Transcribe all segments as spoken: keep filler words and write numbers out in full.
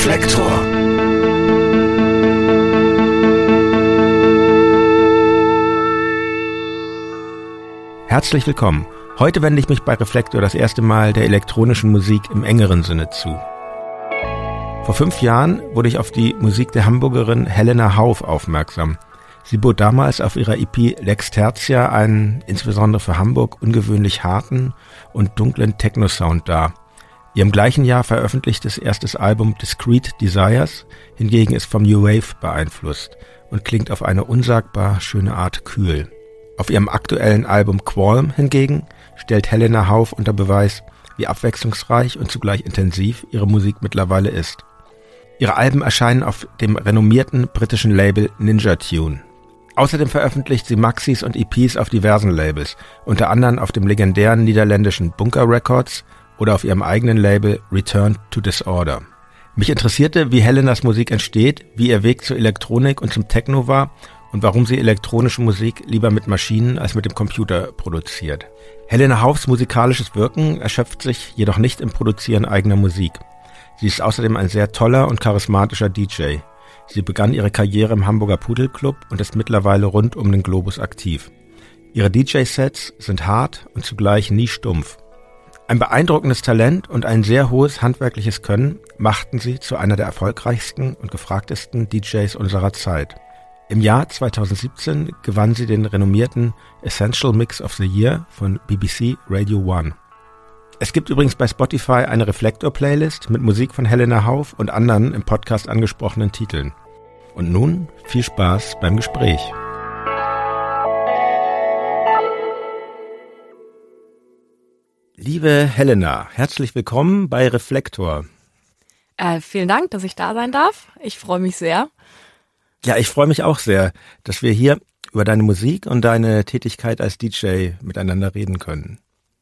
Reflektor. Herzlich willkommen. Heute wende ich mich bei Reflektor das erste Mal der elektronischen Musik im engeren Sinne zu. Vor fünf Jahren wurde ich auf die Musik der Hamburgerin Helena Hauff aufmerksam. Sie bot damals auf ihrer E P Lex Tertia einen, insbesondere für Hamburg, ungewöhnlich harten und dunklen Techno-Sound dar. Ihr im gleichen Jahr veröffentlichtes erstes Album Discrete Desires hingegen ist vom New Wave beeinflusst und klingt auf eine unsagbar schöne Art kühl. Auf ihrem aktuellen Album Qualm hingegen stellt Helena Hauff unter Beweis, wie abwechslungsreich und zugleich intensiv ihre Musik mittlerweile ist. Ihre Alben erscheinen auf dem renommierten britischen Label Ninja Tune. Außerdem veröffentlicht sie Maxis und E Ps auf diversen Labels, unter anderem auf dem legendären niederländischen Bunker Records oder auf ihrem eigenen Label Return to Disorder. Mich interessierte, wie Helenas Musik entsteht, wie ihr Weg zur Elektronik und zum Techno war und warum sie elektronische Musik lieber mit Maschinen als mit dem Computer produziert. Helena Hauffs musikalisches Wirken erschöpft sich jedoch nicht im Produzieren eigener Musik. Sie ist außerdem ein sehr toller und charismatischer D J. Sie begann ihre Karriere im Hamburger Pudelclub und ist mittlerweile rund um den Globus aktiv. Ihre D J-Sets sind hart und zugleich nie stumpf. Ein beeindruckendes Talent und ein sehr hohes handwerkliches Können machten sie zu einer der erfolgreichsten und gefragtesten D Js unserer Zeit. Im Jahr zweitausendsiebzehn gewann sie den renommierten Essential Mix of the Year von B B C Radio One. Es gibt übrigens bei Spotify eine Reflektor-Playlist mit Musik von Helena Hauff und anderen im Podcast angesprochenen Titeln. Und nun viel Spaß beim Gespräch. Liebe Helena, herzlich willkommen bei Reflektor. Äh, vielen Dank, dass ich da sein darf. Ich freue mich sehr. Ja, ich freue mich auch sehr, dass wir hier über deine Musik und deine Tätigkeit als D J miteinander reden können.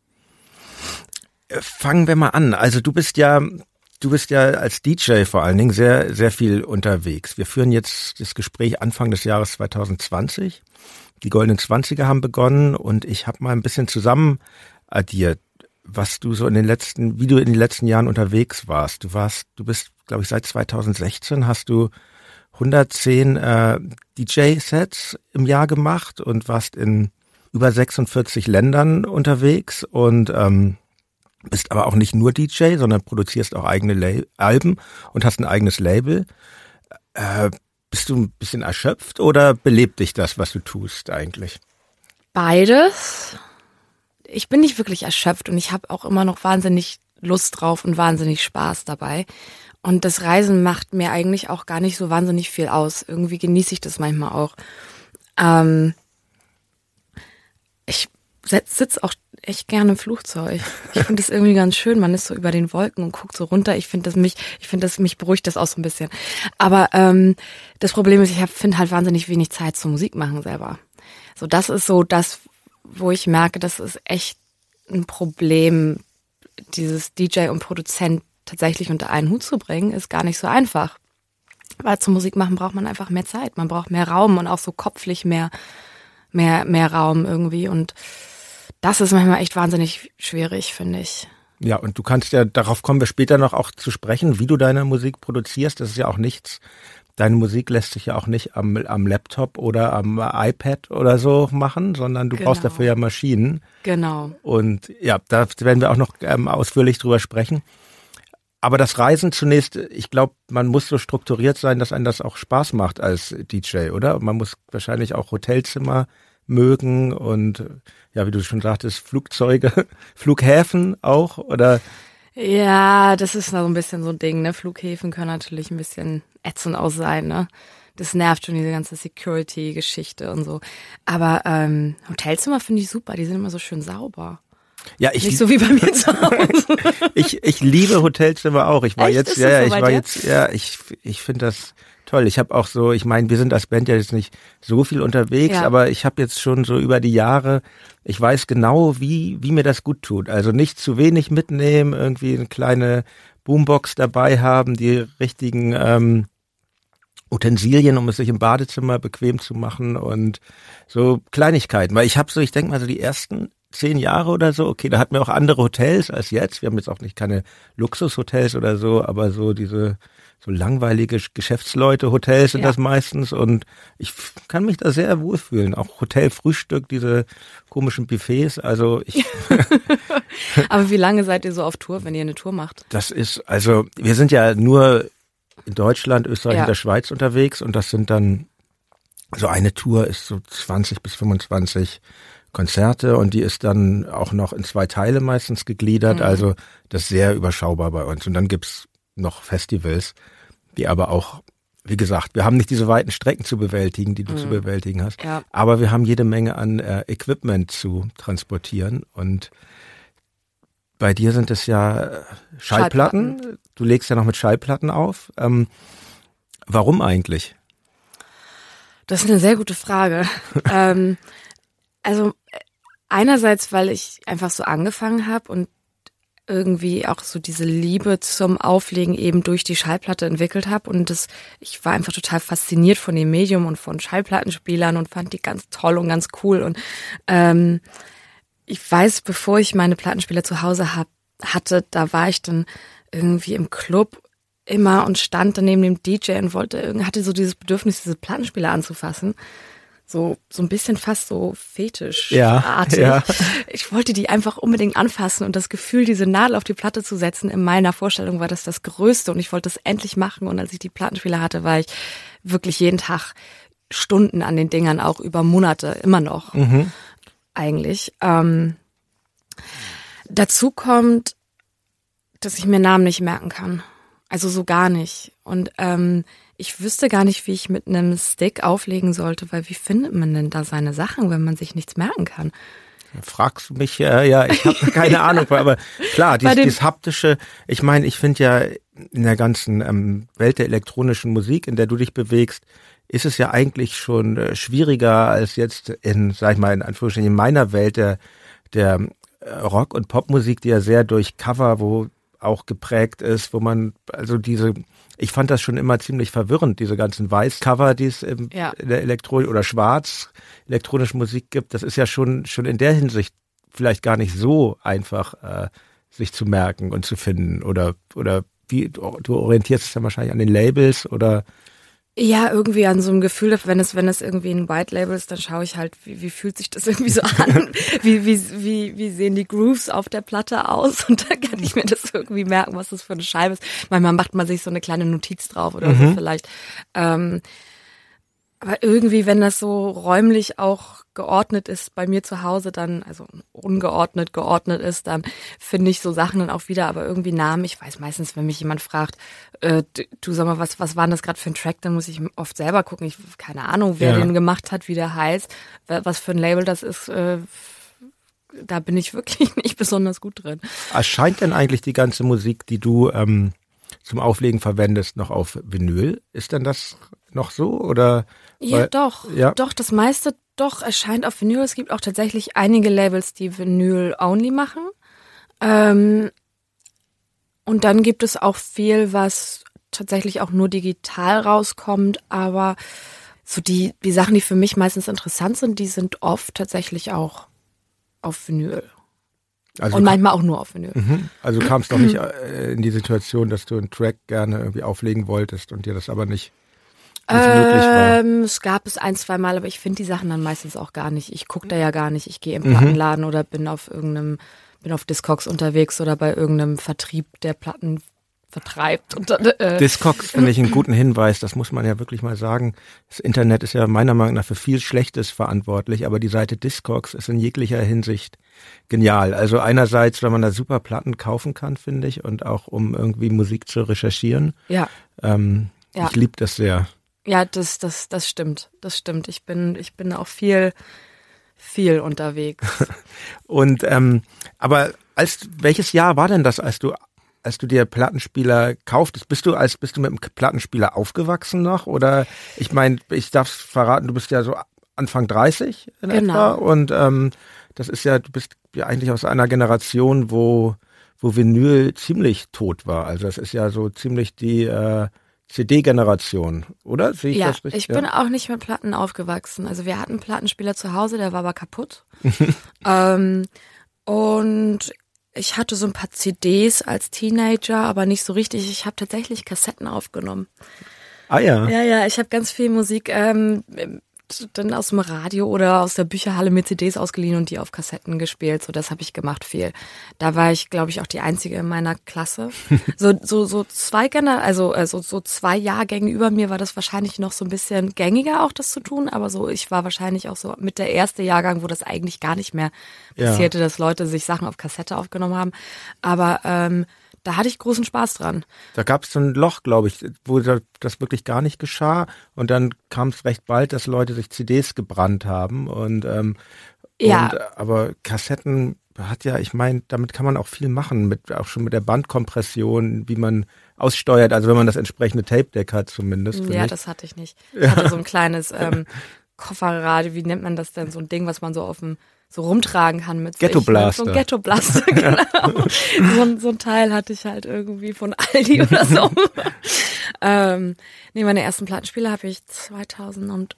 Fangen wir mal an. Also du bist ja, du bist ja als D J vor allen Dingen sehr, sehr viel unterwegs. Wir führen jetzt das Gespräch Anfang des Jahres zweitausendzwanzig. Die Goldenen Zwanziger haben begonnen und ich habe mal ein bisschen zusammen addiert, was du so in den letzten, wie du in den letzten Jahren unterwegs warst. Du warst, du bist, glaube ich, seit zweitausendsechzehn hast du hundertzehn äh, D J-Sets im Jahr gemacht und warst in über sechsundvierzig Ländern unterwegs und ähm, bist aber auch nicht nur D J, sondern produzierst auch eigene La- Alben und hast ein eigenes Label. Äh, bist du ein bisschen erschöpft oder belebt dich das, was du tust eigentlich? Beides. Ich bin nicht wirklich erschöpft und ich habe auch immer noch wahnsinnig Lust drauf und wahnsinnig Spaß dabei. Und das Reisen macht mir eigentlich auch gar nicht so wahnsinnig viel aus. Irgendwie genieße ich das manchmal auch. Ähm, ich sitze auch echt gerne im Flugzeug. Ich finde das irgendwie ganz schön. Man ist so über den Wolken und guckt so runter. Ich finde das mich, ich finde das mich beruhigt das auch so ein bisschen. Aber ähm, das Problem ist, ich finde halt wahnsinnig wenig Zeit zum Musik machen selber. So, das ist so das, wo ich merke, das ist echt ein Problem, dieses D J und Produzent tatsächlich unter einen Hut zu bringen, ist gar nicht so einfach. Weil zum Musik machen braucht man einfach mehr Zeit. Man braucht mehr Raum und auch so kopflich mehr, mehr, mehr Raum irgendwie. Und das ist manchmal echt wahnsinnig schwierig, finde ich. Ja, und du kannst ja, darauf kommen wir später noch auch zu sprechen, wie du deine Musik produzierst. Das ist ja auch nichts, deine Musik lässt sich ja auch nicht am, am Laptop oder am iPad oder so machen, sondern du genau. brauchst dafür ja Maschinen. Genau. Und ja, da werden wir auch noch ähm, ausführlich drüber sprechen. Aber das Reisen zunächst, ich glaube, man muss so strukturiert sein, dass einem das auch Spaß macht als D J, oder? Man muss wahrscheinlich auch Hotelzimmer mögen und ja, wie du schon sagtest, Flugzeuge, Flughäfen auch, oder? Ja, das ist noch so ein bisschen so ein Ding, ne? Flughäfen können natürlich ein bisschen ätzend auch sein, ne? Das nervt schon, diese ganze Security-Geschichte und so. Aber ähm, Hotelzimmer finde ich super, die sind immer so schön sauber. Ja, ich nicht so wie bei mir zu Hause. ich ich liebe Hotelzimmer auch. Ich war Echt? jetzt Ist ja, ja so ich bei war dir? jetzt ja, ich ich finde das toll. Ich habe auch so, ich meine, wir sind als Band ja jetzt nicht so viel unterwegs, Ja. aber ich habe jetzt schon so über die Jahre, ich weiß genau, wie wie mir das gut tut. Also nicht zu wenig mitnehmen, irgendwie eine kleine Boombox dabei haben, die richtigen ähm, Utensilien, um es sich im Badezimmer bequem zu machen und so Kleinigkeiten. Weil ich habe so, ich denke mal so die ersten zehn Jahre oder so. Okay, da hatten wir auch andere Hotels als jetzt. Wir haben jetzt auch nicht keine Luxushotels oder so, aber so diese so langweilige Geschäftsleute-Hotels sind ja. das meistens. Und ich kann mich da sehr wohlfühlen. Auch Hotelfrühstück, diese komischen Buffets. Also ich. Aber wie lange seid ihr so auf Tour, wenn ihr eine Tour macht? Das ist, also wir sind ja nur in Deutschland, Österreich ja. und der Schweiz unterwegs. Und das sind dann, so eine Tour ist so zwanzig bis fünfundzwanzig Konzerte und die ist dann auch noch in zwei Teile meistens gegliedert. Mhm. Also das ist sehr überschaubar bei uns. Und dann gibt's noch Festivals, die aber auch, wie gesagt, wir haben nicht diese weiten Strecken zu bewältigen, die du mhm. zu bewältigen hast, ja. aber wir haben jede Menge an äh, Equipment zu transportieren und bei dir sind es ja Schallplatten. Schallplatten. Du legst ja noch mit Schallplatten auf. Ähm, warum eigentlich? Das ist eine sehr gute Frage. ähm, also einerseits, weil ich einfach so angefangen habe und irgendwie auch so diese Liebe zum Auflegen eben durch die Schallplatte entwickelt habe und das, ich war einfach total fasziniert von dem Medium und von Schallplattenspielern und fand die ganz toll und ganz cool und ähm, ich weiß, bevor ich meine Plattenspieler zu Hause hab, hatte, da war ich dann irgendwie im Club immer und stand dann neben dem D J und wollte, hatte so dieses Bedürfnis, diese Plattenspieler anzufassen. So, so ein bisschen fast so fetischartig. Ja, ja. Ich wollte die einfach unbedingt anfassen und das Gefühl, diese Nadel auf die Platte zu setzen, in meiner Vorstellung war das das Größte und ich wollte es endlich machen und als ich die Plattenspieler hatte, war ich wirklich jeden Tag Stunden an den Dingern, auch über Monate, immer noch, mhm. eigentlich. Ähm, dazu kommt, dass ich mir Namen nicht merken kann. Also so gar nicht. Und ähm, ich wüsste gar nicht, wie ich mit einem Stick auflegen sollte, weil wie findet man denn da seine Sachen, wenn man sich nichts merken kann? Fragst du mich, äh, ja, ich habe keine Ahnung, aber klar, dieses, dieses haptische, ich meine, ich finde ja in der ganzen ähm, Welt der elektronischen Musik, in der du dich bewegst, ist es ja eigentlich schon äh, schwieriger als jetzt in, sag ich mal, in Anführungsstrichen in meiner Welt der, der äh, Rock- und Popmusik, die ja sehr durch Cover, wo auch geprägt ist, wo man, also diese, ich fand das schon immer ziemlich verwirrend, diese ganzen Weißcover, die es im, ja. in der Elektronik oder schwarz elektronische Musik gibt, das ist ja schon schon in der Hinsicht vielleicht gar nicht so einfach, äh, sich zu merken und zu finden oder oder wie, du orientierst dich dann wahrscheinlich an den Labels oder? Ja, irgendwie an so einem Gefühl, wenn es, wenn es irgendwie ein White Label ist, dann schaue ich halt, wie, wie fühlt sich das irgendwie so an? wie, wie, wie, wie sehen die Grooves auf der Platte aus? Und dann kann ich mir das irgendwie merken, was das für eine Scheibe ist. Manchmal macht man sich so eine kleine Notiz drauf oder mhm. so vielleicht. Ähm, aber irgendwie, wenn das so räumlich auch geordnet ist bei mir zu Hause, dann, also ungeordnet, geordnet ist, dann finde ich so Sachen dann auch wieder, aber irgendwie Namen, ich weiß meistens, wenn mich jemand fragt, äh, du sag mal, was, was war denn das gerade für ein Track, dann muss ich oft selber gucken, ich keine Ahnung, wer ja. den gemacht hat, wie der heißt, was für ein Label das ist, äh, da bin ich wirklich nicht besonders gut drin. Erscheint denn eigentlich die ganze Musik, die du ähm, zum Auflegen verwendest, noch auf Vinyl? Ist denn das noch so, oder? Ja, weil, doch, ja. doch, das meiste doch erscheint auf Vinyl. Es gibt auch tatsächlich einige Labels, die Vinyl-only machen. Ähm, und dann gibt es auch viel, was tatsächlich auch nur digital rauskommt, aber so die, die Sachen, die für mich meistens interessant sind, die sind oft tatsächlich auch auf Vinyl. Also und manchmal auch nur auf Vinyl. Mhm. Also kam es doch nicht äh, in die Situation, dass du einen Track gerne irgendwie auflegen wolltest und dir das aber nicht Ähm, es gab es ein, zwei Mal, aber ich finde die Sachen dann meistens auch gar nicht. Ich gucke da ja gar nicht. Ich gehe im Plattenladen mhm. oder bin auf irgendeinem, bin auf Discogs unterwegs oder bei irgendeinem Vertrieb, der Platten vertreibt. Und, äh, Discogs finde ich einen guten Hinweis, das muss man ja wirklich mal sagen. Das Internet ist ja meiner Meinung nach für viel Schlechtes verantwortlich, aber die Seite Discogs ist in jeglicher Hinsicht genial. Also einerseits, weil man da super Platten kaufen kann, finde ich, und auch um irgendwie Musik zu recherchieren. Ja. Ähm, ja. Ich liebe das sehr. Ja, das, das, das stimmt. Das stimmt. Ich bin, ich bin auch viel, viel unterwegs. Und, ähm, aber als, welches Jahr war denn das, als du, als du dir Plattenspieler kauftest? Bist du als, bist du mit einem Plattenspieler aufgewachsen noch? Oder, ich meine, ich darf verraten, du bist ja so Anfang dreißig in genau. etwa. Und, ähm, das ist ja, du bist ja eigentlich aus einer Generation, wo, wo Vinyl ziemlich tot war. Also, es ist ja so ziemlich die, äh, C D-Generation, oder? Sehe ich ja, das richtig? Ich bin ja. auch nicht mit Platten aufgewachsen. Also wir hatten einen Plattenspieler zu Hause, der war aber kaputt. ähm, und ich hatte so ein paar C Ds als Teenager, aber nicht so richtig. Ich habe tatsächlich Kassetten aufgenommen. Ah ja. Ja, ja, ich habe ganz viel Musik ähm, dann aus dem Radio oder aus der Bücherhalle mit C Ds ausgeliehen und die auf Kassetten gespielt. So, das habe ich gemacht viel. Da war ich, glaube ich, auch die Einzige in meiner Klasse. So, so, so zwei Gener- also, also so zwei Jahrgänge über mir war das wahrscheinlich noch so ein bisschen gängiger, auch das zu tun. Aber so, ich war wahrscheinlich auch so mit der erste Jahrgang, wo das eigentlich gar nicht mehr passierte, ja. dass Leute sich Sachen auf Kassette aufgenommen haben. Aber ähm, da hatte ich großen Spaß dran. Da gab es so ein Loch, glaube ich, wo das wirklich gar nicht geschah. Und dann kam es recht bald, dass Leute sich C Ds gebrannt haben. Und, ähm, ja. und aber Kassetten hat ja, ich meine, damit kann man auch viel machen, mit auch schon mit der Bandkompression, wie man aussteuert, also wenn man das entsprechende Tape-Deck hat zumindest. Ja, mich. das hatte ich nicht. Ich hatte so ein kleines ähm, Kofferradio, wie nennt man das denn? So ein Ding, was man so auf dem so rumtragen kann mit Ghetto sich. Blaster. So ein Ghetto Blaster, genau. so, ein, so ein Teil hatte ich halt irgendwie von Aldi oder so. ähm, nee, meine ersten Plattenspieler habe ich zweitausendacht,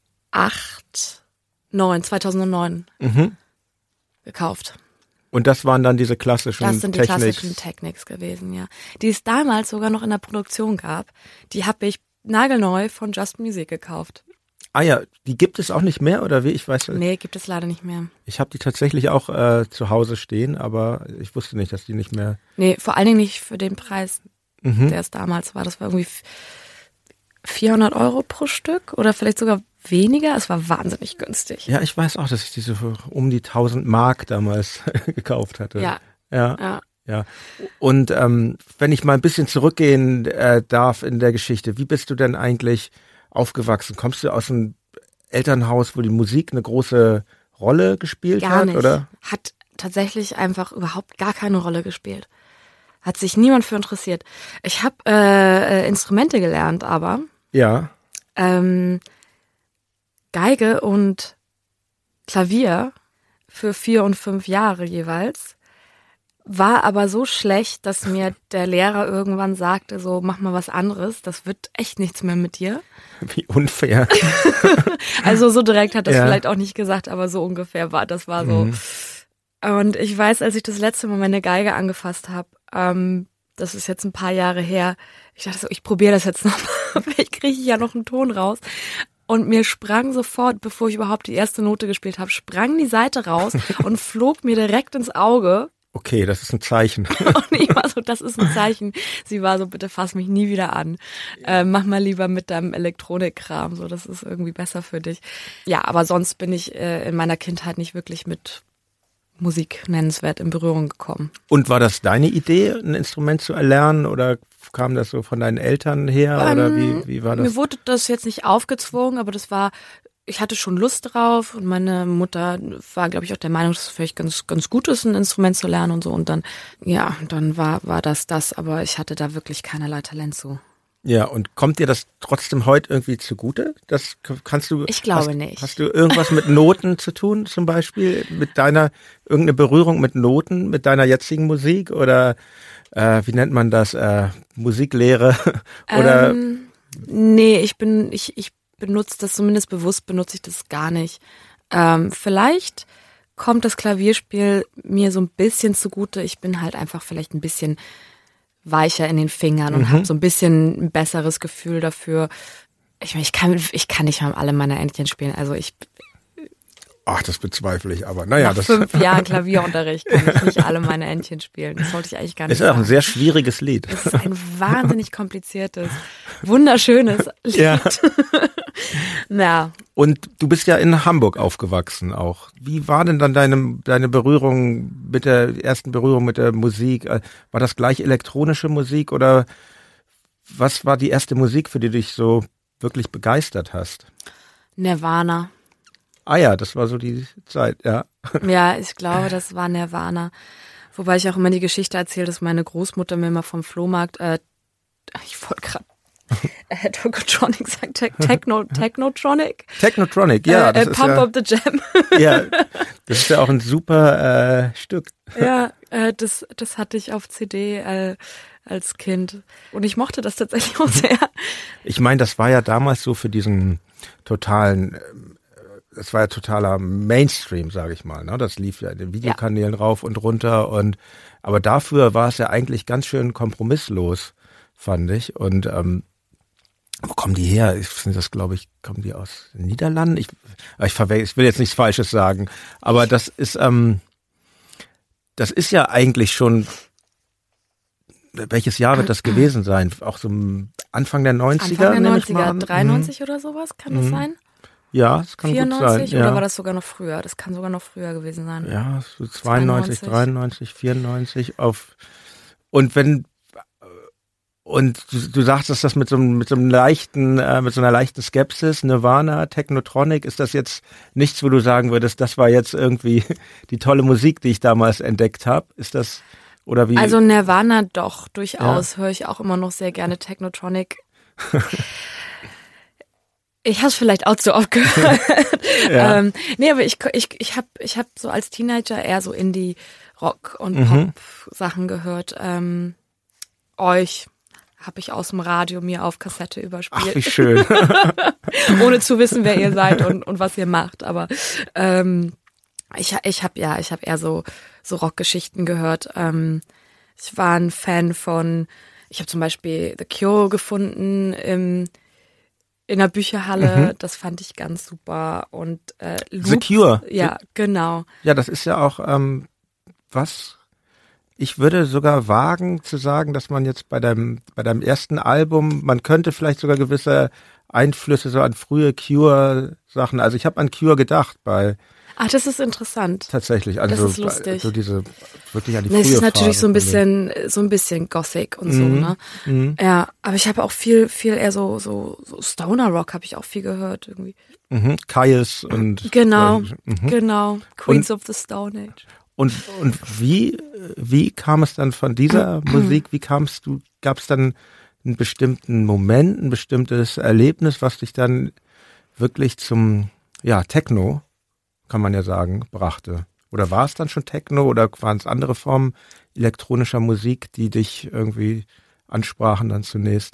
neun, zweitausendneun mhm. gekauft. Und das waren dann diese klassischen Das sind die Technics. klassischen Technics gewesen, ja. Die es damals sogar noch in der Produktion gab. Die habe ich nagelneu von Just Music gekauft. Ah ja, die gibt es auch nicht mehr, oder wie? Ich weiß. Nee, gibt es leider nicht mehr. Ich habe die tatsächlich auch äh, zu Hause stehen, aber ich wusste nicht, dass die nicht mehr... Nee, vor allen Dingen nicht für den Preis, mhm. der es damals war. Das war irgendwie vierhundert Euro pro Stück oder vielleicht sogar weniger. Es war wahnsinnig günstig. Ja, ich weiß auch, dass ich diese für um die tausend Mark damals gekauft hatte. Ja. Ja. Ja. Ja. Und ähm, wenn ich mal ein bisschen zurückgehen äh, darf in der Geschichte, wie bist du denn eigentlich aufgewachsen? Kommst du aus einem Elternhaus, wo die Musik eine große Rolle gespielt Gar hat? nicht. Oder? Hat tatsächlich einfach überhaupt gar keine Rolle gespielt. Hat sich niemand für interessiert. Ich habe äh, Instrumente gelernt, aber ja. ähm, Geige und Klavier für vier und fünf Jahre jeweils. War aber so schlecht, dass mir der Lehrer irgendwann sagte, so mach mal was anderes, das wird echt nichts mehr mit dir. Wie unfair. Also so direkt hat das ja. vielleicht auch nicht gesagt, aber so ungefähr war das war so. Mhm. Und ich weiß, als ich das letzte Mal meine Geige angefasst habe, ähm, das ist jetzt ein paar Jahre her, ich dachte so, ich probiere das jetzt nochmal, vielleicht kriege ich ja noch einen Ton raus. Und mir sprang sofort, bevor ich überhaupt die erste Note gespielt habe, sprang die Seite raus und flog mir direkt ins Auge. Okay, das ist ein Zeichen. Und ich war so, das ist ein Zeichen. Sie war so, bitte fass mich nie wieder an. Äh, mach mal lieber mit deinem Elektronikkram, so, das ist irgendwie besser für dich. Ja, aber sonst bin ich äh, in meiner Kindheit nicht wirklich mit Musik nennenswert in Berührung gekommen. Und war das deine Idee, ein Instrument zu erlernen, oder kam das so von deinen Eltern her, ähm, oder wie, wie war das? Mir wurde das jetzt nicht aufgezwungen, aber das war, ich hatte schon Lust drauf und meine Mutter war, glaube ich, auch der Meinung, dass es vielleicht ganz, ganz gut ist, ein Instrument zu lernen und so. Und dann, ja, dann war, war das das, aber ich hatte da wirklich keinerlei Talent zu. Ja, und kommt dir das trotzdem heute irgendwie zugute? Das kannst du. Ich glaube hast, nicht. Hast du irgendwas mit Noten zu tun, zum Beispiel? Mit deiner, irgendeine Berührung mit Noten, mit deiner jetzigen Musik? Oder äh, wie nennt man das? Äh, Musiklehre? Oder? Ähm, nee, ich bin, ich, ich benutze das, zumindest bewusst benutze ich das gar nicht. Ähm, vielleicht kommt das Klavierspiel mir so ein bisschen zugute. Ich bin halt einfach vielleicht ein bisschen weicher in den Fingern und mhm. habe so ein bisschen ein besseres Gefühl dafür. Ich meine, ich kann, ich kann nicht mal alle meine Entchen spielen. Also ich. Ach, das bezweifle ich, aber naja. Nach das fünf Jahren Klavierunterricht kann ich nicht alle meine Entchen spielen. Das sollte ich eigentlich gar nicht sagen. Das ist auch ein sagen. sehr schwieriges Lied. Es ist ein wahnsinnig kompliziertes, wunderschönes Lied. Ja. ja. Und du bist ja in Hamburg aufgewachsen auch. Wie war denn dann deine, deine Berührung mit der ersten Berührung mit der Musik? War das gleich elektronische Musik oder was war die erste Musik, für die du dich so wirklich begeistert hast? Nirvana. Ah ja, das war so die Zeit, ja. Ja, ich glaube, das war Nirvana. Wobei ich auch immer die Geschichte erzähle, dass meine Großmutter mir mal vom Flohmarkt, äh, ich wollte gerade äh, Tokotronic sagt Te- Techno, Technotronic. Technotronic, ja. Äh, das äh, ist Pump ja, Up the Jam. Ja, das ist ja auch ein super äh, Stück. Ja, äh, das, das hatte ich auf C D äh, als Kind. Und ich mochte das tatsächlich auch sehr. Ich meine, das war ja damals so für diesen totalen, das war ja totaler Mainstream, sage ich mal. Ne? Das lief ja in den Videokanälen ja. rauf und runter. Und aber dafür war es ja eigentlich ganz schön kompromisslos, fand ich. Und ähm, wo kommen die her? Ich finde das, glaube ich, kommen die aus den Niederlanden? Ich, ich, verwe- ich will jetzt nichts Falsches sagen. Aber das ist, ähm, das ist ja eigentlich schon, welches Jahr wird das gewesen sein? Auch so Anfang der neunziger? Anfang der neunziger, dreiundneunzig mhm. oder sowas, kann das mhm. sein? Ja, das kann vierundneunzig, gut sein. Oder ja. war das sogar noch früher? Das kann sogar noch früher gewesen sein. Ja, so zweiundneunzig, dreiundneunzig, vierundneunzig auf, und wenn, und du, du sagst das mit so einem, mit so einem leichten, äh, mit so einer leichten Skepsis, Nirvana, Technotronic, ist das jetzt nichts, wo du sagen würdest, das war jetzt irgendwie die tolle Musik, die ich damals entdeckt habe? Ist das, oder wie? Also Nirvana doch, durchaus, ja. höre ich auch immer noch sehr gerne Technotronic. Ich habe es vielleicht auch zu oft gehört. ja. ähm, nee, aber ich, ich, ich habe ich hab so als Teenager eher so Indie-Rock und Mhm. Pop-Sachen gehört. Ähm, euch habe ich aus dem Radio mir auf Kassette überspielt. Ach, wie schön. Ohne zu wissen, wer ihr seid und, und was ihr macht. Aber ähm, ich, ich habe ja, ich habe eher so, so Rockgeschichten gehört. Ähm, ich war ein Fan von, ich habe zum Beispiel The Cure gefunden im in der Bücherhalle, mhm. das fand ich ganz super. Und äh, Loops, The Cure. Ja, genau. Ja, das ist ja auch ähm, was. Ich würde sogar wagen zu sagen, dass man jetzt bei deinem bei deinem ersten Album, man könnte vielleicht sogar gewisse Einflüsse so an frühe Cure-Sachen. Also ich habe an Cure gedacht bei. Ach, das ist interessant. Tatsächlich, also das ist lustig. So diese wirklich an die Das frühe ist natürlich Phase so ein bisschen so ein bisschen Gothic und so, mhm. ne? Mhm. Ja, aber ich habe auch viel viel eher so so, so Stoner Rock habe ich auch viel gehört irgendwie. Mhm. Kyuss und genau, mhm. genau, Queens und, of the Stone Age. Und und wie wie kam es dann von dieser Musik? Wie kamst du? Gab es dann einen bestimmten Moment, ein bestimmtes Erlebnis, was dich dann wirklich zum ja Techno, kann man ja sagen, brachte? Oder war es dann schon Techno oder waren es andere Formen elektronischer Musik, die dich irgendwie ansprachen dann zunächst?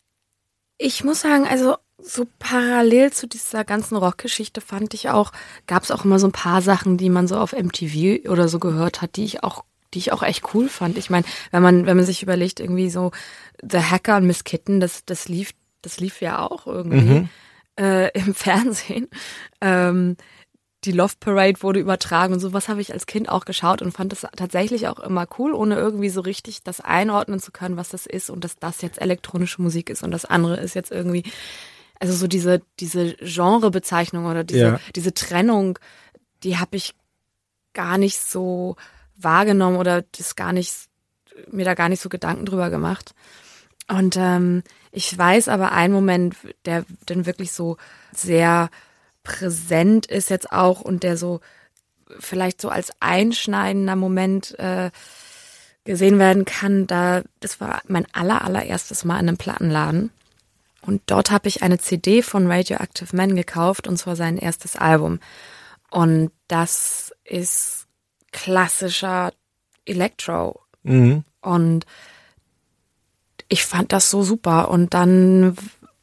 Ich muss sagen, also so parallel zu dieser ganzen Rockgeschichte fand ich auch, gab es auch immer so ein paar Sachen, die man so auf M T V oder so gehört hat, die ich auch, die ich auch echt cool fand. Ich meine, wenn man, wenn man sich überlegt, irgendwie so The Hacker und Miss Kitten, das, das lief, das lief ja auch irgendwie Mhm. äh, im Fernsehen. Ähm, Die Love Parade wurde übertragen und sowas habe ich als Kind auch geschaut und fand das tatsächlich auch immer cool, ohne irgendwie so richtig das einordnen zu können, was das ist und dass das jetzt elektronische Musik ist und das andere ist jetzt irgendwie, also so diese diese Genrebezeichnung oder diese Ja. diese Trennung, die habe ich gar nicht so wahrgenommen oder das gar nicht mir da gar nicht so Gedanken drüber gemacht. Und ähm, ich weiß aber einen Moment, der dann wirklich so sehr präsent ist jetzt auch und der so vielleicht so als einschneidender Moment äh, gesehen werden kann, da das war mein aller allererstes Mal in einem Plattenladen und dort habe ich eine C D von Radioactive Man gekauft und zwar sein erstes Album und das ist klassischer Electro Mhm. und ich fand das so super und dann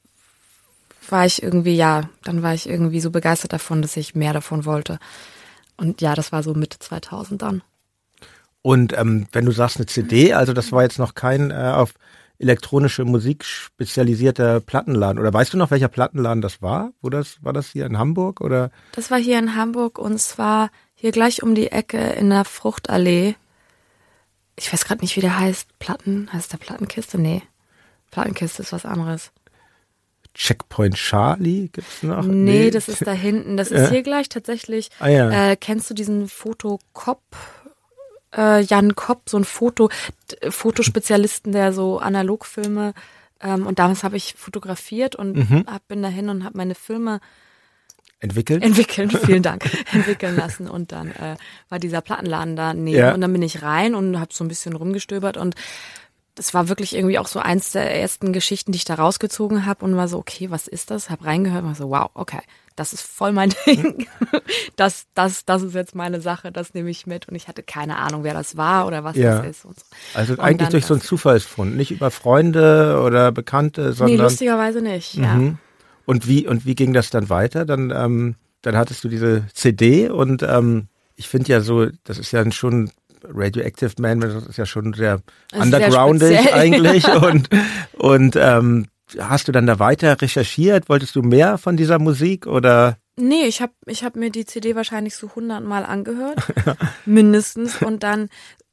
war ich irgendwie, ja, dann war ich irgendwie so begeistert davon, dass ich mehr davon wollte. Und ja, das war so Mitte zweitausend dann. Und ähm, wenn du sagst eine C D, also das war jetzt noch kein äh, auf elektronische Musik spezialisierter Plattenladen. Oder weißt du noch, welcher Plattenladen das war? Wo das, war das hier in Hamburg oder? Das war hier in Hamburg und zwar hier gleich um die Ecke in der Fruchtallee. Ich weiß gerade nicht, wie der heißt. Platten, heißt der Plattenkiste? Nee. Plattenkiste ist was anderes. Checkpoint Charlie gibt's noch? Nee, nee, das ist da hinten. Das ist Ja. hier gleich tatsächlich. Ah, ja. äh, kennst du diesen Fotokopp? Äh, Jan Kopp, so ein Foto, Fotospezialisten, der so Analogfilme ähm, und damals habe ich fotografiert und Mhm. hab, bin dahin und habe meine Filme Entwickelt? entwickeln, vielen Dank, entwickeln lassen und dann äh, war dieser Plattenladen da neben Ja. und dann bin ich rein und habe so ein bisschen rumgestöbert und das war wirklich irgendwie auch so eins der ersten Geschichten, die ich da rausgezogen habe und war so, okay, was ist das? Hab reingehört und war so, wow, okay, das ist voll mein Ding. Das, das, das ist jetzt meine Sache, das nehme ich mit. Und ich hatte keine Ahnung, wer das war oder was ja. das ist. Und so. Also und eigentlich durch so einen Zufallsfund, nicht über Freunde oder Bekannte, sondern... Nee, lustigerweise nicht, mhm. ja. Und wie, und wie ging das dann weiter? Dann, ähm, dann hattest du diese C D und ähm, ich finde ja so, das ist ja schon... Radioactive Man, das ist ja schon sehr undergroundig eigentlich. und und ähm, hast du dann da weiter recherchiert? Wolltest du mehr von dieser Musik oder? Nee, ich habe ich hab mir die C D wahrscheinlich so hundertmal angehört, mindestens. Und dann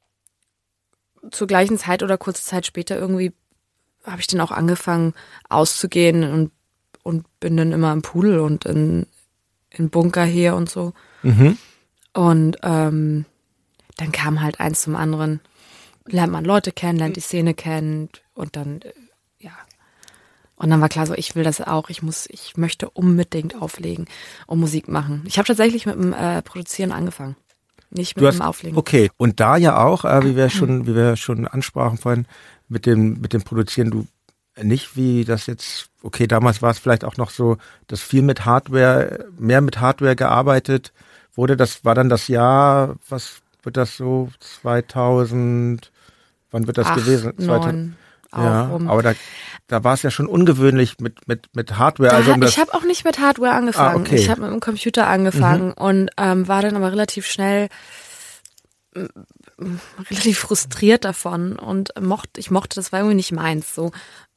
zur gleichen Zeit oder kurze Zeit später irgendwie habe ich dann auch angefangen auszugehen und, und bin dann immer im Pool und in, in Bunker hier und so. Mhm. Und ähm, dann kam halt eins zum anderen. Lernt man Leute kennen, lernt die Szene kennen und dann, äh, ja. Und dann war klar so, ich will das auch. Ich muss, ich möchte unbedingt auflegen und Musik machen. Ich habe tatsächlich mit dem äh, Produzieren angefangen, nicht mit du hast, dem Auflegen. Okay, und da ja auch, äh, wie wir schon, wie wir schon ansprachen vorhin, mit dem, mit dem Produzieren, du nicht wie das jetzt, okay, damals war es vielleicht auch noch so, dass viel mit Hardware, mehr mit Hardware gearbeitet wurde. Das war dann das Jahr, was wird das so zweitausend, wann wird das Acht, gewesen? neun, ja, rum. aber da, da war es ja schon ungewöhnlich mit, mit, mit Hardware. Da, also um das ich habe auch nicht mit Hardware angefangen. Ah, okay. Ich habe mit dem Computer angefangen mhm. und ähm, war dann aber relativ schnell m, m, relativ frustriert davon und mochte, ich mochte, das war irgendwie nicht meins so.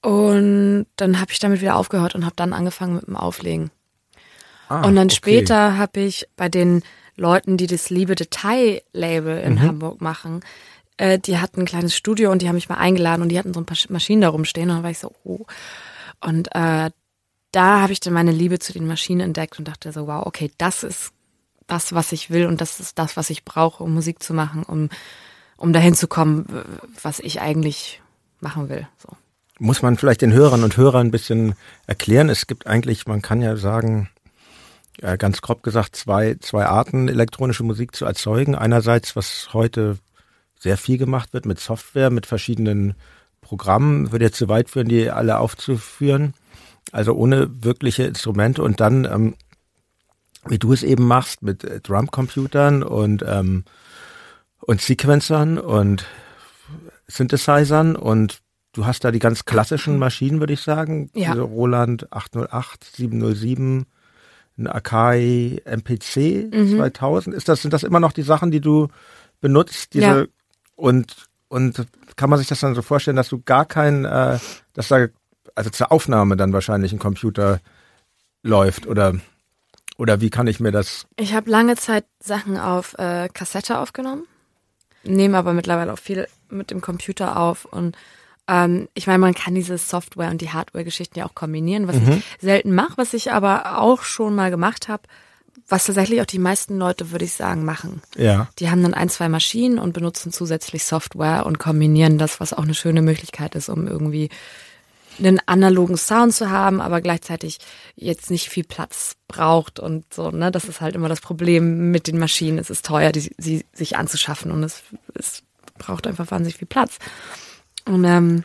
Und dann habe ich damit wieder aufgehört und habe dann angefangen mit dem Auflegen. Ah, und dann okay. später habe ich bei den Leuten, die das Liebe Detail-Label in Mhm. Hamburg machen, äh, die hatten ein kleines Studio und die haben mich mal eingeladen und die hatten so ein paar Maschinen da rumstehen und dann war ich so, oh. Und äh, da habe ich dann meine Liebe zu den Maschinen entdeckt und dachte so, wow, okay, das ist das, was ich will und das ist das, was ich brauche, um Musik zu machen, um, um dahin zu kommen, was ich eigentlich machen will. So. Muss man vielleicht den Hörern und Hörern ein bisschen erklären. Es gibt eigentlich, man kann ja sagen, ja, ganz grob gesagt, zwei, zwei Arten, elektronische Musik zu erzeugen. Einerseits, was heute sehr viel gemacht wird mit Software, mit verschiedenen Programmen, würde jetzt zu weit führen, die alle aufzuführen. Also ohne wirkliche Instrumente und dann, ähm, wie du es eben machst, mit äh, Drumcomputern und, ähm, und Sequencern und Synthesizern und du hast da die ganz klassischen Maschinen, würde ich sagen. Ja. Diese Roland achthundertacht, siebenhundertsieben, ein Akai M P C Mhm. zweitausend. Ist das, sind das immer noch die Sachen, die du benutzt? Diese Ja. und und kann man sich das dann so vorstellen, dass du gar kein, äh, dass da also zur Aufnahme dann wahrscheinlich ein Computer läuft oder oder wie kann ich mir das? Ich habe lange Zeit Sachen auf äh, Kassette aufgenommen, nehme aber mittlerweile auch viel mit dem Computer auf und ähm, ich meine, man kann diese Software und die Hardware-Geschichten ja auch kombinieren, was Mhm. ich selten mache, was ich aber auch schon mal gemacht habe, was tatsächlich auch die meisten Leute, würde ich sagen, machen. Ja. Die haben dann ein, zwei Maschinen und benutzen zusätzlich Software und kombinieren das, was auch eine schöne Möglichkeit ist, um irgendwie einen analogen Sound zu haben, aber gleichzeitig jetzt nicht viel Platz braucht und so, ne? Das ist halt immer das Problem mit den Maschinen. Es ist teuer, die, sie sich anzuschaffen und es, es braucht einfach wahnsinnig viel Platz. Und ähm,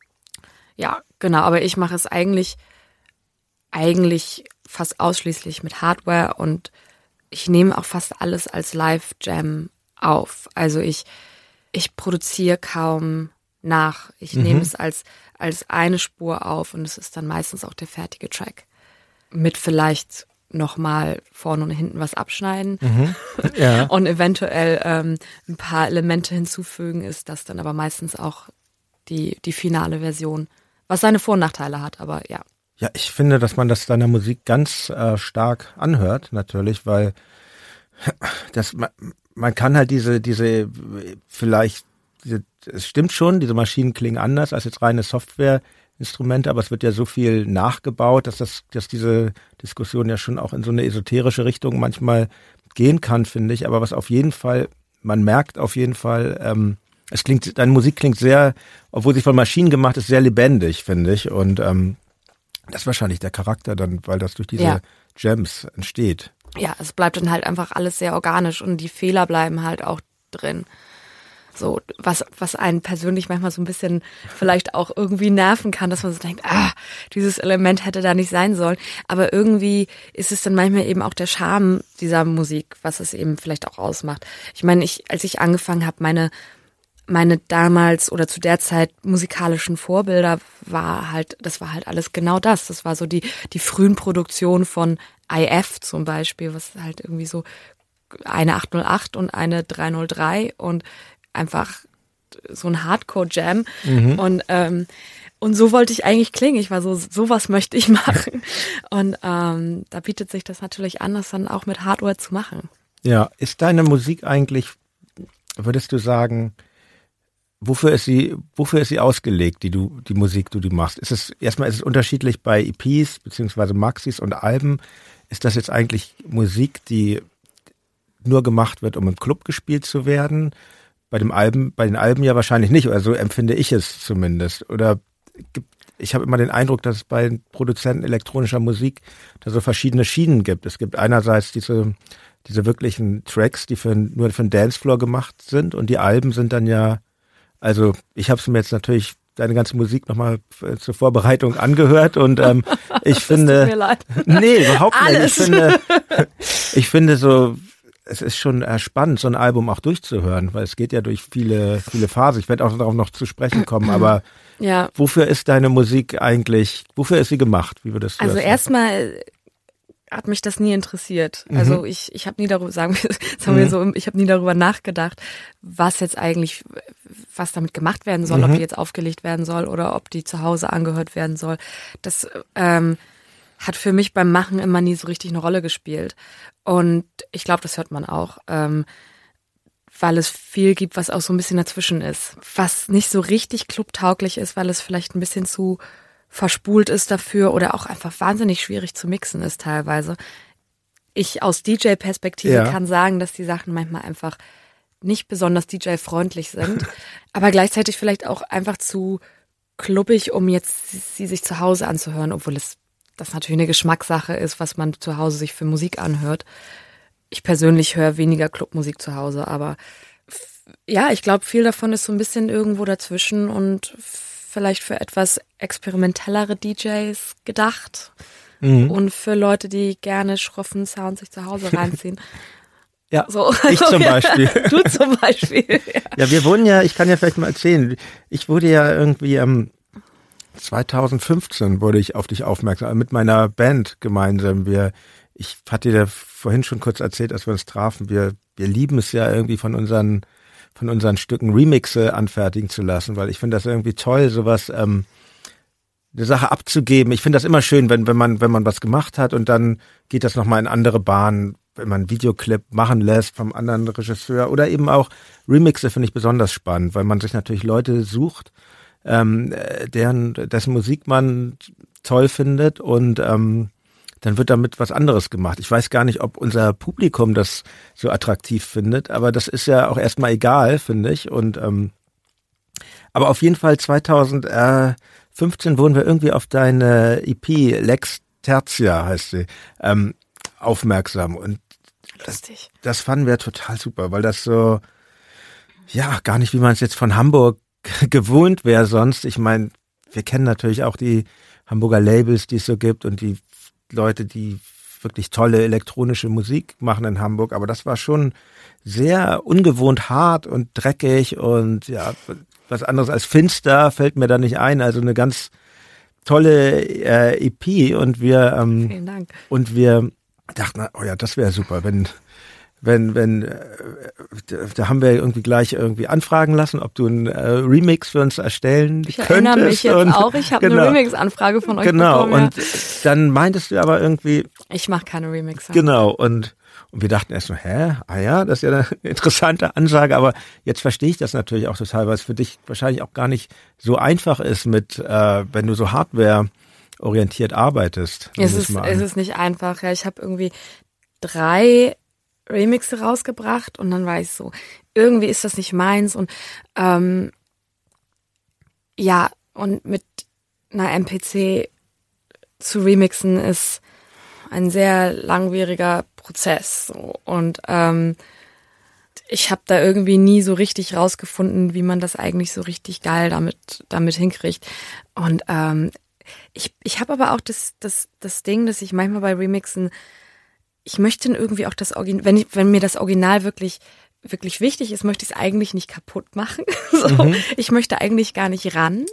ja, genau, aber ich mache es eigentlich, eigentlich fast ausschließlich mit Hardware und ich nehme auch fast alles als Live-Jam auf. Also ich, ich produziere kaum nach. Ich Mhm. nehme es als, als eine Spur auf und es ist dann meistens auch der fertige Track. Mit vielleicht nochmal vorne und hinten was abschneiden Mhm. Ja. und eventuell ähm, ein paar Elemente hinzufügen, ist das dann aber meistens auch die, die finale Version. Was seine Vor- und Nachteile hat, aber ja. Ja, ich finde, dass man das deiner Musik ganz äh, stark anhört, natürlich, weil das, man, man kann halt diese, diese, vielleicht, diese, es stimmt schon, diese Maschinen klingen anders als jetzt reine Softwareinstrumente, aber es wird ja so viel nachgebaut, dass das, dass diese Diskussion ja schon auch in so eine esoterische Richtung manchmal gehen kann, finde ich. Aber was auf jeden Fall, man merkt auf jeden Fall, ähm, es klingt, deine Musik klingt sehr, obwohl sie von Maschinen gemacht ist, sehr lebendig, finde ich. Und ähm, das ist wahrscheinlich der Charakter dann, weil das durch diese Ja. Jams entsteht. Ja, es bleibt dann halt einfach alles sehr organisch und die Fehler bleiben halt auch drin. So, was, was einen persönlich manchmal so ein bisschen vielleicht auch irgendwie nerven kann, dass man so denkt, ah, dieses Element hätte da nicht sein sollen. Aber irgendwie ist es dann manchmal eben auch der Charme dieser Musik, was es eben vielleicht auch ausmacht. Ich meine, ich, als ich angefangen habe, meine, meine damals oder zu der Zeit musikalischen Vorbilder war halt, das war halt alles genau das. Das war so die, die frühen Produktionen von I F zum Beispiel, was halt irgendwie so eine acht null acht und eine drei null drei und einfach so ein Hardcore-Jam. Mhm. Und ähm, und so wollte ich eigentlich klingen. Ich war so, sowas möchte ich machen. Und ähm, da bietet sich das natürlich an, das dann auch mit Hardware zu machen. Ja, ist deine Musik eigentlich, würdest du sagen, wofür ist sie, wofür ist sie ausgelegt, die du, die Musik, die du machst? Ist es, erstmal ist es unterschiedlich bei E Ps beziehungsweise Maxis und Alben. Ist das jetzt eigentlich Musik, die nur gemacht wird, um im Club gespielt zu werden? Bei dem Alben, bei den Alben ja wahrscheinlich nicht, oder so empfinde ich es zumindest. Oder gibt, ich habe immer den Eindruck, dass es bei Produzenten elektronischer Musik da so verschiedene Schienen gibt. Es gibt einerseits diese, diese wirklichen Tracks, die für, nur für den Dancefloor gemacht sind, und die Alben sind dann ja, also ich habe es mir jetzt natürlich deine ganze Musik nochmal zur Vorbereitung angehört und ähm, ich das finde, tut mir leid. Nee, überhaupt Alles. nicht. Ich finde, ich finde so, es ist schon spannend, so ein Album auch durchzuhören, weil es geht ja durch viele, viele Phasen. Ich werde auch darauf noch zu sprechen kommen, aber ja. Wofür ist deine Musik eigentlich, wofür ist sie gemacht? Wie würdest du also das erstmal hat mich das nie interessiert. Mhm. Also ich, ich habe nie darüber, sagen wir, sagen wir so, ich habe nie darüber nachgedacht, was jetzt eigentlich, was damit gemacht werden soll, mhm. ob die jetzt aufgelegt werden soll oder ob die zu Hause angehört werden soll. Das ähm, hat für mich beim Machen immer nie so richtig eine Rolle gespielt. Und ich glaube, das hört man auch, ähm, weil es viel gibt, was auch so ein bisschen dazwischen ist. Was nicht so richtig clubtauglich ist, weil es vielleicht ein bisschen zu verspult ist dafür oder auch einfach wahnsinnig schwierig zu mixen ist teilweise. Ich aus D J-Perspektive ja. kann sagen, dass die Sachen manchmal einfach nicht besonders D J-freundlich sind, aber gleichzeitig vielleicht auch einfach zu klubbig, um jetzt sie sich zu Hause anzuhören, obwohl es das natürlich eine Geschmackssache ist, was man zu Hause sich für Musik anhört. Ich persönlich höre weniger Clubmusik zu Hause, aber f- ja, ich glaube, viel davon ist so ein bisschen irgendwo dazwischen und vielleicht für etwas experimentellere D Js gedacht mhm. und für Leute, die gerne schroffen Sound sich zu Hause reinziehen. Ja, so. ich zum Beispiel. Du zum Beispiel. Ja. ja, wir wurden ja, ich kann ja vielleicht mal erzählen, ich wurde ja irgendwie ähm, zwanzig fünfzehn wurde ich auf dich aufmerksam, mit meiner Band gemeinsam. Wir, ich hatte dir vorhin schon kurz erzählt, als wir uns trafen, wir, wir lieben es ja irgendwie von unseren von unseren Stücken Remixe anfertigen zu lassen, weil ich finde das irgendwie toll, sowas, ähm, eine Sache abzugeben. Ich finde das immer schön, wenn wenn man wenn man was gemacht hat und dann geht das nochmal in andere Bahnen, wenn man einen Videoclip machen lässt vom anderen Regisseur oder eben auch Remixe finde ich besonders spannend, weil man sich natürlich Leute sucht, ähm, deren dessen Musik man toll findet und ähm, dann wird damit was anderes gemacht. Ich weiß gar nicht, ob unser Publikum das so attraktiv findet, aber das ist ja auch erstmal egal, finde ich. Und ähm, aber auf jeden Fall zwanzig fünfzehn wurden wir irgendwie auf deine E P Lex Tertia heißt sie ähm, aufmerksam und das, das fanden wir total super, weil das so ja gar nicht, wie man es jetzt von Hamburg gewohnt wäre sonst. Ich meine, wir kennen natürlich auch die Hamburger Labels, die es so gibt und die Leute, die wirklich tolle elektronische Musik machen in Hamburg, aber das war schon sehr ungewohnt hart und dreckig und ja, was anderes als finster fällt mir da nicht ein, also eine ganz tolle äh, E P und wir ähm, Vielen Dank. Und wir dachten, oh ja, das wäre super, wenn wenn wenn äh, da haben wir irgendwie gleich irgendwie anfragen lassen, ob du einen äh, Remix für uns erstellen ich könntest. Ich erinnere mich jetzt und, auch, ich habe genau. eine Remix-Anfrage von euch genau. bekommen. Genau, und dann meintest du aber irgendwie... Ich mache keine Remixe. Genau, und, und wir dachten erst so, hä, ah ja, das ist ja eine interessante Ansage, aber jetzt verstehe ich das natürlich auch total, weil es für dich wahrscheinlich auch gar nicht so einfach ist, mit, äh, wenn du so Hardware-orientiert arbeitest. Es ist, es ist nicht einfach, ja, ich habe irgendwie drei Remixe rausgebracht und dann war ich so, irgendwie ist das nicht meins und ähm, ja, und mit einer M P C zu remixen ist ein sehr langwieriger Prozess so. Und ähm, ich habe da irgendwie nie so richtig rausgefunden, wie man das eigentlich so richtig geil damit damit hinkriegt. Und ähm, ich ich habe aber auch das das das Ding, dass ich manchmal bei Remixen, ich möchte dann irgendwie auch das Original, wenn ich, wenn mir das Original wirklich wirklich wichtig ist, möchte ich es eigentlich nicht kaputt machen. so, mhm. Ich möchte eigentlich gar nicht ran.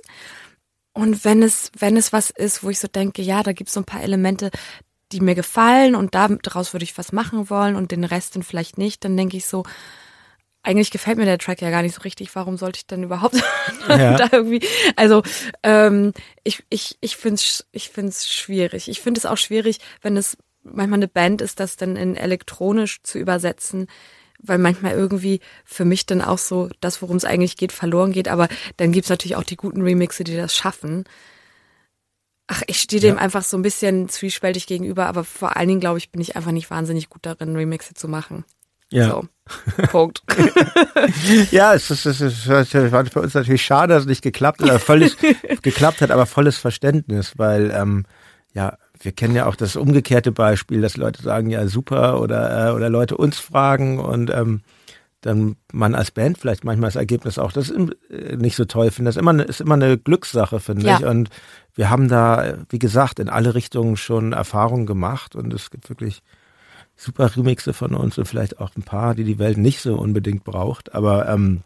Und wenn es wenn es was ist, wo ich so denke, ja, da gibt es so ein paar Elemente, die mir gefallen und daraus würde ich was machen wollen und den Rest dann vielleicht nicht, dann denke ich so, eigentlich gefällt mir der Track ja gar nicht so richtig, warum sollte ich denn überhaupt ja. da irgendwie, also ähm, ich ich ich finde es ich find's schwierig. Ich finde es auch schwierig, wenn es manchmal eine Band ist, das dann in elektronisch zu übersetzen, weil manchmal irgendwie für mich dann auch so das, worum es eigentlich geht, verloren geht, aber dann gibt's natürlich auch die guten Remixe, die das schaffen. Ach, ich stehe dem ja. einfach so ein bisschen zwiespältig gegenüber, aber vor allen Dingen, glaube ich, bin ich einfach nicht wahnsinnig gut darin, Remixe zu machen. Ja. So, Punkt. ja, es ist, es ist, es war für uns natürlich schade, dass es nicht geklappt hat, völlig geklappt hat, aber volles Verständnis, weil ähm, ja, wir kennen ja auch das umgekehrte Beispiel, dass Leute sagen, ja super, oder äh, oder Leute uns fragen und ähm, dann man als Band vielleicht manchmal das Ergebnis auch das nicht so toll findet. Das ist immer eine, ist immer eine Glückssache, finde ja. ich. Und wir haben da, wie gesagt, in alle Richtungen schon Erfahrungen gemacht und es gibt wirklich super Remixe von uns und vielleicht auch ein paar, die die Welt nicht so unbedingt braucht. Aber ähm,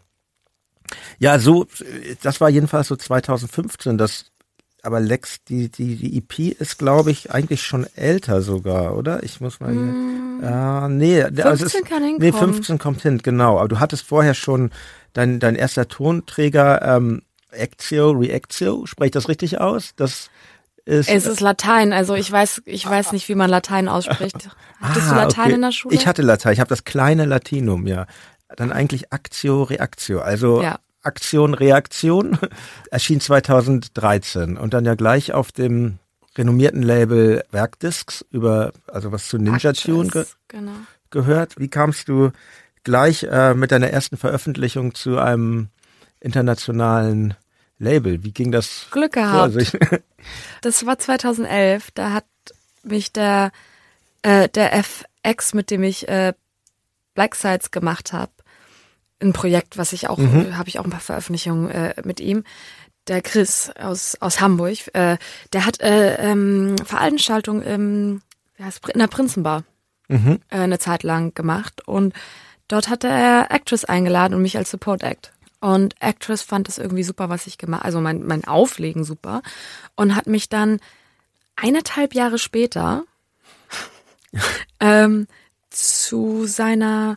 ja, so, das war jedenfalls so zwanzig fünfzehn. Das, aber Lex, die die die E P ist, glaube ich, eigentlich schon älter sogar, oder? Ich muss mal hier. Mm. Ja, nee, fünfzehn also es ist, kann hinkommen. Nee, fünfzehn kommt hin, genau. Aber du hattest vorher schon dein dein erster Tonträger ähm, Actio, Reactio, spreche ich das richtig aus? Das ist, es ist Latein, also ich weiß, ich weiß nicht, wie man Latein ausspricht. Hattest ah, du Latein okay. in der Schule? Ich hatte Latein, ich habe das kleine Latinum, ja. Dann eigentlich Actio, Reactio, also ja. Aktion, Reaktion, erschien zweitausenddreizehn und dann ja gleich auf dem renommierten Label Werkdiscs über, also was zu Ninja Tune ge- genau. gehört. Wie kamst du gleich äh, mit deiner ersten Veröffentlichung zu einem internationalen Label? Wie ging das Glück gehabt. Das war zweitausendelf, da hat mich der äh, der F X, mit dem ich äh, Black Sides gemacht habe, ein Projekt, was ich auch, mhm. habe ich auch ein paar Veröffentlichungen äh, mit ihm, der Chris aus aus Hamburg, äh, der hat äh, ähm, Veranstaltungen im, wie heißt, in der Prinzenbar mhm. äh, eine Zeit lang gemacht und dort hat er Actress eingeladen und mich als Support Act. Und Actress fand das irgendwie super, was ich gemacht, also mein mein Auflegen super und hat mich dann eineinhalb Jahre später ähm, zu seiner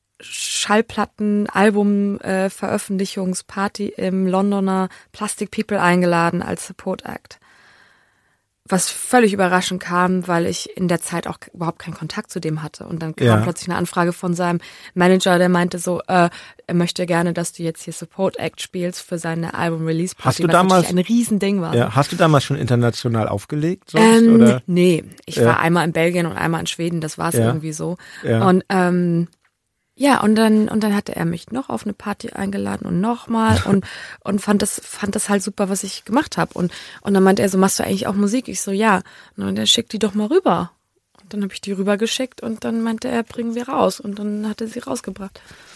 Schallplatten-Album-Veröffentlichungsparty im Londoner Plastic People eingeladen als Support Act. Was völlig überraschend kam, weil ich in der Zeit auch überhaupt keinen Kontakt zu dem hatte. Und dann kam ja. plötzlich eine Anfrage von seinem Manager, der meinte so, äh, er möchte gerne, dass du jetzt hier Support Act spielst für seine Album-Release-Party, hast du was damals, natürlich ein Riesending war. Ja, hast du damals schon international aufgelegt? Sonst, ähm, oder? Nee, ich ja. war einmal in Belgien und einmal in Schweden, das war es ja. irgendwie so. Ja. Und ähm, ja, und dann und dann hatte er mich noch auf eine Party eingeladen und nochmal und und fand das fand das halt super, was ich gemacht habe. Und und dann meinte er so, machst du eigentlich auch Musik? Ich so, ja. Und dann der schickt die doch mal rüber. Und dann habe ich die rübergeschickt und dann meinte er, bringen wir raus. Und dann hat er sie rausgebracht.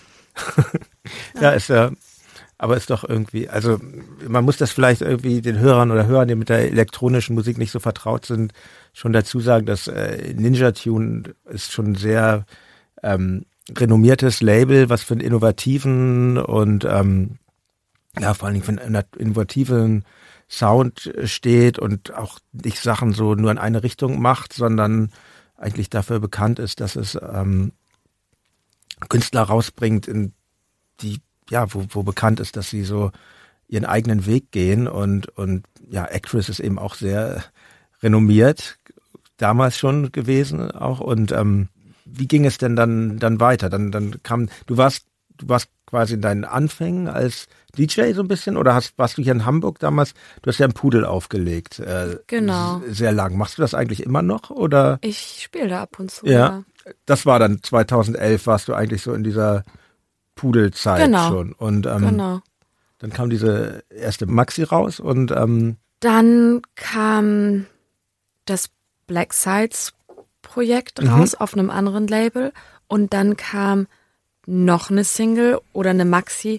ja. ja, ist ja, aber ist doch irgendwie, also man muss das vielleicht irgendwie den Hörern oder Hörern, die mit der elektronischen Musik nicht so vertraut sind, schon dazu sagen, dass äh, Ninja Tune ist schon sehr ähm, renommiertes Label, was für einen innovativen und ähm, ja vor allen Dingen für einen innovativen Sound steht und auch nicht Sachen so nur in eine Richtung macht, sondern eigentlich dafür bekannt ist, dass es ähm, Künstler rausbringt, in die ja wo, wo bekannt ist, dass sie so ihren eigenen Weg gehen und und ja Actress ist eben auch sehr renommiert damals schon gewesen auch und ähm, wie ging es denn dann dann weiter? Dann dann kam du warst du warst quasi in deinen Anfängen als D J so ein bisschen oder hast warst du hier in Hamburg damals? Du hast ja einen Pudel aufgelegt. Äh, genau. Sehr lang. Machst du das eigentlich immer noch oder? Ich spiele da ab und zu. Ja. ja. Das war dann zweitausendelf. Warst du eigentlich so in dieser Pudelzeit genau. schon und ähm, genau. Dann kam diese erste Maxi raus und ähm, dann kam das Black Sides Projekt raus mhm. auf einem anderen Label und dann kam noch eine Single oder eine Maxi,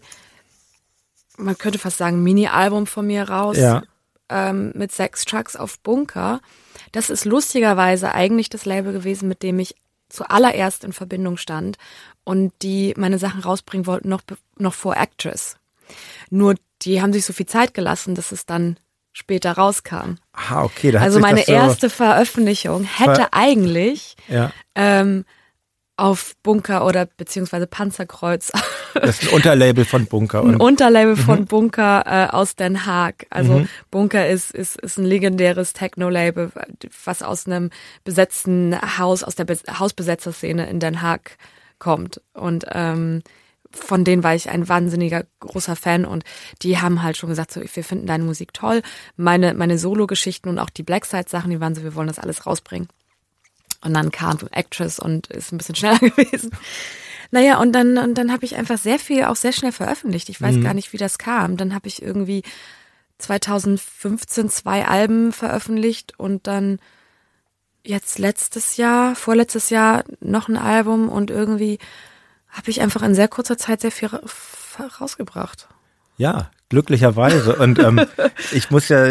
man könnte fast sagen Mini-Album von mir raus, Ja. ähm, mit sechs Tracks auf Bunker. Das ist lustigerweise eigentlich das Label gewesen, mit dem ich zuallererst in Verbindung stand und die meine Sachen rausbringen wollten, noch, noch vor Actress. Nur die haben sich so viel Zeit gelassen, dass es dann später rauskam. Ah, okay. Da hat Also sich meine das so erste Veröffentlichung hätte ver- eigentlich Ja, ähm, auf Bunker oder beziehungsweise Panzerkreuz, das ist ein Unterlabel von Bunker. ein Und, Unterlabel von Bunker äh, aus Den Haag. Also Mhm. Bunker ist, ist, ist ein legendäres Techno-Label, was aus einem besetzten Haus, aus der Be- Hausbesetzerszene in Den Haag kommt. Und ähm, von denen war ich ein wahnsinniger großer Fan und die haben halt schon gesagt, so, wir finden deine Musik toll. Meine, meine Solo-Geschichten und auch die Blackside-Sachen, die waren so, wir wollen das alles rausbringen. Und dann kam Actress und ist ein bisschen schneller gewesen. Naja, und dann, und dann habe ich einfach sehr viel, auch sehr schnell veröffentlicht. Ich weiß Mhm. gar nicht, wie das kam. Dann habe ich irgendwie zwanzig fünfzehn zwei Alben veröffentlicht und dann jetzt letztes Jahr, vorletztes Jahr noch ein Album und irgendwie habe ich einfach in sehr kurzer Zeit sehr viel ra- f- rausgebracht. ja, glücklicherweise. Und ähm, ich muss ja,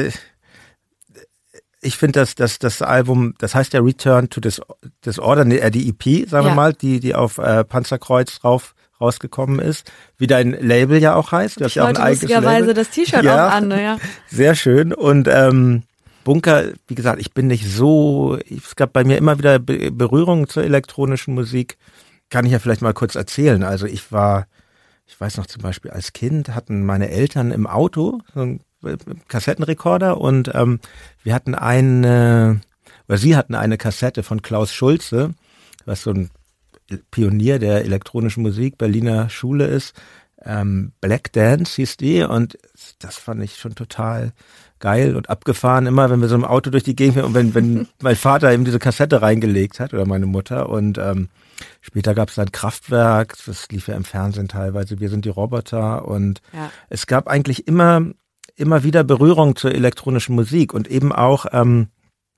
ich finde, dass, dass das Album, das heißt ja Return to Dis- Disorder, nee, äh, die E P, sagen wir Ja. mal, die, die auf äh, Panzerkreuz drauf rausgekommen ist, wie dein Label ja auch heißt. Du hast Ich ja auch ein wollte eigenes lustigerweise Label. das T-Shirt Ja. auch an, ja. Sehr schön. Und ähm, Bunker, wie gesagt, ich bin nicht so, es gab bei mir immer wieder Be- Berührungen zur elektronischen Musik. Kann ich ja vielleicht mal kurz erzählen. Also ich war, ich weiß noch zum Beispiel, als Kind hatten meine Eltern im Auto so einen Kassettenrekorder und ähm, wir hatten eine, oder sie hatten eine Kassette von Klaus Schulze, was so ein Pionier der elektronischen Musik, Berliner Schule ist. Ähm, Black Dance hieß die und das fand ich schon total geil und abgefahren, immer wenn wir so im Auto durch die Gegend und wenn, wenn mein Vater eben diese Kassette reingelegt hat oder meine Mutter und ähm, später gab es dann Kraftwerk, das lief ja im Fernsehen teilweise, wir sind die Roboter und Ja. es gab eigentlich immer, immer wieder Berührung zur elektronischen Musik und eben auch, ähm,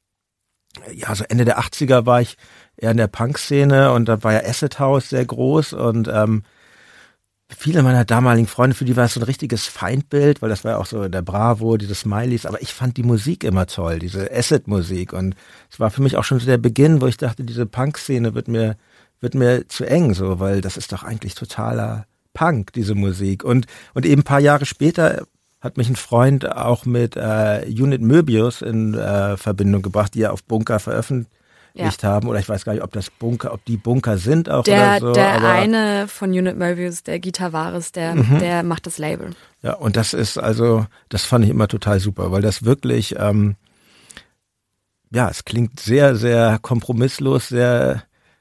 ja, so Ende der achtziger war ich eher in der Punk-Szene und da war ja Acid House sehr groß und ähm, viele meiner damaligen Freunde, für die war es so ein richtiges Feindbild, weil das war ja auch so in der Bravo, diese Smileys, aber ich fand die Musik immer toll, diese Acid-Musik und es war für mich auch schon so der Beginn, wo ich dachte, diese Punk-Szene wird mir, wird mir zu eng, so, weil das ist doch eigentlich totaler Punk, diese Musik und, und eben ein paar Jahre später hat mich ein Freund auch mit äh, Unit Möbius in äh, Verbindung gebracht, die ja auf Bunker veröffentlicht Ja. haben oder ich weiß gar nicht, ob das Bunker, ob die Bunker sind auch Der, oder so. der aber eine von Unit Möbius, der Guitar Vares, der, Mhm. der macht das Label. Ja, und das ist also, das fand ich immer total super, weil das wirklich, ähm, ja, es klingt sehr, sehr kompromisslos, sehr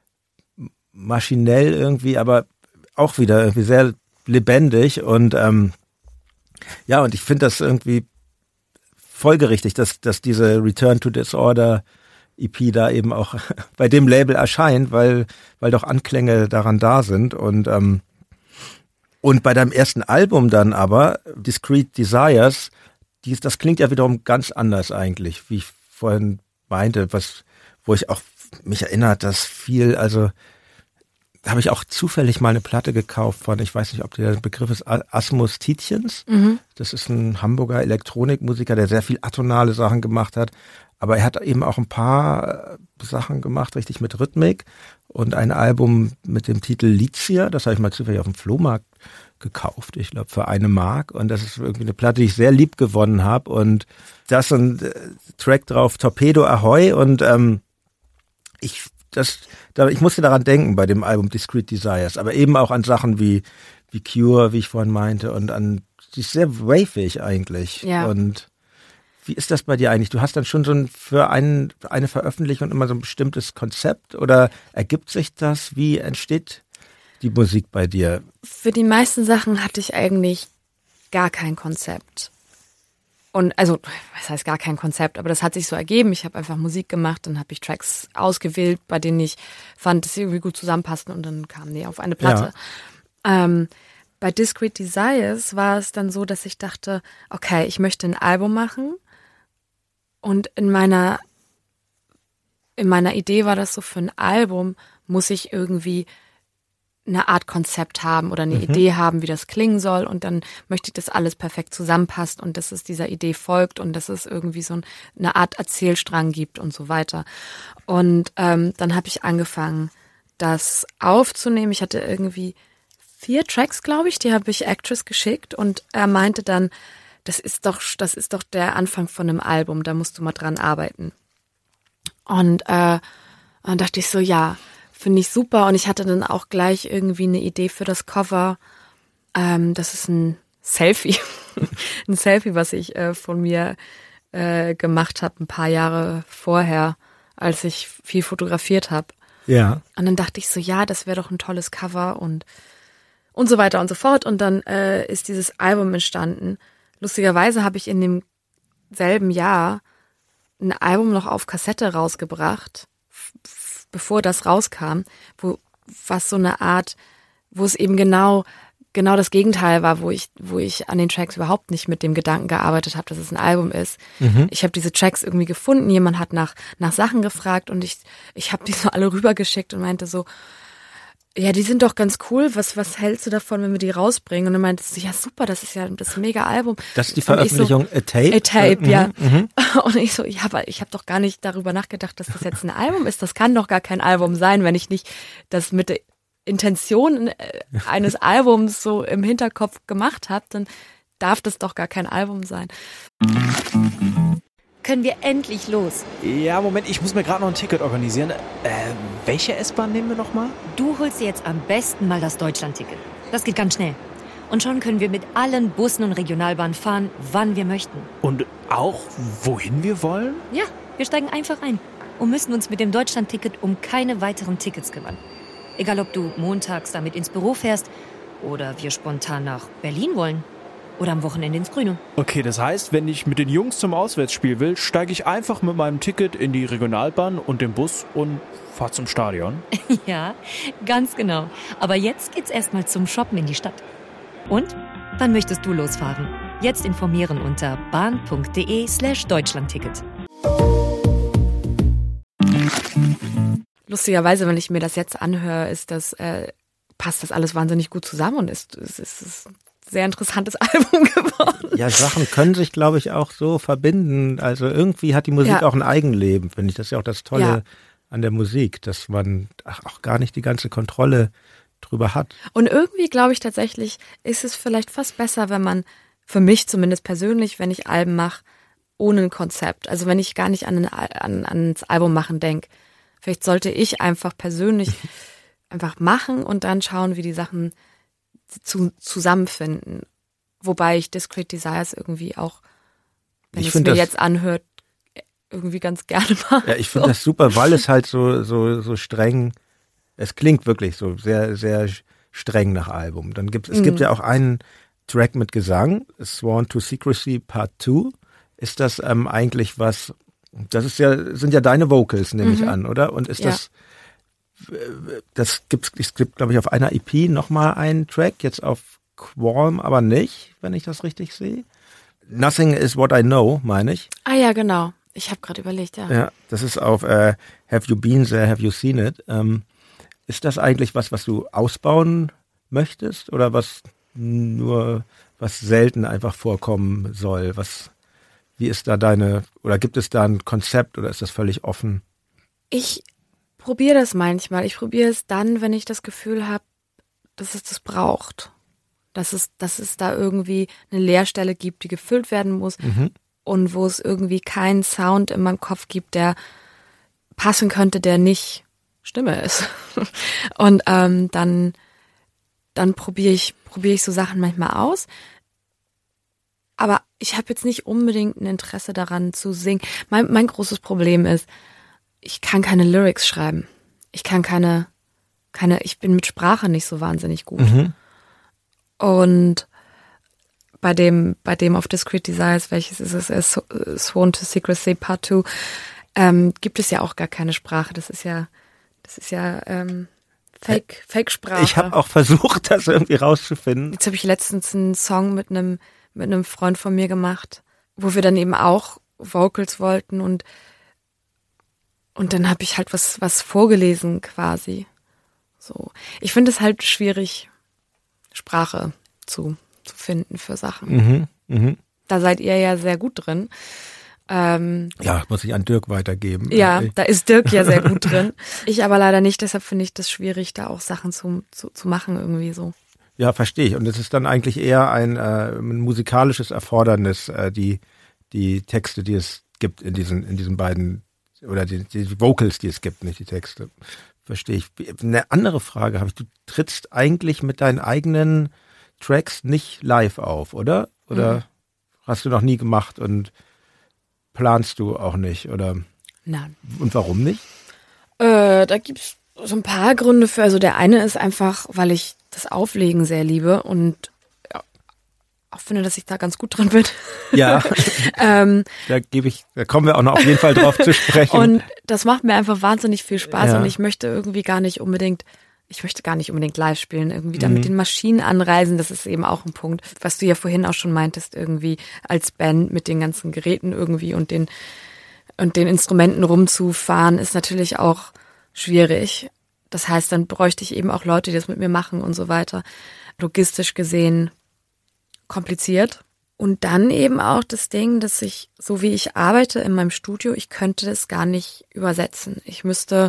maschinell irgendwie, aber auch wieder irgendwie sehr lebendig und ähm, ja, und ich finde das irgendwie folgerichtig, dass, dass diese Return to Disorder E P da eben auch bei dem Label erscheint, weil, weil doch Anklänge daran da sind und ähm, und bei deinem ersten Album dann aber, Discrete Desires, dies, das klingt ja wiederum ganz anders eigentlich, wie ich vorhin meinte, was, wo ich auch mich erinnert, dass viel, also da habe ich auch zufällig mal eine Platte gekauft von, ich weiß nicht, ob der Begriff ist, Asmus Tietjens. Mhm. Das ist ein Hamburger Elektronikmusiker, der sehr viel atonale Sachen gemacht hat. Aber er hat eben auch ein paar Sachen gemacht, richtig mit Rhythmik. Und ein Album mit dem Titel Lizia, das habe ich mal zufällig auf dem Flohmarkt gekauft, ich glaube für eine Mark. Und das ist irgendwie eine Platte, die ich sehr lieb gewonnen habe. Und da ist ein äh, Track drauf, Torpedo Ahoy. Und ähm, ich das, da, ich musste daran denken bei dem Album Discrete Desires, aber eben auch an Sachen wie, wie Cure, wie ich vorhin meinte, und an, die ist sehr wavig eigentlich. Ja. Und wie ist das bei dir eigentlich? Du hast dann schon so ein, für einen, eine Veröffentlichung immer so ein bestimmtes Konzept oder ergibt sich das? Wie entsteht die Musik bei dir? Für die meisten Sachen hatte ich eigentlich gar kein Konzept. Und also, was heißt gar kein Konzept, aber das hat sich so ergeben. Ich habe einfach Musik gemacht, dann habe ich Tracks ausgewählt, bei denen ich fand, dass sie irgendwie gut zusammenpassten und dann kamen die auf eine Platte. Ja. Ähm, bei Discrete Desires war es dann so, dass ich dachte, okay, ich möchte ein Album machen und in meiner, in meiner Idee war das so, für ein Album muss ich irgendwie eine Art Konzept haben oder eine Mhm. Idee haben, wie das klingen soll und dann möchte ich, dass alles perfekt zusammenpasst und dass es dieser Idee folgt und dass es irgendwie so eine Art Erzählstrang gibt und so weiter. Und ähm, dann habe ich angefangen, das aufzunehmen. Ich hatte irgendwie vier Tracks, glaube ich, die habe ich Actress geschickt und er meinte dann, das ist doch, das ist doch der Anfang von einem Album, da musst du mal dran arbeiten. Und äh, dann dachte ich so, ja, finde ich super. Und ich hatte dann auch gleich irgendwie eine Idee für das Cover. Ähm, das ist ein Selfie. ein Selfie, was ich äh, von mir äh, gemacht habe, ein paar Jahre vorher, als ich viel fotografiert habe. Ja. Und dann dachte ich so, ja, das wäre doch ein tolles Cover und und so weiter und so fort. Und dann äh, ist dieses Album entstanden. Lustigerweise habe ich in demselben Jahr ein Album noch auf Kassette rausgebracht, bevor das rauskam, wo was so eine Art, wo es eben genau genau das Gegenteil war, wo ich wo ich an den Tracks überhaupt nicht mit dem Gedanken gearbeitet habe, dass es ein Album ist. Mhm. Ich habe diese Tracks irgendwie gefunden, jemand hat nach nach Sachen gefragt und ich ich habe die so alle rübergeschickt und meinte so, ja, die sind doch ganz cool. Was was hältst du davon, wenn wir die rausbringen? Und dann meinte sie, ja super, das ist ja das mega Album. Das ist die Veröffentlichung so, A Tape? A Tape, äh, ja. Mhm. Und ich so, ja, aber ich habe doch gar nicht darüber nachgedacht, dass das jetzt ein Album ist. Das kann doch gar kein Album sein, wenn ich nicht das mit der Intention eines Albums so im Hinterkopf gemacht habe, dann darf das doch gar kein Album sein. Können wir endlich los? Ja, Moment, ich muss mir gerade noch ein Ticket organisieren. Äh, welche S-Bahn nehmen wir nochmal? Du holst dir jetzt am besten mal das Deutschland-Ticket. Das geht ganz schnell. Und schon können wir mit allen Bussen und Regionalbahnen fahren, wann wir möchten. Und auch, wohin wir wollen? Ja, wir steigen einfach ein und müssen uns mit dem Deutschland-Ticket um keine weiteren Tickets kümmern. Egal, ob du montags damit ins Büro fährst oder wir spontan nach Berlin wollen. Oder am Wochenende ins Grüne. Okay, das heißt, wenn ich mit den Jungs zum Auswärtsspiel will, steige ich einfach mit meinem Ticket in die Regionalbahn und den Bus und fahre zum Stadion. Ja, ganz genau. Aber jetzt geht's erstmal zum Shoppen in die Stadt. Und? Wann möchtest du losfahren? Jetzt informieren unter bahn.de slash Deutschlandticket. Lustigerweise, wenn ich mir das jetzt anhöre, ist das, äh, passt das alles wahnsinnig gut zusammen und ist, ist, ist, ist sehr interessantes Album geworden. Ja, Sachen können sich, glaube ich, auch so verbinden. Also irgendwie hat die Musik Ja. auch ein Eigenleben, finde ich. Das ist ja auch das Tolle Ja. an der Musik, dass man ach, auch gar nicht die ganze Kontrolle drüber hat. Und irgendwie glaube ich tatsächlich, ist es vielleicht fast besser, wenn man, für mich zumindest persönlich, wenn ich Alben mache, ohne ein Konzept. Also wenn ich gar nicht an, ein, an ans Album machen denke. Vielleicht sollte ich einfach persönlich einfach machen und dann schauen, wie die Sachen zu, zusammenfinden. Wobei ich Discrete Desires irgendwie auch, wenn Ich es find mir das- jetzt anhört, irgendwie ganz gerne mache. Ja, ich finde das super, weil es halt so, so, so streng, es klingt wirklich so sehr, sehr streng nach Album. Dann gibt es Mhm. gibt ja auch einen Track mit Gesang, Sworn to Secrecy Part zwei. Ist das ähm, eigentlich was, das ist ja, sind ja deine Vocals, nehme ich Mhm. an, oder? Und ist Ja. das, das gibt's, es gibt, glaube ich, auf einer E P nochmal einen Track, jetzt auf Qualm aber nicht, wenn ich das richtig sehe. Nothing is what I know, meine ich. Ah ja, genau. Ich habe gerade überlegt, ja. Ja, das ist auf äh, Have You Been There, Have You Seen It. Ähm, ist das eigentlich was, was du ausbauen möchtest oder was nur, was selten einfach vorkommen soll? Was, wie ist da deine, oder gibt es da ein Konzept oder ist das völlig offen? Ich probiere das manchmal. Ich probiere es dann, wenn ich das Gefühl habe, dass es das braucht. Dass es, dass es da irgendwie eine Leerstelle gibt, die gefüllt werden muss Mhm. und wo es irgendwie keinen Sound in meinem Kopf gibt, der passen könnte, der nicht Stimme ist. Und ähm, dann, dann probiere ich, probiere ich so Sachen manchmal aus. Aber ich habe jetzt nicht unbedingt ein Interesse daran zu singen. Mein, mein großes Problem ist, ich kann keine Lyrics schreiben. Ich kann keine, keine, ich bin mit Sprache nicht so wahnsinnig gut. Mhm. Und bei dem, bei dem auf Discrete Desires, welches ist es, es Sworn to Secrecy Part zwei, ähm, gibt es ja auch gar keine Sprache. Das ist ja, das ist ja ähm, Fake, Fake-Sprache. Ich habe auch versucht, das irgendwie rauszufinden. Jetzt habe ich letztens einen Song mit einem mit einem Freund von mir gemacht, wo wir dann eben auch Vocals wollten und und dann habe ich halt was was vorgelesen quasi, So. Ich finde es halt schwierig, Sprache zu, zu finden für Sachen. Mhm, mhm. Da seid ihr ja sehr gut drin. Ähm, ja, muss ich an Dirk weitergeben. Ja, da ist Dirk ja sehr gut drin. Ich aber leider nicht, deshalb finde ich das schwierig, da auch Sachen zu, zu, zu machen irgendwie so. Ja, verstehe ich. Und es ist dann eigentlich eher ein, äh, ein musikalisches Erfordernis, äh, die, die Texte, die es gibt in diesen, in diesen beiden, oder die, die Vocals, die es gibt, nicht die Texte. Verstehe ich. Eine andere Frage habe ich. Du trittst eigentlich mit deinen eigenen Tracks nicht live auf, oder? Oder mhm. hast du noch nie gemacht und planst du auch nicht, oder? Nein. Und warum nicht? Äh, da gibt's so ein paar Gründe für. Also der eine ist einfach, weil ich das Auflegen sehr liebe und ja, auch finde, dass ich da ganz gut drin bin. Ja, ähm, da gebe ich, da kommen wir auch noch auf jeden Fall drauf zu sprechen. Und das macht mir einfach wahnsinnig viel Spaß ja. und ich möchte irgendwie gar nicht unbedingt, ich möchte gar nicht unbedingt live spielen, irgendwie da mhm. mit den Maschinen anreisen, das ist eben auch ein Punkt, was du ja vorhin auch schon meintest, irgendwie als Band mit den ganzen Geräten irgendwie und den und den Instrumenten rumzufahren, ist natürlich auch schwierig. Das heißt, dann bräuchte ich eben auch Leute, die das mit mir machen und so weiter. Logistisch gesehen kompliziert. Und dann eben auch das Ding, dass ich, so wie ich arbeite in meinem Studio, ich könnte das gar nicht übersetzen. Ich müsste,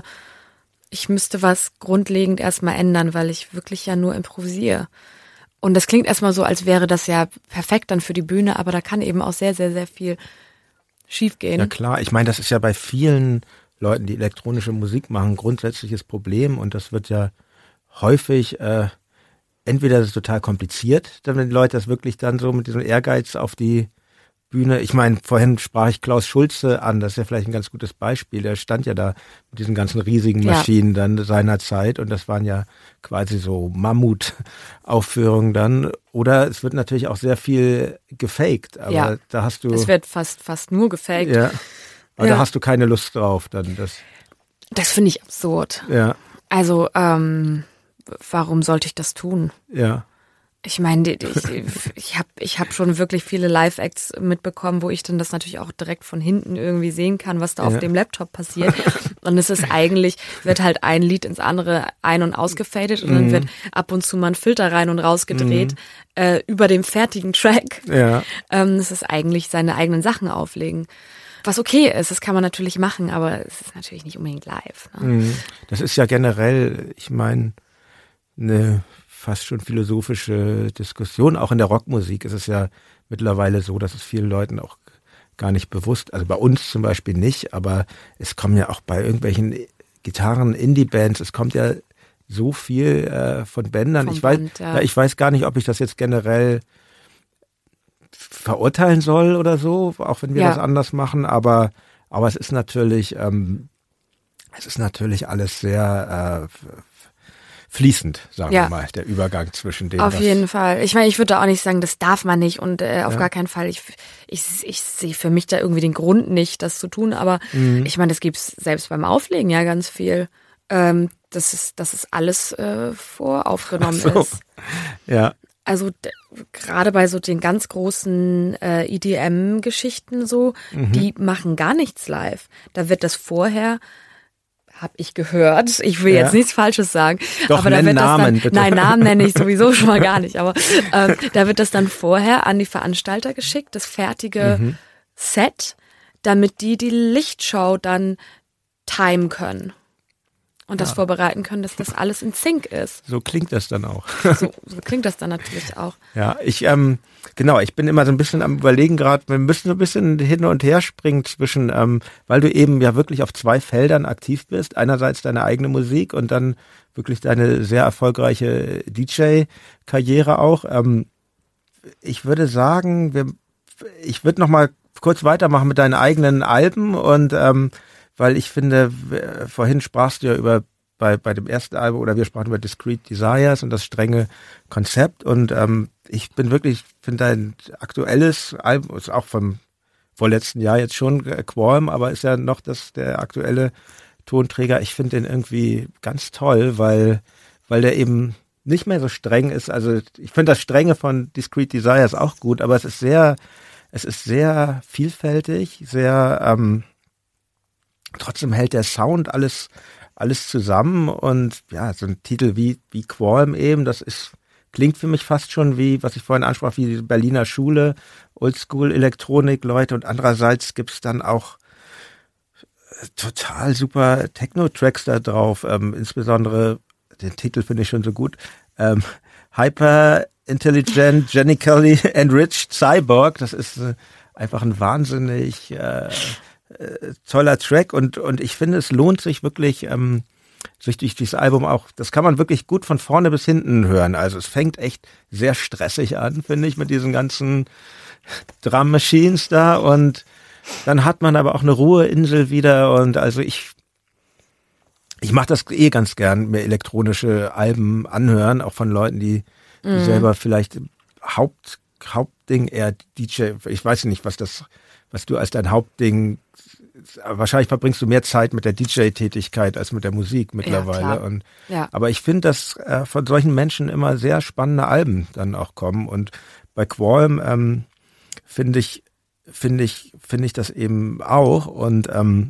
ich müsste was grundlegend erstmal ändern, weil ich wirklich ja nur improvisiere. Und das klingt erstmal so, als wäre das ja perfekt dann für die Bühne, aber da kann eben auch sehr, sehr, sehr viel schiefgehen. Ja klar, ich meine, das ist ja bei vielen Leuten, die elektronische Musik machen, ein grundsätzliches Problem und das wird ja häufig, äh, entweder das ist total kompliziert, wenn die Leute das wirklich dann so mit diesem Ehrgeiz auf die Bühne, ich meine, vorhin sprach ich Klaus Schulze an, das ist ja vielleicht ein ganz gutes Beispiel, der stand ja da mit diesen ganzen riesigen Maschinen ja. dann seiner Zeit und das waren ja quasi so Mammut-Aufführungen dann, oder es wird natürlich auch sehr viel gefaked, aber ja. da hast du... Es wird fast, fast nur gefaked. Ja, aber ja. da hast du keine Lust drauf dann. Das, das finde ich absurd. Ja. Also, ähm, warum sollte ich das tun? Ja. Ich meine, ich, ich habe ich hab schon wirklich viele Live-Acts mitbekommen, wo ich dann das natürlich auch direkt von hinten irgendwie sehen kann, was da ja. auf dem Laptop passiert. Und es ist eigentlich, wird halt ein Lied ins andere ein- und ausgefadet und dann wird ab und zu mal ein Filter rein und raus gedreht mhm. äh, über dem fertigen Track. Ja. Ähm, es ist eigentlich seine eigenen Sachen auflegen. Was okay ist, das kann man natürlich machen, aber es ist natürlich nicht unbedingt live. Ne? Das ist ja generell, ich meine, eine fast schon philosophische Diskussion. Auch in der Rockmusik ist es ja mittlerweile so, dass es vielen Leuten auch gar nicht bewusst, also bei uns zum Beispiel nicht, aber es kommen ja auch bei irgendwelchen Gitarren, Indie-Bands, es kommt ja so viel äh, von Bändern. Vom ich weiß, Band, ja. ja, ich weiß gar nicht, ob ich das jetzt generell verurteilen soll oder so, auch wenn wir ja. das anders machen, aber aber es ist natürlich ähm, es ist natürlich alles sehr äh, fließend, sagen ja. wir mal, der Übergang zwischen den. Auf jeden Fall. Ich meine, ich würde da auch nicht sagen, das darf man nicht und äh, auf ja. gar keinen Fall. Ich, ich, ich sehe für mich da irgendwie den Grund nicht, das zu tun, aber mhm. ich meine, das gibt's selbst beim Auflegen ja ganz viel. Ähm, das ist, das ist alles äh, voraufgenommen Ach so. ist. Ja. Also d- gerade bei so den ganz großen äh, E D M-Geschichten so, mhm. die machen gar nichts live. Da wird das vorher, habe ich gehört, ich will ja. jetzt nichts Falsches sagen, Doch, aber da wird Namen, das dann, bitte. nein, Namen nenne ich sowieso schon mal gar nicht, aber ähm, da wird das dann vorher an die Veranstalter geschickt, das fertige mhm. Set, damit die die Lichtshow dann timen können. Und das ja. vorbereiten können, dass das alles in Sync ist. So klingt das dann auch. So, so klingt das dann natürlich auch. Ja, ich, ähm, genau, ich bin immer so ein bisschen am Überlegen gerade, wir müssen so ein bisschen hin und her springen zwischen, ähm, weil du eben ja wirklich auf zwei Feldern aktiv bist. Einerseits deine eigene Musik und dann wirklich deine sehr erfolgreiche D J-Karriere auch. Ähm, ich würde sagen, wir, ich würde noch mal kurz weitermachen mit deinen eigenen Alben und ähm, weil ich finde, vorhin sprachst du ja über, bei bei dem ersten Album, oder wir sprachen über Discrete Desires und das strenge Konzept und ähm, ich bin wirklich, finde dein aktuelles Album, ist auch vom vorletzten Jahr jetzt schon äh, Qualm, aber ist ja noch das der aktuelle Tonträger. Ich finde den irgendwie ganz toll, weil weil der eben nicht mehr so streng ist. Also ich finde das Strenge von Discrete Desires auch gut, aber es ist sehr, es ist sehr vielfältig, sehr ähm, trotzdem hält der Sound alles alles zusammen und ja, so ein Titel wie, wie Qualm eben, das ist, klingt für mich fast schon wie, was ich vorhin ansprach, wie die Berliner Schule, Oldschool-Elektronik-Leute und andererseits gibt's dann auch total super Techno-Tracks da drauf, ähm, insbesondere, den Titel finde ich schon so gut, ähm, Hyper Intelligent, Genetically Enriched Cyborg, das ist äh, einfach ein wahnsinnig äh, äh, toller Track und und ich finde, es lohnt sich wirklich, ähm, sich durch dieses Album auch, das kann man wirklich gut von vorne bis hinten hören, also es fängt echt sehr stressig an, finde ich, mit diesen ganzen Drum Machines da und dann hat man aber auch eine Ruheinsel wieder und also ich ich mache das eh ganz gern, mir elektronische Alben anhören, auch von Leuten, die, die mhm. selber vielleicht Haupt, Hauptding eher D J, ich weiß nicht, was das, was du als dein Hauptding, wahrscheinlich verbringst du mehr Zeit mit der D J-Tätigkeit als mit der Musik mittlerweile. Ja, klar. Und, ja. Aber ich finde, dass äh, von solchen Menschen immer sehr spannende Alben dann auch kommen und bei Qualm ähm, finde ich, finde ich, finde ich das eben auch und ähm,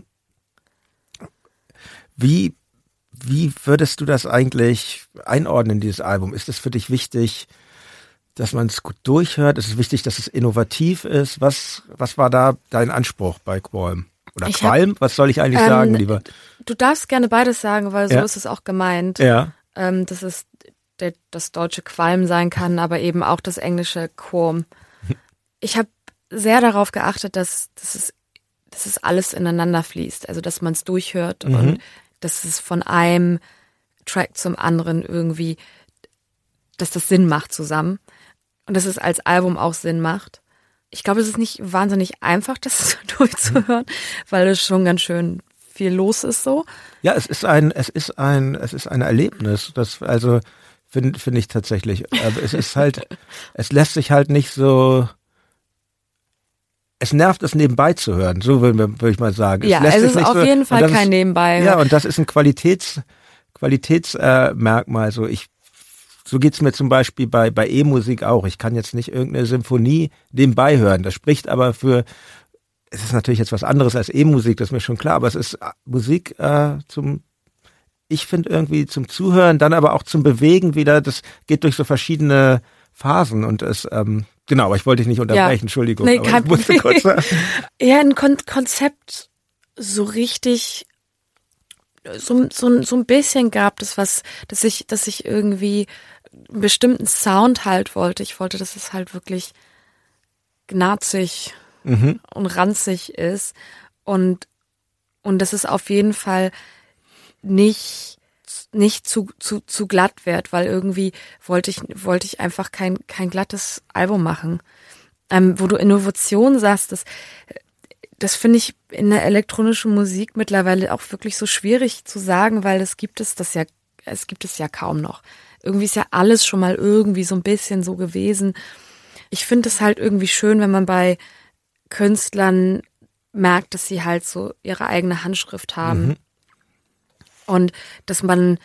Wie, wie würdest du das eigentlich einordnen, dieses Album? Ist es für dich wichtig, dass man es gut durchhört? Ist es wichtig, dass es innovativ ist? Was, was war da dein Anspruch bei Qualm? Oder ich Qualm? Hab, was soll ich eigentlich ähm, sagen, lieber? Du darfst gerne beides sagen, weil so ja. ist es auch gemeint. Ja. Ähm, dass es der, das deutsche Qualm sein kann, aber eben auch das englische Qualm. Ich habe sehr darauf geachtet, dass, dass, es, dass es alles ineinander fließt. Also, dass man es durchhört mhm. und dass es von einem Track zum anderen irgendwie, dass das Sinn macht zusammen und dass es als Album auch Sinn macht. Ich glaube, es ist nicht wahnsinnig einfach, das durchzuhören, weil es schon ganz schön viel los ist so. Ja, es ist ein, es ist ein, es ist ein Erlebnis. Das also finde finde ich tatsächlich. Aber es ist halt, es lässt sich halt nicht so. Es nervt, es nebenbei zu hören, so würde würd ich mal sagen. Ja, es, es ist auf so, jeden Fall kein ist, Nebenbei. Ja, und das ist ein Qualitäts, Qualitätsmerkmal. Äh, so ich, so geht's mir zum Beispiel bei bei E-Musik auch. Ich kann jetzt nicht irgendeine Symphonie nebenbei hören. Das spricht aber für. Es ist natürlich jetzt was anderes als E-Musik, das ist mir schon klar. Aber es ist Musik äh, zum. Ich finde irgendwie zum Zuhören, dann aber auch zum Bewegen wieder. Das geht durch so verschiedene Phasen und es. Ähm, Genau, aber ich wollte dich nicht unterbrechen, ja. Entschuldigung. Nee, aber kein ich musste kurz sagen. Ja, ein Kon- Konzept so richtig, so, so, so ein bisschen gab es was, dass ich, dass ich irgendwie einen bestimmten Sound halt wollte. Ich wollte, dass es halt wirklich gnarzig mhm. und ranzig ist und, und dass es auf jeden Fall nicht nicht zu, zu, zu glatt wird, weil irgendwie wollte ich, wollte ich einfach kein, kein glattes Album machen. Ähm, wo du Innovation sagst, das, das finde ich in der elektronischen Musik mittlerweile auch wirklich so schwierig zu sagen, weil es gibt es das ja, es gibt es ja kaum noch. Irgendwie ist ja alles schon mal irgendwie so ein bisschen so gewesen. Ich finde es halt irgendwie schön, wenn man bei Künstlern merkt, dass sie halt so ihre eigene Handschrift haben. Mhm. Und dass man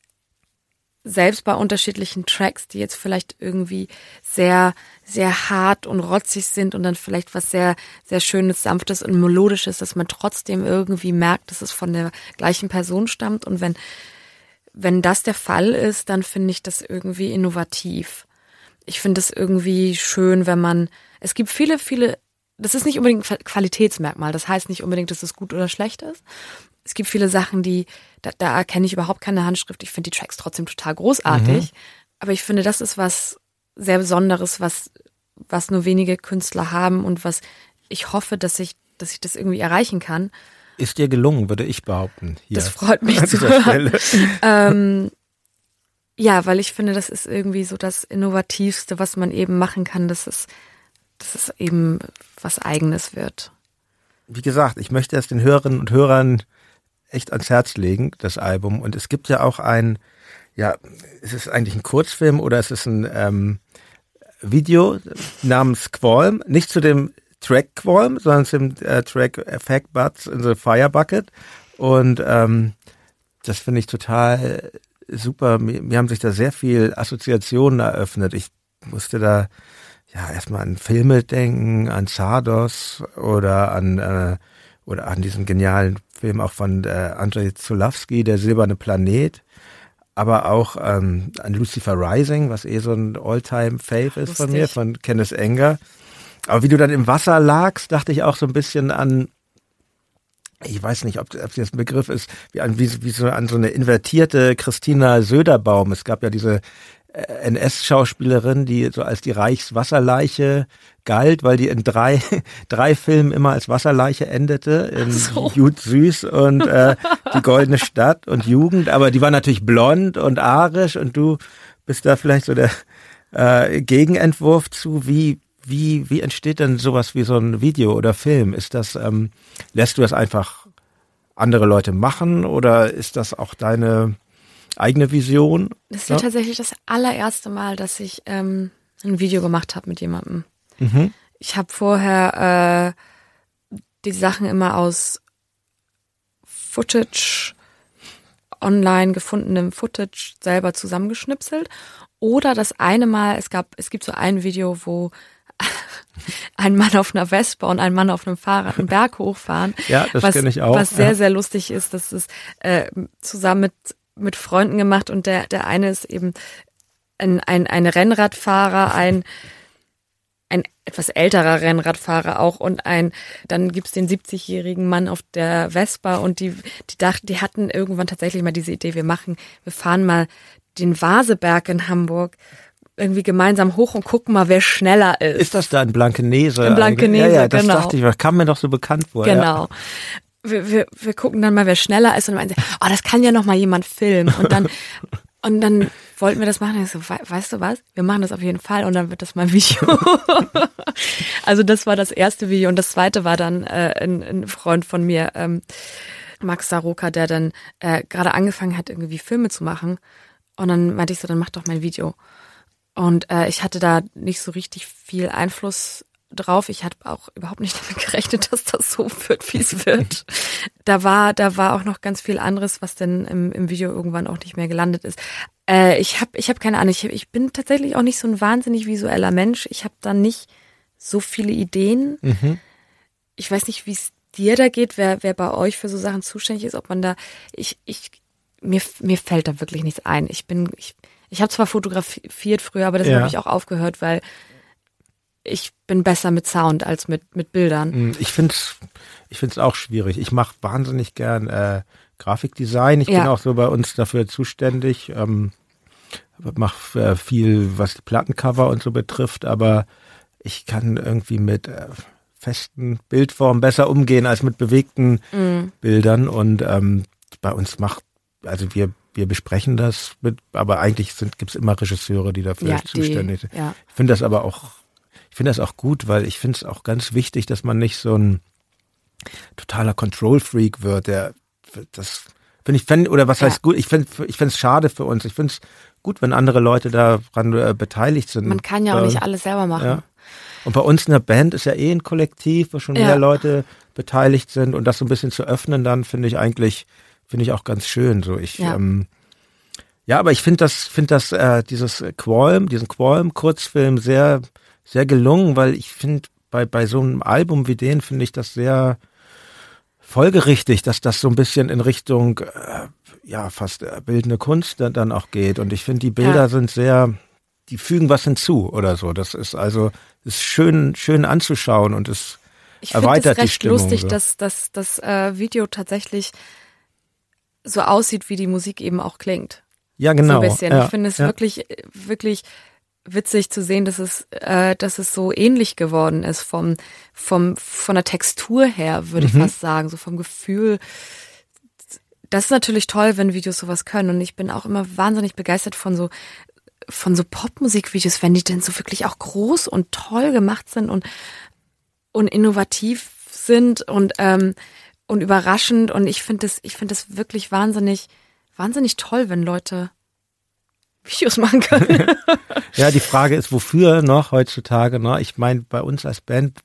selbst bei unterschiedlichen Tracks, die jetzt vielleicht irgendwie sehr, sehr hart und rotzig sind und dann vielleicht was sehr, sehr Schönes, Sanftes und Melodisches, dass man trotzdem irgendwie merkt, dass es von der gleichen Person stammt. Und wenn, wenn das der Fall ist, dann finde ich das irgendwie innovativ. Ich finde es irgendwie schön, wenn man, es gibt viele, viele, das ist nicht unbedingt ein Qualitätsmerkmal, das heißt nicht unbedingt, dass es gut oder schlecht ist. Es gibt viele Sachen, die, da, da erkenne ich überhaupt keine Handschrift. Ich finde die Tracks trotzdem total großartig. Mhm. Aber ich finde, das ist was sehr Besonderes, was, was nur wenige Künstler haben und was ich hoffe, dass ich, dass ich das irgendwie erreichen kann. Ist dir gelungen, würde ich behaupten. Hier. Das freut mich zu hören. ähm, ja, weil ich finde, das ist irgendwie so das Innovativste, was man eben machen kann, dass es, dass es eben was Eigenes wird. Wie gesagt, ich möchte es den Hörerinnen und Hörern echt ans Herz legen, das Album. Und es gibt ja auch ein, ja, ist es eigentlich ein Kurzfilm oder ist es ein ähm, Video namens Qualm, nicht zu dem Track Qualm, sondern zu dem äh, Track Fake Butts in the Fire Bucket. Und ähm, das finde ich total super. Mir, mir haben sich da sehr viel Assoziationen eröffnet. Ich musste da ja erstmal an Filme denken, an Zardos oder an äh, oder an diesen genialen Film auch von äh, Andrzej Zulawski, Der silberne Planet, aber auch ähm, an Lucifer Rising, was eh so ein All-Time-Fave ist von mir, von Kenneth Anger. Aber wie du dann im Wasser lagst, dachte ich auch so ein bisschen an, ich weiß nicht, ob, ob das ein Begriff ist, wie, an, wie, wie so an so eine invertierte Christina Söderbaum. Es gab ja diese N S-Schauspielerin, die so als die Reichswasserleiche galt, weil die in drei drei Filmen immer als Wasserleiche endete, in so. Jud Süß und äh, Die Goldene Stadt und Jugend, aber die war natürlich blond und arisch und du bist da vielleicht so der äh, Gegenentwurf zu. Wie wie wie entsteht denn sowas wie so ein Video oder Film? Ist das ähm, lässt du das einfach andere Leute machen oder ist das auch deine eigene Vision? Das ist ja, ja tatsächlich das allererste Mal, dass ich ähm, ein Video gemacht habe mit jemandem. Mhm. Ich habe vorher äh, die Sachen immer aus Footage, online gefundenem Footage selber zusammengeschnipselt. Oder das eine Mal, es gab, es gibt so ein Video, wo ein Mann auf einer Vespa und ein Mann auf einem Fahrrad einen Berg hochfahren. Ja, das was, kenne ich auch. Was sehr, ja. sehr lustig ist, das ist äh, zusammen mit mit Freunden gemacht und der der eine ist eben ein ein, ein Rennradfahrer, ein ein etwas älterer Rennradfahrer auch und ein dann gibt's den siebzigjährigen Mann auf der Vespa und die die dachten, die hatten irgendwann tatsächlich mal diese Idee, wir machen, wir fahren mal den Vaseberg in Hamburg irgendwie gemeinsam hoch und gucken mal, wer schneller ist. Ist das da in Blankenese? In Blankenese, ja, ja, das genau. dachte ich, das kam mir doch so bekannt vor. Genau. Ja. Wir, wir, wir gucken dann mal, wer schneller ist und dann meinen sie, oh, das kann ja noch mal jemand filmen. Und dann, und dann wollten wir das machen. Und ich so, weißt du was? Wir machen das auf jeden Fall und dann wird das mal ein Video. Also das war das erste Video und das zweite war dann äh, ein, ein Freund von mir, ähm, Max Saroka, der dann äh, gerade angefangen hat, irgendwie Filme zu machen. Und dann meinte ich so, dann mach doch mein Video. Und äh, ich hatte da nicht so richtig viel Einfluss drauf. Ich hatte auch überhaupt nicht damit gerechnet, dass das so wird, wie es wird. Da war, da war auch noch ganz viel anderes, was dann im, im Video irgendwann auch nicht mehr gelandet ist. Äh, ich habe, ich habe keine Ahnung. Ich, ich bin tatsächlich auch nicht so ein wahnsinnig visueller Mensch. Ich habe da nicht so viele Ideen. Mhm. Ich weiß nicht, wie es dir da geht, wer, wer bei euch für so Sachen zuständig ist, ob man da, ich, ich, mir, mir fällt da wirklich nichts ein. Ich bin, ich, ich habe zwar fotografiert früher, aber das ja. habe ich auch aufgehört, weil ich bin besser mit Sound als mit mit Bildern. Ich find's, ich find's auch schwierig. Ich mache wahnsinnig gern äh, Grafikdesign. Ich ja. bin auch so bei uns dafür zuständig. Ähm, mache äh, viel, was die Plattencover und so betrifft, aber ich kann irgendwie mit äh, festen Bildformen besser umgehen als mit bewegten mhm. Bildern. Und ähm, bei uns macht, also wir wir besprechen das, mit, aber eigentlich sind gibt's immer Regisseure, die dafür ja, zuständig sind. Ja. Ich finde das aber auch Ich finde das auch gut, weil ich finde es auch ganz wichtig, dass man nicht so ein totaler Control-Freak wird, der das finde ich, fänd, oder was ja. heißt gut, ich finde ich finde es schade für uns. Ich finde es gut, wenn andere Leute daran äh, beteiligt sind. Man kann ja auch äh, nicht alles selber machen. Ja. Und bei uns in der Band ist ja eh ein Kollektiv, wo schon ja. mehr Leute beteiligt sind und das so ein bisschen zu öffnen, dann finde ich eigentlich, finde ich auch ganz schön. So ich ja. ähm, ja, aber ich finde das, finde das, äh, dieses Qualm, diesen Qualm-Kurzfilm sehr sehr gelungen, weil ich finde, bei bei so einem Album wie den finde ich das sehr folgerichtig, dass das so ein bisschen in Richtung, äh, ja, fast äh, bildende Kunst dann, dann auch geht. Und ich finde, die Bilder ja. sind sehr, die fügen was hinzu oder so. Das ist also, ist schön, schön anzuschauen und es ich erweitert das die Stimmung. Ich finde es recht lustig, so. dass, dass das äh, Video tatsächlich so aussieht, wie die Musik eben auch klingt. Ja, genau. So ein bisschen. Ja, ich finde es ja. wirklich, wirklich witzig zu sehen, dass es, äh, dass es so ähnlich geworden ist vom, vom, von der Textur her, würde mhm. ich fast sagen, so vom Gefühl. Das ist natürlich toll, wenn Videos sowas können und ich bin auch immer wahnsinnig begeistert von so, von so Popmusikvideos, wenn die denn so wirklich auch groß und toll gemacht sind und, und innovativ sind und, ähm, und überraschend und ich finde das, ich finde das wirklich wahnsinnig, wahnsinnig toll, wenn Leute Videos machen können. Ja, die Frage ist, wofür noch heutzutage, ne? Ich meine, bei uns als Band,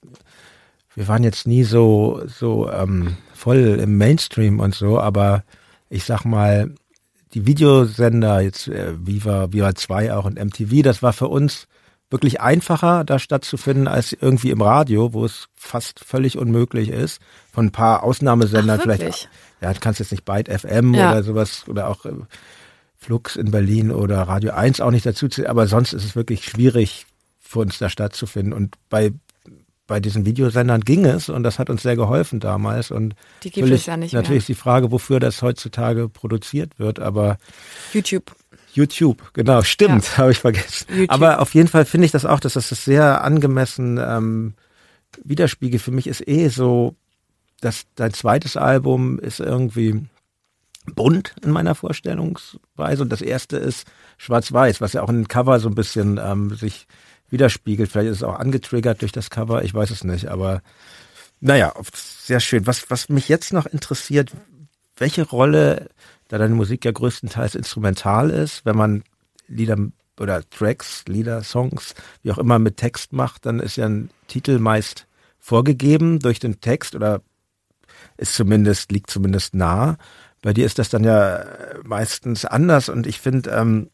wir waren jetzt nie so, so ähm, voll im Mainstream und so, aber ich sag mal, die Videosender, jetzt äh, Viva, Viva zwei auch und M T V, das war für uns wirklich einfacher, da stattzufinden, als irgendwie im Radio, wo es fast völlig unmöglich ist. Von ein paar Ausnahmesendern Ach, vielleicht. Ja, du kannst jetzt nicht Byte F M ja. oder sowas oder auch äh, Flux in Berlin oder Radio eins auch nicht dazu zählen, aber sonst ist es wirklich schwierig für uns da stattzufinden. Und bei bei diesen Videosendern ging es und das hat uns sehr geholfen damals. Und die gibt es ja nicht mehr. Natürlich ist die Frage, wofür das heutzutage produziert wird, aber YouTube. YouTube, genau, stimmt, ja. habe ich vergessen. YouTube. Aber auf jeden Fall finde ich das auch, dass das sehr angemessen ähm, widerspiegelt. Für mich ist eh so, dass dein zweites Album ist irgendwie bunt in meiner Vorstellungsweise und das erste ist schwarz-weiß, was ja auch in den Cover so ein bisschen ähm, sich widerspiegelt. Vielleicht ist es auch angetriggert durch das Cover, ich weiß es nicht, aber naja, sehr schön. Was, was mich jetzt noch interessiert, welche Rolle, da deine Musik ja größtenteils instrumental ist, wenn man Lieder oder Tracks, Lieder, Songs, wie auch immer mit Text macht, dann ist ja ein Titel meist vorgegeben durch den Text oder ist zumindest, liegt zumindest nah. Bei dir ist das dann ja meistens anders und ich finde, ähm,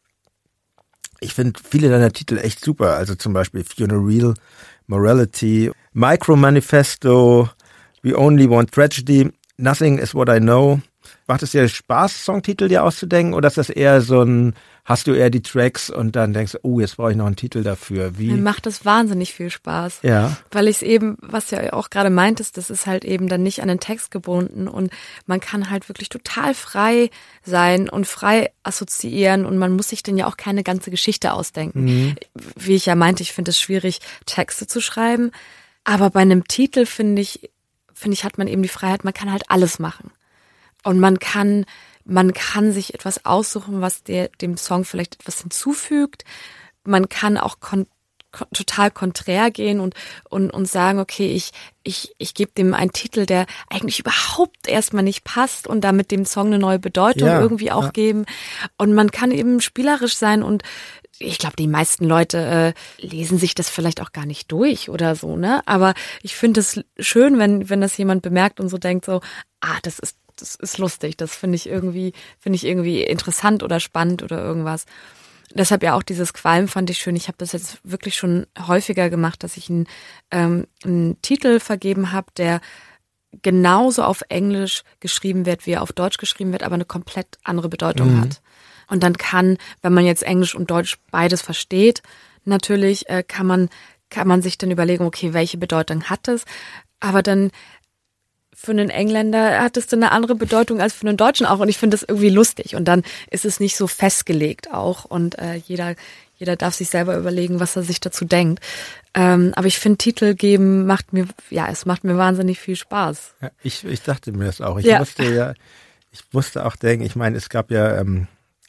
ich finde viele deiner Titel echt super. Also zum Beispiel Funeral, Morality, Micro Manifesto, We Only Want Tragedy, Nothing is What I Know. Macht es dir Spaß, Songtitel dir auszudenken oder ist das eher so ein, hast du eher die Tracks und dann denkst du, oh, jetzt brauche ich noch einen Titel dafür. Wie? Mir macht das wahnsinnig viel Spaß. Ja. Weil ich es eben, was du ja auch gerade meintest, das ist halt eben dann nicht an den Text gebunden und man kann halt wirklich total frei sein und frei assoziieren und man muss sich dann ja auch keine ganze Geschichte ausdenken. Mhm. Wie ich ja meinte, ich finde es schwierig, Texte zu schreiben, aber bei einem Titel finde ich, finde ich, hat man eben die Freiheit, man kann halt alles machen. Und man kann, man kann sich etwas aussuchen, was der, dem Song vielleicht etwas hinzufügt. Man kann auch kon, kon, total konträr gehen und, und, und sagen, okay, ich, ich, ich gebe dem einen Titel, der eigentlich überhaupt erstmal nicht passt und damit dem Song eine neue Bedeutung ja, irgendwie auch ja. geben. Und man kann eben spielerisch sein und ich glaube, die meisten Leute äh, lesen sich das vielleicht auch gar nicht durch oder so, ne? Aber ich finde es schön, wenn, wenn das jemand bemerkt und so denkt so, ah, das ist Das ist lustig, das finde ich irgendwie, finde ich irgendwie interessant oder spannend oder irgendwas. Deshalb ja auch dieses Qualm fand ich schön. Ich habe das jetzt wirklich schon häufiger gemacht, dass ich einen, ähm, einen Titel vergeben habe, der genauso auf Englisch geschrieben wird, wie er auf Deutsch geschrieben wird, aber eine komplett andere Bedeutung mhm. hat. Und dann kann, wenn man jetzt Englisch und Deutsch beides versteht, natürlich äh, kann man kann man sich dann überlegen, okay, welche Bedeutung hat es? Aber dann für einen Engländer hat es dann eine andere Bedeutung als für einen Deutschen auch und ich finde das irgendwie lustig und dann ist es nicht so festgelegt auch und äh, jeder jeder darf sich selber überlegen, was er sich dazu denkt. Ähm, aber ich finde, Titel geben macht mir, ja, es macht mir wahnsinnig viel Spaß. Ja, ich, ich dachte mir das auch. Ich ja. musste ja, ich musste auch denken, ich meine, es gab ja ähm,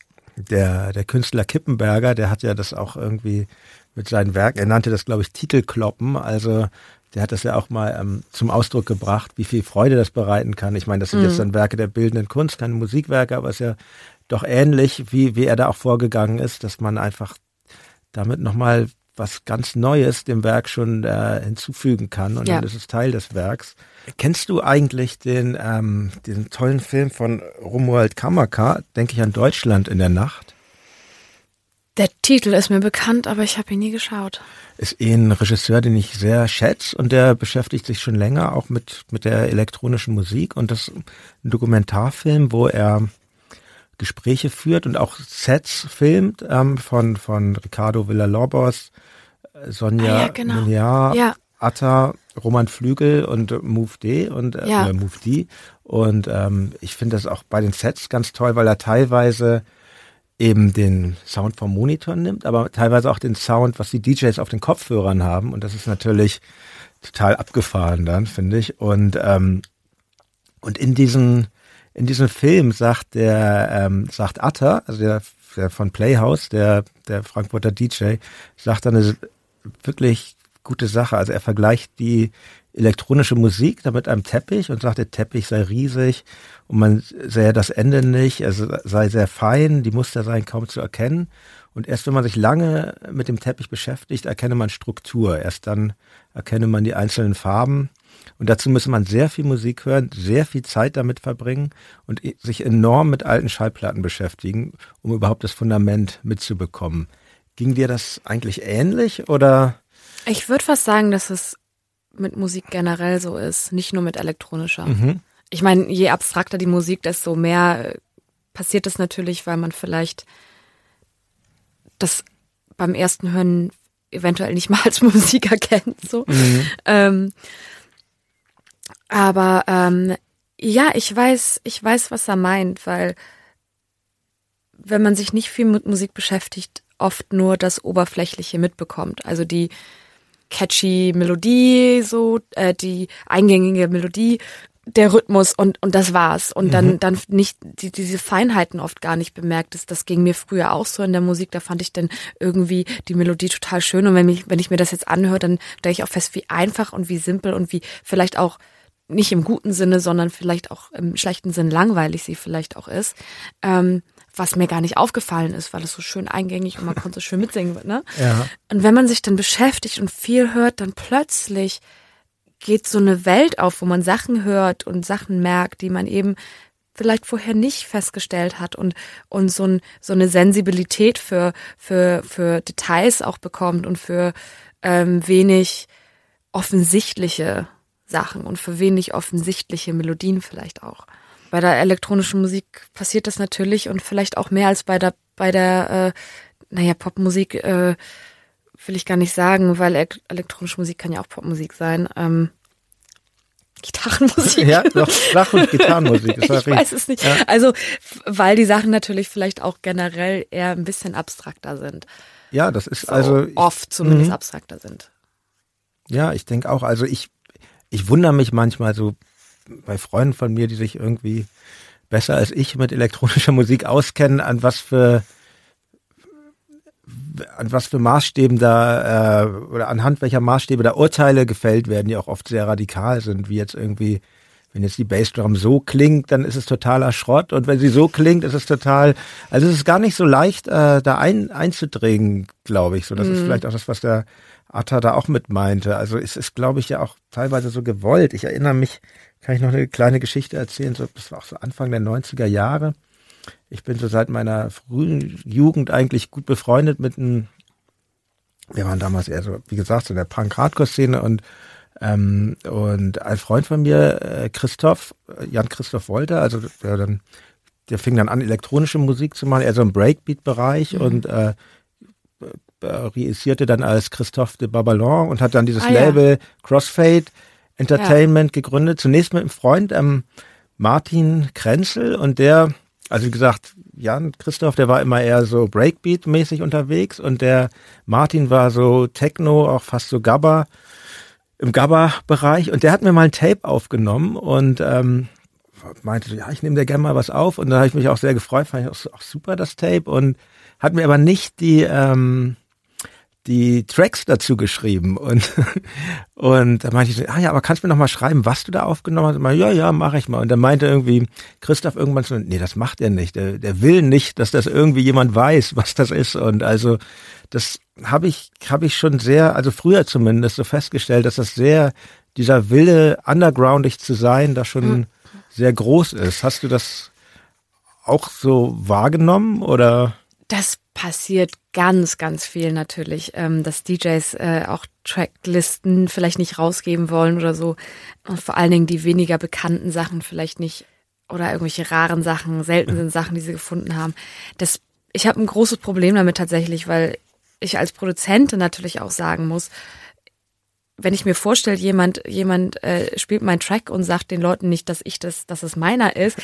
der der Künstler Kippenberger, der hat ja das auch irgendwie mit seinen Werken, er nannte das, glaube ich, Titelkloppen, also der hat das ja auch mal ähm, zum Ausdruck gebracht, wie viel Freude das bereiten kann. Ich meine, das sind mhm. jetzt dann Werke der bildenden Kunst, keine Musikwerke, aber es ist ja doch ähnlich, wie, wie er da auch vorgegangen ist, dass man einfach damit nochmal was ganz Neues dem Werk schon äh, hinzufügen kann und ja. dann ist es Teil des Werks. Kennst du eigentlich den, ähm, den tollen Film von Romuald Kammerka, denke ich an Deutschland in der Nacht? Der Titel ist mir bekannt, aber ich habe ihn nie geschaut. Ist eh ein Regisseur, den ich sehr schätze und der beschäftigt sich schon länger auch mit mit der elektronischen Musik und das ist ein Dokumentarfilm, wo er Gespräche führt und auch Sets filmt ähm, von von Ricardo Villa-Lobos, Sonja ah, ja, genau. Miniar, ja. Atta, Roman Flügel und Move D und äh, ja. Move D und ähm, ich finde das auch bei den Sets ganz toll, weil er teilweise eben den Sound vom Monitor nimmt, aber teilweise auch den Sound, was die D Js auf den Kopfhörern haben und das ist natürlich total abgefahren dann, finde ich. Und ähm, und in diesen in diesem Film sagt der ähm, sagt Atta, also der, der von Playhouse, der der Frankfurter D J, sagt dann eine wirklich gute Sache. Also er vergleicht die elektronische Musik da mit einem Teppich und sagt, der Teppich sei riesig und man sähe das Ende nicht, also sei sehr fein, die Muster seien kaum zu erkennen. Und erst wenn man sich lange mit dem Teppich beschäftigt, erkenne man Struktur. Erst dann erkenne man die einzelnen Farben. Und dazu müsse man sehr viel Musik hören, sehr viel Zeit damit verbringen und sich enorm mit alten Schallplatten beschäftigen, um überhaupt das Fundament mitzubekommen. Ging dir das eigentlich ähnlich oder? Ich würde fast sagen, dass es mit Musik generell so ist, nicht nur mit elektronischer. Mhm. Ich meine, je abstrakter die Musik, desto mehr passiert es natürlich, weil man vielleicht das beim ersten Hören eventuell nicht mal als Musik erkennt. So. Mhm. Ähm, aber ähm, ja, ich weiß, ich weiß, was er meint, weil wenn man sich nicht viel mit Musik beschäftigt, oft nur das Oberflächliche mitbekommt. Also die catchy Melodie, so äh, die eingängige Melodie, der Rhythmus und und das war's. Und dann Mhm. dann nicht die, diese Feinheiten oft gar nicht bemerkt. Das, das ging mir früher auch so in der Musik. Da fand ich dann irgendwie die Melodie total schön. Und wenn mich, wenn ich mir das jetzt anhöre, dann stelle ich auch fest, wie einfach und wie simpel und wie vielleicht auch nicht im guten Sinne, sondern vielleicht auch im schlechten Sinn langweilig sie vielleicht auch ist. Ähm, was mir gar nicht aufgefallen ist, weil es so schön eingängig und man konnte schön mitsingen, ne? Ja. Und wenn man sich dann beschäftigt und viel hört, dann plötzlich geht so eine Welt auf, wo man Sachen hört und Sachen merkt, die man eben vielleicht vorher nicht festgestellt hat und und so ein so eine Sensibilität für für für Details auch bekommt und für ähm, wenig offensichtliche Sachen und für wenig offensichtliche Melodien vielleicht auch. Bei der elektronischen Musik passiert das natürlich und vielleicht auch mehr als bei der bei der äh, naja Popmusik äh, will ich gar nicht sagen, weil e- elektronische Musik kann ja auch Popmusik sein. Ähm, Gitarrenmusik. Ja, doch, Flach- und Gitarrenmusik. Ist Ich richtig. weiß es nicht. Ja. Also, f- weil die Sachen natürlich vielleicht auch generell eher ein bisschen abstrakter sind. Ja, das ist So also ich, oft zumindest Mhm. abstrakter sind. Ja, ich denke auch. Also ich, ich wundere mich manchmal so bei Freunden von mir, die sich irgendwie besser als ich mit elektronischer Musik auskennen, an was für an was für Maßstäben da äh, oder anhand welcher Maßstäbe da Urteile gefällt werden, die auch oft sehr radikal sind, wie jetzt irgendwie, wenn jetzt die Bassdrum so klingt, dann ist es totaler Schrott und wenn sie so klingt, ist es total, also es ist gar nicht so leicht, äh, da ein, einzudringen, glaube ich. So, das ist vielleicht auch das, was der Atta da auch mit meinte. Also es ist, glaube ich, ja auch teilweise so gewollt. Ich erinnere mich, kann ich noch eine kleine Geschichte erzählen, so, das war auch so Anfang der neunziger Jahre. Ich bin so seit meiner frühen Jugend eigentlich gut befreundet mit einem, wir waren damals eher so, wie gesagt, so in der Punk-Hardcore-Szene und ähm, und ein Freund von mir, äh, Christoph, äh, Jan-Christoph Wolter, also der dann, der fing dann an, elektronische Musik zu machen, eher so im Breakbeat-Bereich mhm. und äh, realisierte dann als Christophe de Babalon und hat dann dieses Ah, ja. Label Crossfade Entertainment ja. gegründet. Zunächst mit einem Freund, ähm, Martin Krenzel, und der, also wie gesagt, Jan Christoph, der war immer eher so Breakbeat-mäßig unterwegs und der Martin war so Techno, auch fast so Gabba, im Gabba-Bereich, und der hat mir mal ein Tape aufgenommen und ähm, meinte so, ja, ich nehme dir gerne mal was auf, und da habe ich mich auch sehr gefreut, fand ich auch, auch super, das Tape, und hat mir aber nicht die ähm, die Tracks dazu geschrieben und und da meinte ich so, ah ja, aber kannst du mir noch mal schreiben, was du da aufgenommen hast? Und ich, ja, ja, mache ich mal. Und dann meinte irgendwie Christoph irgendwann so, nee, das macht er nicht. Der, der will nicht, dass das irgendwie jemand weiß, was das ist. Und also das habe ich habe ich schon sehr, also früher zumindest so festgestellt, dass das sehr, dieser Wille, undergroundig zu sein, da schon mhm. sehr groß ist. Hast du das auch so wahrgenommen oder? Das passiert ganz, ganz viel natürlich, ähm, dass D Js äh, auch Tracklisten vielleicht nicht rausgeben wollen oder so. Und vor allen Dingen die weniger bekannten Sachen vielleicht nicht, oder irgendwelche raren Sachen, seltenen Sachen, die sie gefunden haben. Das, ich habe ein großes Problem damit tatsächlich, weil ich als Produzentin natürlich auch sagen muss, wenn ich mir vorstelle, jemand, jemand äh, spielt meinen Track und sagt den Leuten nicht, dass ich das, dass es meiner ist,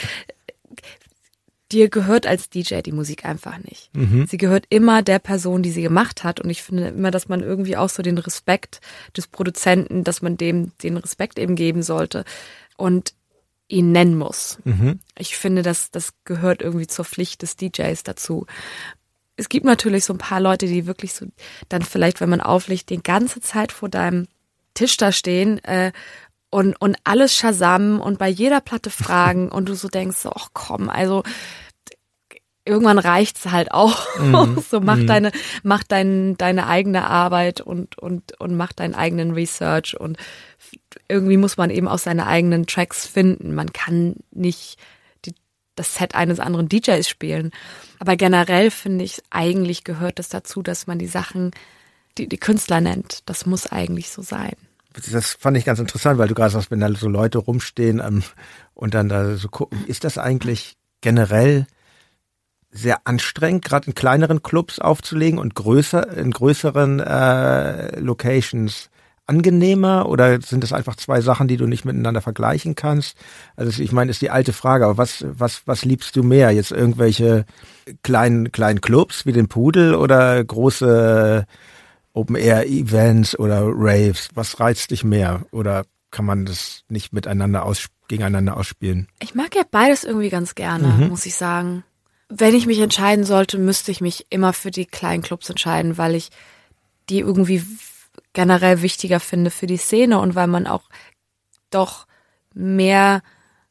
dir gehört als D J die Musik einfach nicht. Mhm. Sie gehört immer der Person, die sie gemacht hat. Und ich finde immer, dass man irgendwie auch so den Respekt des Produzenten, dass man dem den Respekt eben geben sollte und ihn nennen muss. Mhm. Ich finde, dass das gehört irgendwie zur Pflicht des D Js dazu. Es gibt natürlich so ein paar Leute, die wirklich so dann vielleicht, wenn man auflegt, die ganze Zeit vor deinem Tisch da stehen äh, und und alles Shazam und bei jeder Platte fragen und du so denkst, so, ach komm, also irgendwann reicht's halt auch. Mm. So mach mm. deine mach dein, deine eigene Arbeit und und und mach deinen eigenen Research, und irgendwie muss man eben auch seine eigenen Tracks finden. Man kann nicht die das Set eines anderen D Js spielen. Aber generell finde ich, eigentlich gehört es dazu, dass man die Sachen, die, die Künstler nennt. Das muss eigentlich so sein. Das fand ich ganz interessant, weil du gerade sagst, wenn da so Leute rumstehen ähm, und dann da so gucken, ist das eigentlich generell sehr anstrengend, gerade in kleineren Clubs aufzulegen und größer in größeren äh, Locations angenehmer, oder sind das einfach zwei Sachen, die du nicht miteinander vergleichen kannst? Also ich meine, ist die alte Frage, aber was was was liebst du mehr? Jetzt irgendwelche kleinen kleinen Clubs wie den Pudel oder große Open-Air-Events oder Raves? Was reizt dich mehr? Oder kann man das nicht miteinander aus gegeneinander ausspielen? Ich mag ja beides irgendwie ganz gerne, Mhm. muss ich sagen. Wenn ich mich entscheiden sollte, müsste ich mich immer für die kleinen Clubs entscheiden, weil ich die irgendwie generell wichtiger finde für die Szene und weil man auch doch mehr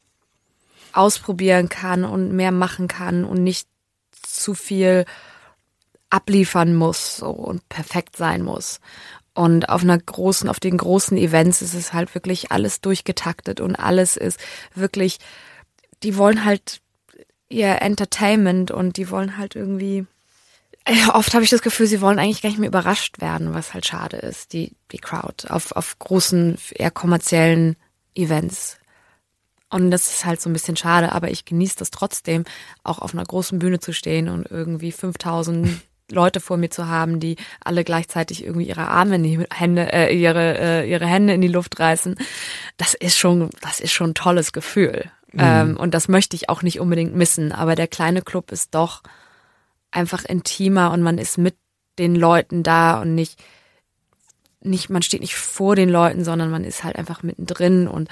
ausprobieren kann und mehr machen kann und nicht zu viel abliefern muss so, und perfekt sein muss. Und auf einer großen, auf den großen Events ist es halt wirklich alles durchgetaktet und alles ist wirklich, die wollen halt ihr Entertainment und die wollen halt irgendwie, oft habe ich das Gefühl, sie wollen eigentlich gar nicht mehr überrascht werden, was halt schade ist, die, die Crowd, auf, auf großen, eher kommerziellen Events. Und das ist halt so ein bisschen schade, aber ich genieße das trotzdem, auch auf einer großen Bühne zu stehen und irgendwie fünftausend Leute vor mir zu haben, die alle gleichzeitig irgendwie ihre Arme in die Hände, äh, ihre, äh, ihre Hände in die Luft reißen. Das ist schon, das ist schon ein tolles Gefühl. Mhm. Ähm, und das möchte ich auch nicht unbedingt missen. Aber der kleine Club ist doch einfach intimer und man ist mit den Leuten da und nicht, nicht, man steht nicht vor den Leuten, sondern man ist halt einfach mittendrin und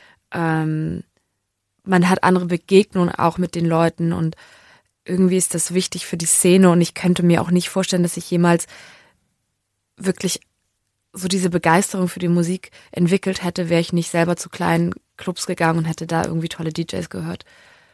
ähm, man hat andere Begegnungen auch mit den Leuten und irgendwie ist das wichtig für die Szene und ich könnte mir auch nicht vorstellen, dass ich jemals wirklich so diese Begeisterung für die Musik entwickelt hätte, wäre ich nicht selber zu kleinen Clubs gegangen und hätte da irgendwie tolle D Js gehört.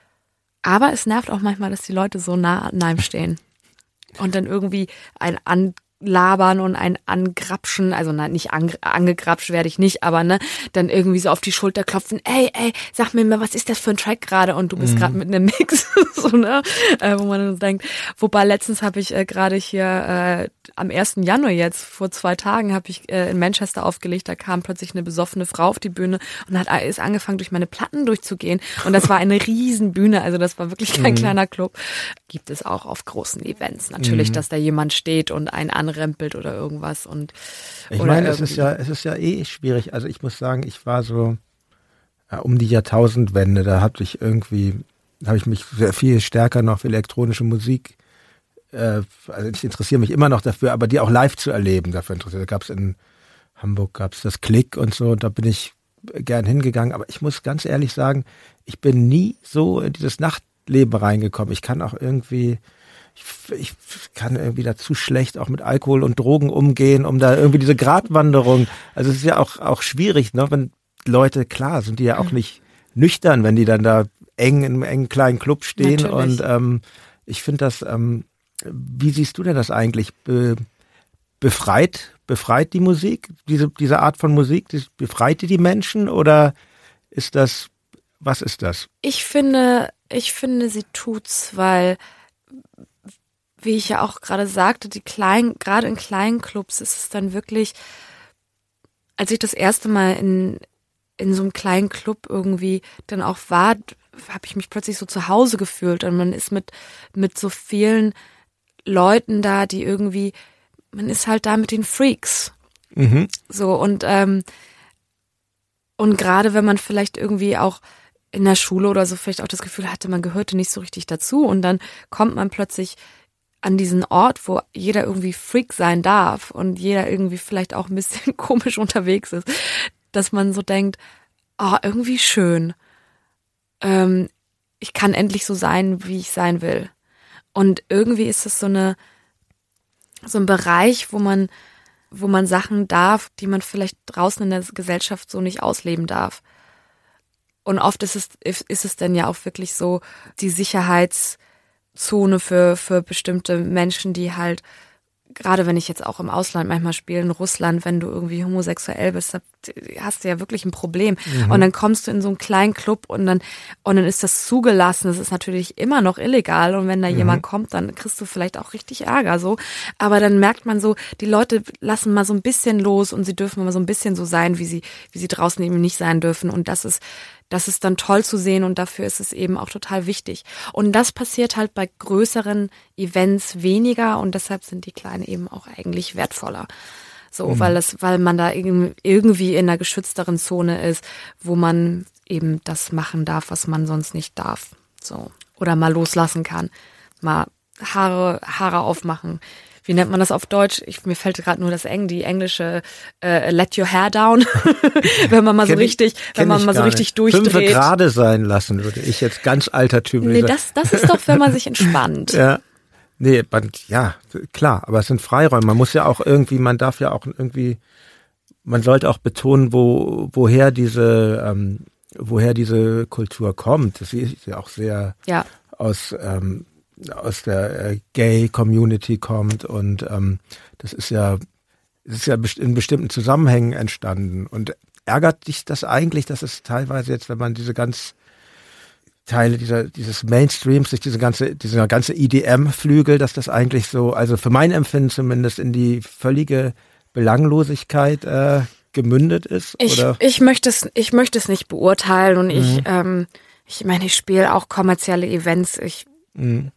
Aber es nervt auch manchmal, dass die Leute so nah an einem stehen und dann irgendwie ein Anlabern und ein Angrapschen, also nein, nicht ange, angegrapscht werde ich nicht, aber ne, dann irgendwie so auf die Schulter klopfen, ey, ey, sag mir mal, was ist das für ein Track gerade und du bist mhm. gerade mit einem Mix, so, ne, äh, wo man dann denkt, wobei letztens habe ich äh, gerade hier äh, am ersten Januar jetzt, vor zwei Tagen habe ich äh, in Manchester aufgelegt, da kam plötzlich eine besoffene Frau auf die Bühne und hat ist angefangen, durch meine Platten durchzugehen und das war eine riesen Bühne, also das war wirklich kein mhm. kleiner Club. Gibt es auch auf großen Events natürlich, mhm. dass da jemand steht und einen anrempelt oder irgendwas und ich meine, es ist ja, es ist ja eh schwierig. Also ich muss sagen, ich war so ja, um die Jahrtausendwende, da hatte ich irgendwie, habe ich mich sehr viel stärker noch für elektronische Musik, äh, also ich interessiere mich immer noch dafür, aber die auch live zu erleben, dafür interessiert. Da gab es in Hamburg, gab es das Klick und so, und da bin ich gern hingegangen. Aber ich muss ganz ehrlich sagen, ich bin nie so in dieses Nachtleben reingekommen. Ich kann auch irgendwie, ich, ich kann irgendwie dazu schlecht auch mit Alkohol und Drogen umgehen, um da irgendwie diese Gratwanderung, also es ist ja auch, auch schwierig, ne, wenn Leute, klar, sind die ja auch nicht nüchtern, wenn die dann da eng in einem engen kleinen Club stehen. Natürlich. Und ähm, ich finde das, ähm, wie siehst du denn das eigentlich? Be, befreit, befreit die Musik, diese, diese Art von Musik, die, befreit die die Menschen oder ist das, was ist das? Ich finde, ich finde, sie tut's, weil, wie ich ja auch gerade sagte, die kleinen, gerade in kleinen Clubs ist es dann wirklich, als ich das erste Mal in, in so einem kleinen Club irgendwie dann auch war, habe ich mich plötzlich so zu Hause gefühlt und man ist mit, mit so vielen Leuten da, die irgendwie, man ist halt da mit den Freaks. Mhm. So und, ähm, und gerade wenn man vielleicht irgendwie auch in der Schule oder so vielleicht auch das Gefühl hatte, man gehörte nicht so richtig dazu und dann kommt man plötzlich an diesen Ort, wo jeder irgendwie Freak sein darf und jeder irgendwie vielleicht auch ein bisschen komisch unterwegs ist, dass man so denkt, oh, irgendwie schön. Ähm, ich kann endlich so sein, wie ich sein will. Und irgendwie ist es so eine, so ein Bereich, wo man, wo man Sachen darf, die man vielleicht draußen in der Gesellschaft so nicht ausleben darf. Und oft ist es, ist es dann ja auch wirklich so die Sicherheitszone für, für bestimmte Menschen, die halt, gerade wenn ich jetzt auch im Ausland manchmal spiele, in Russland, wenn du irgendwie homosexuell bist, da hast du ja wirklich ein Problem. Mhm. Und dann kommst du in so einen kleinen Club und dann, und dann ist das zugelassen. Das ist natürlich immer noch illegal. Und wenn da mhm. jemand kommt, dann kriegst du vielleicht auch richtig Ärger, so. Aber dann merkt man so, die Leute lassen mal so ein bisschen los und sie dürfen mal so ein bisschen so sein, wie sie, wie sie draußen eben nicht sein dürfen. Und das ist, das ist dann toll zu sehen und dafür ist es eben auch total wichtig. Und das passiert halt bei größeren Events weniger und deshalb sind die kleinen eben auch eigentlich wertvoller. So, mhm. weil es, weil man da irgendwie in einer geschützteren Zone ist, wo man eben das machen darf, was man sonst nicht darf. So. Oder mal loslassen kann. Mal Haare, Haare aufmachen. Wie nennt man das auf Deutsch? Ich, mir fällt gerade nur das Eng, die englische äh, Let your hair down. wenn man mal so richtig, ich, wenn man mal so richtig nicht. durchdreht. Fünfe gerade sein lassen, würde ich jetzt ganz altertümlich Nee, das, das ist doch, wenn man sich entspannt. ja. Nee, ja, klar, aber es sind Freiräume. Man muss ja auch irgendwie, man darf ja auch irgendwie, man sollte auch betonen, wo, woher diese, ähm, woher diese Kultur kommt. Das ist ja auch sehr ja. aus, ähm, aus der äh, Gay-Community kommt und ähm, das ist ja, das ist ja in bestimmten Zusammenhängen entstanden. Und ärgert dich das eigentlich, dass es teilweise jetzt, wenn man diese ganz Teile dieser, dieses Mainstreams, sich diese ganze, dieser ganze E D M-Flügel, dass das eigentlich so, also für mein Empfinden zumindest in die völlige Belanglosigkeit äh, gemündet ist? Ich, oder? ich möchte es, ich möchte es nicht beurteilen und mhm. ich, ähm, ich meine, ich spiele auch kommerzielle Events. Ich, mhm.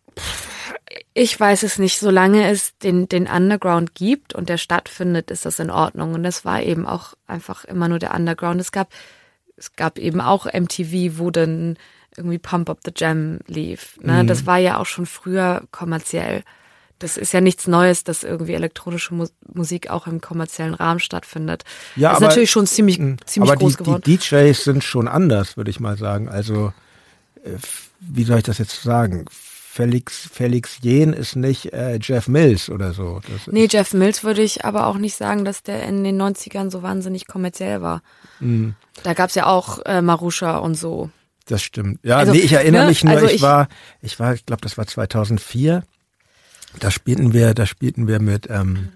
ich weiß es nicht. Solange es den, den Underground gibt und der stattfindet, ist das in Ordnung. Und das war eben auch einfach immer nur der Underground. Es gab, es gab eben auch M T V, wo dann irgendwie Pump Up the Jam lief. Ne? Mhm. Das war ja auch schon früher kommerziell. Das ist ja nichts Neues, dass irgendwie elektronische Mu- Musik auch im kommerziellen Rahmen stattfindet. Ja, das aber, ist natürlich schon ziemlich, ziemlich aber groß die, geworden. Die D Js sind schon anders, würde ich mal sagen. Also, wie soll ich das jetzt sagen? Felix, Felix Jähn ist nicht äh, Jeff Mills oder so. Das nee, Jeff Mills würde ich aber auch nicht sagen, dass der in den neunzigern so wahnsinnig kommerziell war. Mhm. Da gab's ja auch äh, Marusha und so. Das stimmt. Ja, also, nee, ich erinnere ne? mich nur, also ich, ich war, ich war, ich glaube, das war zweitausendvier. Da spielten wir, da spielten wir mit, ähm,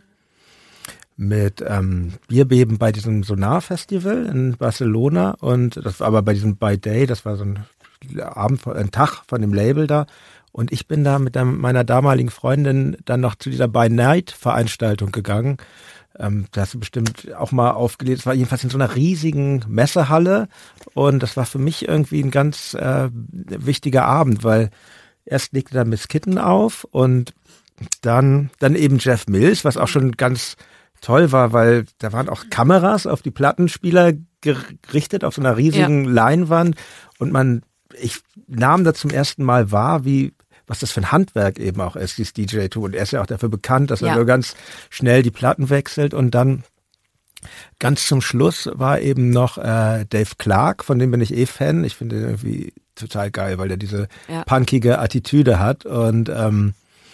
mit ähm, Bierbeben bei diesem Sonar-Festival in Barcelona und das war aber bei diesem By Day, das war so ein Abend, ein Tag von dem Label da und ich bin da mit der, meiner damaligen Freundin dann noch zu dieser By Night-Veranstaltung gegangen. Ähm, da hast du bestimmt auch mal aufgelegt. Es war jedenfalls in so einer riesigen Messehalle und das war für mich irgendwie ein ganz äh, wichtiger Abend, weil erst legte da Miss Kitten auf und dann dann eben Jeff Mills, was auch schon ganz toll war, weil da waren auch Kameras auf die Plattenspieler gerichtet, auf so einer riesigen ja. Leinwand und man, ich nahm da zum ersten Mal wahr, wie was das für ein Handwerk eben auch ist, dieses D J-Tool. Und er ist ja auch dafür bekannt, dass er ja. so ganz schnell die Platten wechselt. Und dann ganz zum Schluss war eben noch äh, Dave Clark, von dem bin ich eh Fan. Ich finde ihn irgendwie total geil, weil er diese ja. punkige Attitüde hat. Und ähm,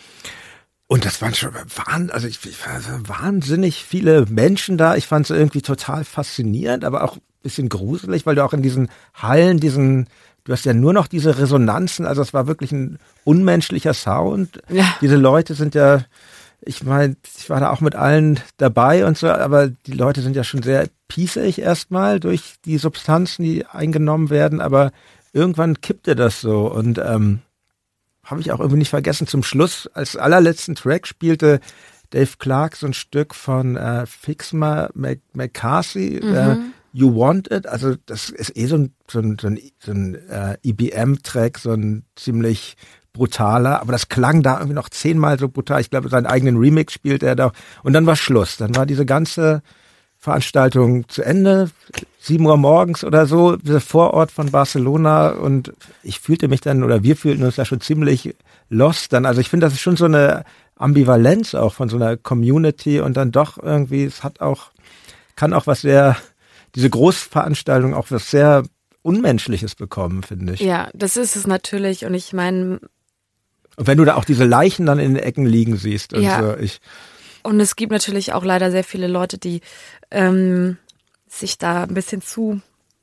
und das waren schon waren, also ich, ich wahnsinnig viele Menschen da. Ich fand es irgendwie total faszinierend, aber auch ein bisschen gruselig, weil du auch in diesen Hallen diesen Du hast ja nur noch diese Resonanzen, also es war wirklich ein unmenschlicher Sound. Ja. Diese Leute sind ja, ich meine, ich war da auch mit allen dabei und so, aber die Leute sind ja schon sehr pießig erstmal durch die Substanzen, die eingenommen werden, aber irgendwann kippte das so und ähm, habe ich auch irgendwie nicht vergessen. Zum Schluss, als allerletzten Track spielte Dave Clark so ein Stück von äh, Fixma Mac- McCarthy, mhm. äh, You Want It, also das ist eh so ein, so ein, so ein, so ein äh, E B M-Track, so ein ziemlich brutaler, aber das klang da irgendwie noch zehnmal so brutal. Ich glaube, seinen eigenen Remix spielt er da. Und dann war Schluss. Dann war diese ganze Veranstaltung zu Ende, sieben Uhr morgens oder so, dieser Vorort von Barcelona und ich fühlte mich dann, oder wir fühlten uns da schon ziemlich lost dann. Also ich finde, das ist schon so eine Ambivalenz auch von so einer Community und dann doch irgendwie, es hat auch, kann auch was sehr diese Großveranstaltung auch was sehr Unmenschliches bekommen, finde ich. Ja, das ist es natürlich. Und ich meine... Und wenn du da auch diese Leichen dann in den Ecken liegen siehst. Und ja. so, ich und es gibt natürlich auch leider sehr viele Leute, die ähm, sich da ein bisschen zu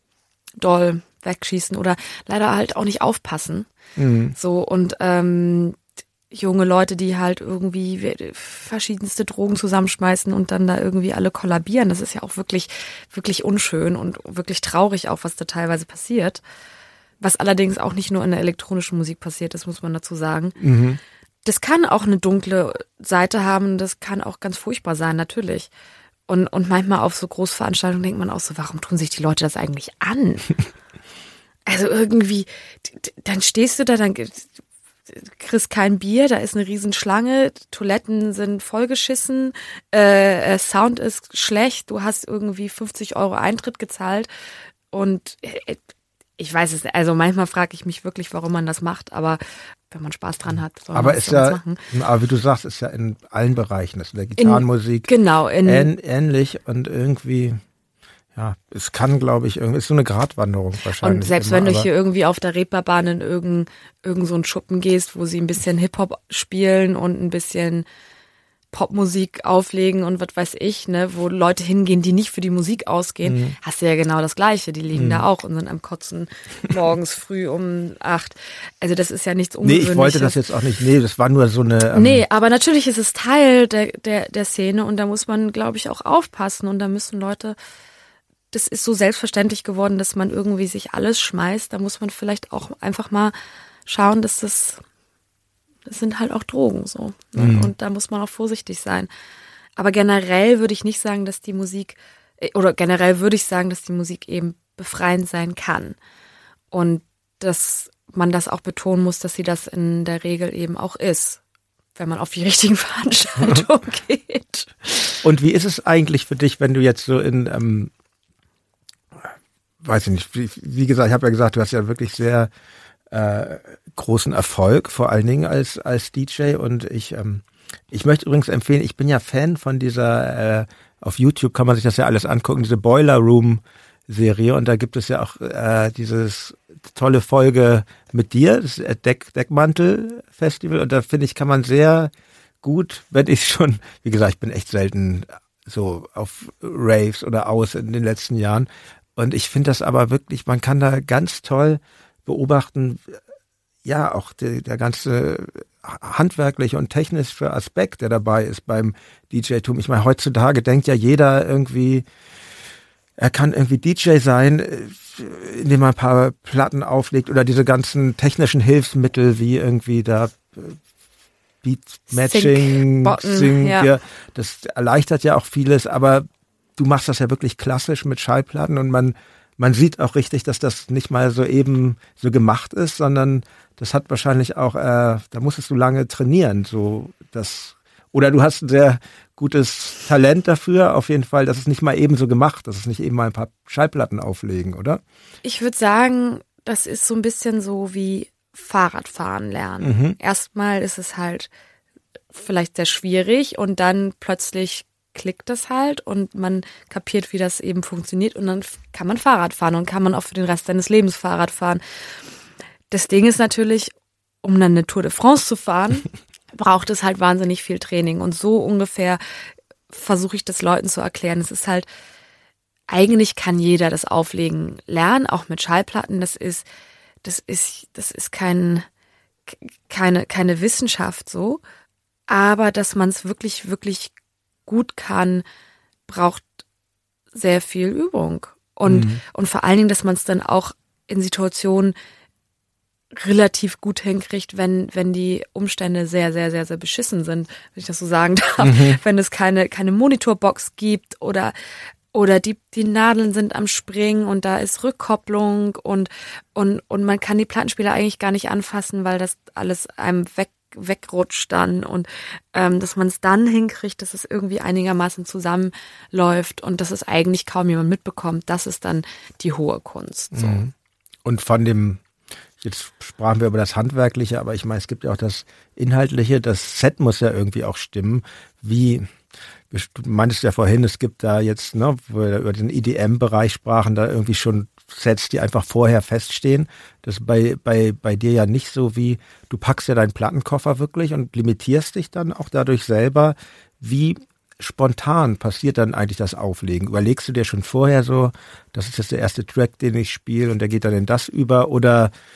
doll wegschießen oder leider halt auch nicht aufpassen. Mhm. So und ähm, junge Leute, die halt irgendwie verschiedenste Drogen zusammenschmeißen und dann da irgendwie alle kollabieren. Das ist ja auch wirklich, wirklich unschön und wirklich traurig auch, was da teilweise passiert. Was allerdings auch nicht nur in der elektronischen Musik passiert, das muss man dazu sagen. Mhm. Das kann auch eine dunkle Seite haben, das kann auch ganz furchtbar sein, natürlich. Und, und manchmal auf so Großveranstaltungen denkt man auch so, warum tun sich die Leute das eigentlich an? Also irgendwie, dann stehst du da, dann kriegst kein Bier, da ist eine Riesenschlange, Toiletten sind vollgeschissen, äh, Sound ist schlecht, du hast irgendwie fünfzig Euro Eintritt gezahlt und äh, ich weiß es, also manchmal frage ich mich wirklich, warum man das macht, aber wenn man Spaß dran hat, soll man aber das ist ja, machen. Aber wie du sagst, ist ja in allen Bereichen, das ist in der Gitarrenmusik in, genau, in, ähn, ähnlich und irgendwie, ja, es kann, glaube ich, irgendwie, ist so eine Gratwanderung wahrscheinlich. Und selbst immer, wenn du aber hier irgendwie auf der Reeperbahn in irgendeinen irgend so einen Schuppen gehst, wo sie ein bisschen Hip-Hop spielen und ein bisschen Popmusik auflegen und was weiß ich, ne, wo Leute hingehen, die nicht für die Musik ausgehen, mhm. hast du ja genau das Gleiche. Die liegen mhm. da auch und sind am Kotzen morgens früh um acht. Also das ist ja nichts Ungewöhnliches. Nee, ich wollte das jetzt auch nicht, nee, das war nur so eine... Ähm nee, aber natürlich ist es Teil der, der, der Szene und da muss man, glaube ich, auch aufpassen und da müssen Leute... Das ist so selbstverständlich geworden, dass man irgendwie sich alles schmeißt. Da muss man vielleicht auch einfach mal schauen, dass das, das sind halt auch Drogen so. Ne? Mhm. Und da muss man auch vorsichtig sein. Aber generell würde ich nicht sagen, dass die Musik, oder generell würde ich sagen, dass die Musik eben befreiend sein kann. Und dass man das auch betonen muss, dass sie das in der Regel eben auch ist, wenn man auf die richtigen Veranstaltungen geht. Und wie ist es eigentlich für dich, wenn du jetzt so in... Ähm weiß ich nicht, wie, wie gesagt, ich habe ja gesagt, du hast ja wirklich sehr äh, großen Erfolg, vor allen Dingen als als D J und ich ähm, ich möchte übrigens empfehlen, ich bin ja Fan von dieser, äh, auf YouTube kann man sich das ja alles angucken, diese Boiler Room Serie und da gibt es ja auch äh, dieses tolle Folge mit dir, das Deck, Deckmantel Festival und da finde ich, kann man sehr gut, wenn ich schon, wie gesagt, ich bin echt selten so auf Raves oder aus in den letzten Jahren. Und ich finde das aber wirklich, man kann da ganz toll beobachten, ja, auch die, der ganze handwerkliche und technische Aspekt, der dabei ist beim D J-Tum. Ich meine, heutzutage denkt ja jeder irgendwie, er kann irgendwie D J sein, indem man ein paar Platten auflegt oder diese ganzen technischen Hilfsmittel wie irgendwie da Beat-Matching, Sync, Sync, ja. ja, das erleichtert ja auch vieles, aber du machst das ja wirklich klassisch mit Schallplatten und man man sieht auch richtig, dass das nicht mal so eben so gemacht ist, sondern das hat wahrscheinlich auch, äh, da musstest du lange trainieren, so das oder du hast ein sehr gutes Talent dafür, auf jeden Fall, dass es nicht mal eben so gemacht, dass es nicht eben mal ein paar Schallplatten auflegen, oder? Ich würde sagen, das ist so ein bisschen so wie Fahrradfahren lernen. Mhm. Erstmal ist es halt vielleicht sehr schwierig und dann plötzlich klickt das halt und man kapiert, wie das eben funktioniert und dann kann man Fahrrad fahren und kann man auch für den Rest seines Lebens Fahrrad fahren. Das Ding ist natürlich, um dann eine Tour de France zu fahren, braucht es halt wahnsinnig viel Training und so ungefähr versuche ich das Leuten zu erklären. Es ist halt, eigentlich kann jeder das Auflegen lernen, auch mit Schallplatten. Das ist, das ist, das ist kein, keine, keine Wissenschaft so, aber dass man es wirklich, wirklich gut kann, braucht sehr viel Übung. Und, mhm. und vor allen Dingen, dass man es dann auch in Situationen relativ gut hinkriegt, wenn, wenn die Umstände sehr, sehr, sehr, sehr beschissen sind, wenn ich das so sagen darf. Mhm. Wenn es keine, keine Monitorbox gibt oder, oder die, die Nadeln sind am Springen und da ist Rückkopplung und, und, und man kann die Plattenspieler eigentlich gar nicht anfassen, weil das alles einem weg wegrutscht dann und ähm, dass man es dann hinkriegt, dass es irgendwie einigermaßen zusammenläuft und dass es eigentlich kaum jemand mitbekommt, das ist dann die hohe Kunst. So. Und von dem, jetzt sprachen wir über das Handwerkliche, aber ich meine, es gibt ja auch das Inhaltliche, das Set muss ja irgendwie auch stimmen, wie, du meintest ja vorhin, es gibt da jetzt, ne, wo wir über den E D M-Bereich sprachen, da irgendwie schon Sets, die einfach vorher feststehen. Das ist bei, bei, bei dir ja nicht so wie, du packst ja deinen Plattenkoffer wirklich und limitierst dich dann auch dadurch selber. Wie spontan passiert dann eigentlich das Auflegen? Überlegst du dir schon vorher so, das ist jetzt der erste Track, den ich spiele und der geht dann in das über oder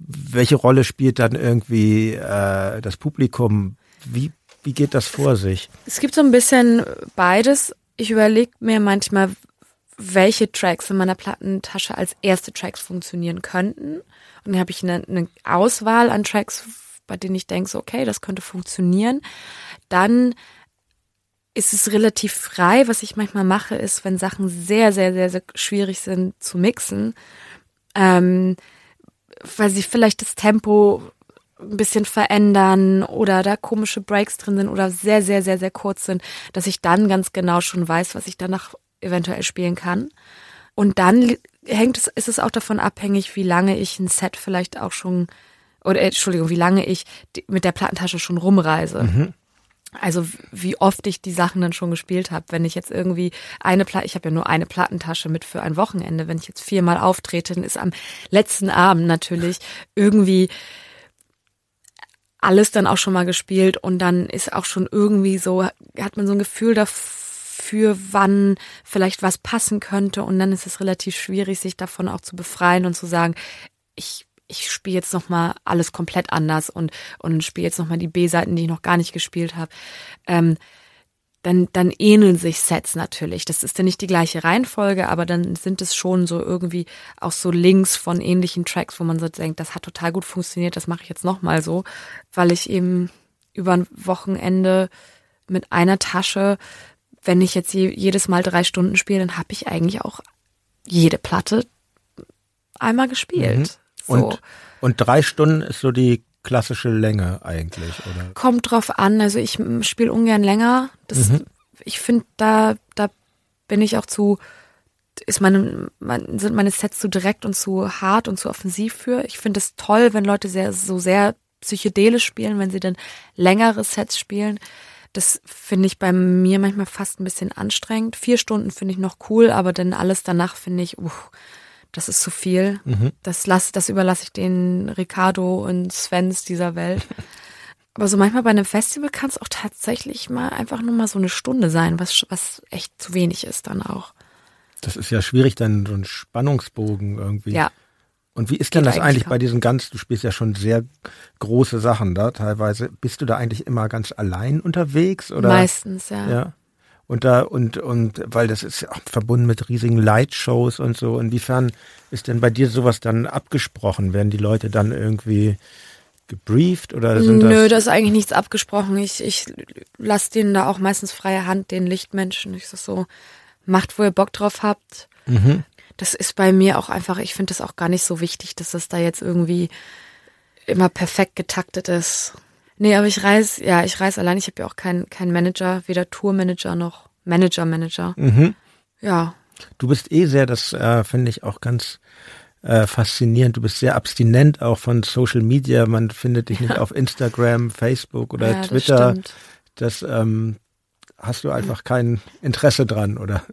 welche Rolle spielt dann irgendwie äh, das Publikum? Wie, wie geht das vor sich? Es gibt so ein bisschen beides. Ich überlege mir manchmal, welche Tracks in meiner Plattentasche als erste Tracks funktionieren könnten. Und dann habe ich eine, eine Auswahl an Tracks, bei denen ich denke, so, okay, das könnte funktionieren. Dann ist es relativ frei. Was ich manchmal mache, ist, wenn Sachen sehr, sehr, sehr, sehr schwierig sind zu mixen, ähm, weil sie vielleicht das Tempo ein bisschen verändern oder da komische Breaks drin sind oder sehr, sehr, sehr, sehr kurz sind, dass ich dann ganz genau schon weiß, was ich danach eventuell spielen kann. Und dann hängt es, ist es auch davon abhängig, wie lange ich ein Set vielleicht auch schon, oder äh, Entschuldigung, wie lange ich die, mit der Plattentasche schon rumreise. Mhm. Also wie oft ich die Sachen dann schon gespielt habe. Wenn ich jetzt irgendwie eine Platte, ich habe ja nur eine Plattentasche mit für ein Wochenende, wenn ich jetzt viermal auftrete, dann ist am letzten Abend natürlich irgendwie alles dann auch schon mal gespielt und dann ist auch schon irgendwie so, hat man so ein Gefühl dafür, wann vielleicht was passen könnte und dann ist es relativ schwierig, sich davon auch zu befreien und zu sagen, ich ich spiele jetzt nochmal alles komplett anders und und spiele jetzt nochmal die B-Seiten, die ich noch gar nicht gespielt habe. Ähm, dann dann ähneln sich Sets natürlich. Das ist dann nicht die gleiche Reihenfolge, aber dann sind es schon so irgendwie auch so Links von ähnlichen Tracks, wo man so denkt, das hat total gut funktioniert, das mache ich jetzt nochmal so, weil ich eben über ein Wochenende mit einer Tasche, wenn ich jetzt je, jedes Mal drei Stunden spiele, dann habe ich eigentlich auch jede Platte einmal gespielt. Mhm. So. Und, und drei Stunden ist so die klassische Länge eigentlich, oder? Kommt drauf an, also ich spiele ungern länger. Das, Mhm. Ich finde, da, da bin ich auch zu, ist meine, mein, sind meine Sets zu direkt und zu hart und zu offensiv für. Ich finde es toll, wenn Leute sehr, so sehr psychedelisch spielen, wenn sie dann längere Sets spielen. Das finde ich bei mir manchmal fast ein bisschen anstrengend. Vier Stunden finde ich noch cool, aber dann alles danach finde ich, uh, das ist zu viel. Mhm. Das lass, das überlasse ich den Ricardo und Svens dieser Welt. Aber so manchmal bei einem Festival kann es auch tatsächlich mal einfach nur mal so eine Stunde sein, was, was echt zu wenig ist dann auch. Das ist ja schwierig, dann so ein Spannungsbogen irgendwie. Ja. Und wie ist denn Geht das eigentlich eigentlich kaum. bei diesen ganz, du spielst ja schon sehr große Sachen da teilweise. Bist du da eigentlich immer ganz allein unterwegs? Oder? Meistens, ja. Ja. Und da, und, und, weil das ist ja auch verbunden mit riesigen Lightshows und so. Inwiefern ist denn bei dir sowas dann abgesprochen? Werden die Leute dann irgendwie gebrieft oder sind das? Nö, da ist eigentlich nichts abgesprochen. Ich, ich lasse denen da auch meistens freie Hand, den Lichtmenschen. Ich sag so, macht, wo ihr Bock drauf habt. Mhm. Das ist bei mir auch einfach, ich finde das auch gar nicht so wichtig, dass das da jetzt irgendwie immer perfekt getaktet ist. Nee, aber ich reise, ja, ich reise allein. Ich habe ja auch keinen keinen Manager, weder Tourmanager noch Manager-Manager. Mhm. Ja. Du bist eh sehr, das äh, finde ich auch ganz äh, faszinierend. Du bist sehr abstinent auch von Social Media. Man findet dich nicht auf Instagram, Facebook oder ja, das Twitter. stimmt. Das ähm, hast du einfach kein Interesse dran, oder?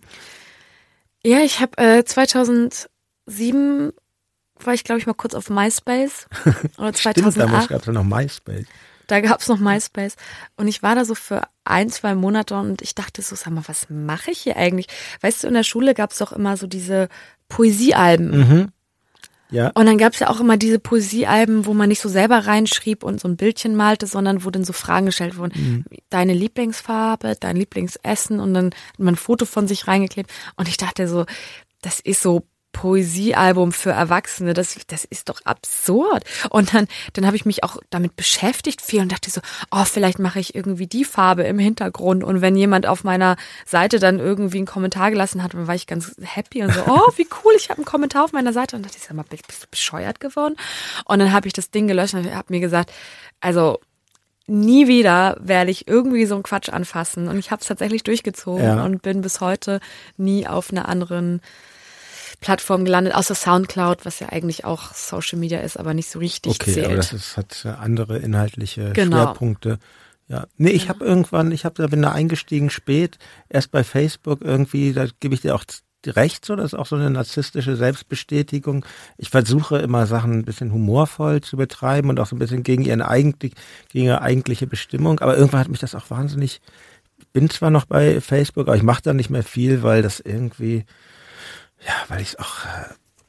Ja, ich habe äh, zweitausendsieben war ich, glaube ich, mal kurz auf MySpace. Oder Stimmt, zweitausendacht. damals gab es ja noch MySpace. Da gab's noch MySpace. Und ich war da so für ein, zwei Monate und ich dachte so, sag mal, was mache ich hier eigentlich? Weißt du, in der Schule gab's doch immer so diese Poesiealben. Mhm. Ja. Und dann gab's ja auch immer diese Poesiealben, wo man nicht so selber reinschrieb und so ein Bildchen malte, sondern wo dann so Fragen gestellt wurden. Mhm. Deine Lieblingsfarbe, dein Lieblingsessen und dann hat man ein Foto von sich reingeklebt. Und ich dachte so, das ist so Poesiealbum für Erwachsene, das, das ist doch absurd. Und dann, dann habe ich mich auch damit beschäftigt viel und dachte so, oh, vielleicht mache ich irgendwie die Farbe im Hintergrund. Und wenn jemand auf meiner Seite dann irgendwie einen Kommentar gelassen hat, dann war ich ganz happy und so, oh, wie cool, ich habe einen Kommentar auf meiner Seite. Und dachte ich, sag mal, bist du bescheuert geworden? Und dann habe ich das Ding gelöscht und habe mir gesagt, also nie wieder werde ich irgendwie so einen Quatsch anfassen. Und ich habe es tatsächlich durchgezogen Ja. und bin bis heute nie auf einer anderen Plattform gelandet, außer Soundcloud, was ja eigentlich auch Social Media ist, aber nicht so richtig Okay, zählt. aber das ist, hat andere inhaltliche Genau. Schwerpunkte. Ja, nee, ich habe irgendwann, ich habe da bin da eingestiegen spät, erst bei Facebook irgendwie, da gebe ich dir auch recht, so, das ist auch so eine narzisstische Selbstbestätigung. Ich versuche immer Sachen ein bisschen humorvoll zu betreiben und auch so ein bisschen gegen ihren eigentlich, gegen ihre eigentliche Bestimmung, aber irgendwann hat mich das auch wahnsinnig, ich bin zwar noch bei Facebook, aber ich mache da nicht mehr viel, weil das irgendwie, ja, weil ich es auch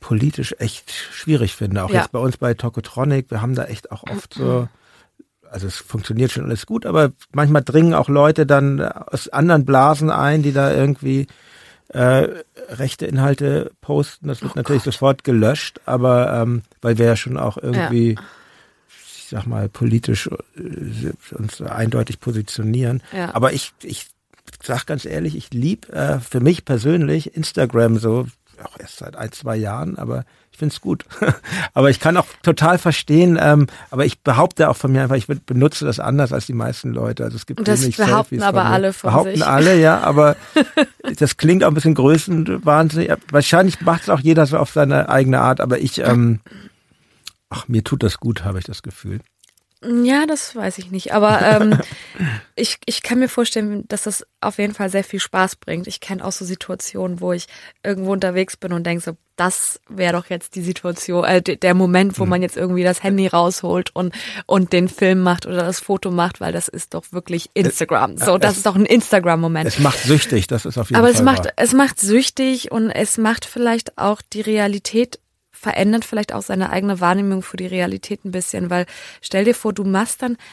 politisch echt schwierig finde. Auch Ja. jetzt bei uns bei Tokotronic, wir haben da echt auch oft so, also es funktioniert schon alles gut, aber manchmal dringen auch Leute dann aus anderen Blasen ein, die da irgendwie äh, rechte Inhalte posten. Das wird Oh natürlich Gott. sofort gelöscht, aber ähm, weil wir ja schon auch irgendwie, Ja. ich sag mal, politisch äh, uns eindeutig positionieren. Ja. Aber ich, ich sag ganz ehrlich, ich liebe äh, für mich persönlich Instagram so, auch erst seit ein, zwei Jahren, aber ich finde es gut. Aber ich kann auch total verstehen, ähm, aber ich behaupte auch von mir einfach, ich benutze das anders als die meisten Leute. Also es gibt Und das wenig behaupten Selfies aber von mir. alle von behaupten sich. alle, ja, aber das klingt auch ein bisschen größenwahnsinnig. Wahrscheinlich macht es auch jeder so auf seine eigene Art, aber ich, ähm, ach, mir tut das gut, habe ich das Gefühl. Ja, das weiß ich nicht. Aber ähm, ich, ich kann mir vorstellen, dass das auf jeden Fall sehr viel Spaß bringt. Ich kenne auch so Situationen, wo ich irgendwo unterwegs bin und denke so, das wäre doch jetzt die Situation, äh, der Moment, wo man jetzt irgendwie das Handy rausholt und und den Film macht oder das Foto macht, weil das ist doch wirklich Instagram. So, das es, ist doch ein Instagram-Moment. Es macht süchtig, das ist auf jeden Aber Fall es macht, wahr. es macht süchtig und es macht vielleicht auch die Realität, verändert vielleicht auch seine eigene Wahrnehmung für die Realität ein bisschen, weil stell dir vor, du machst dann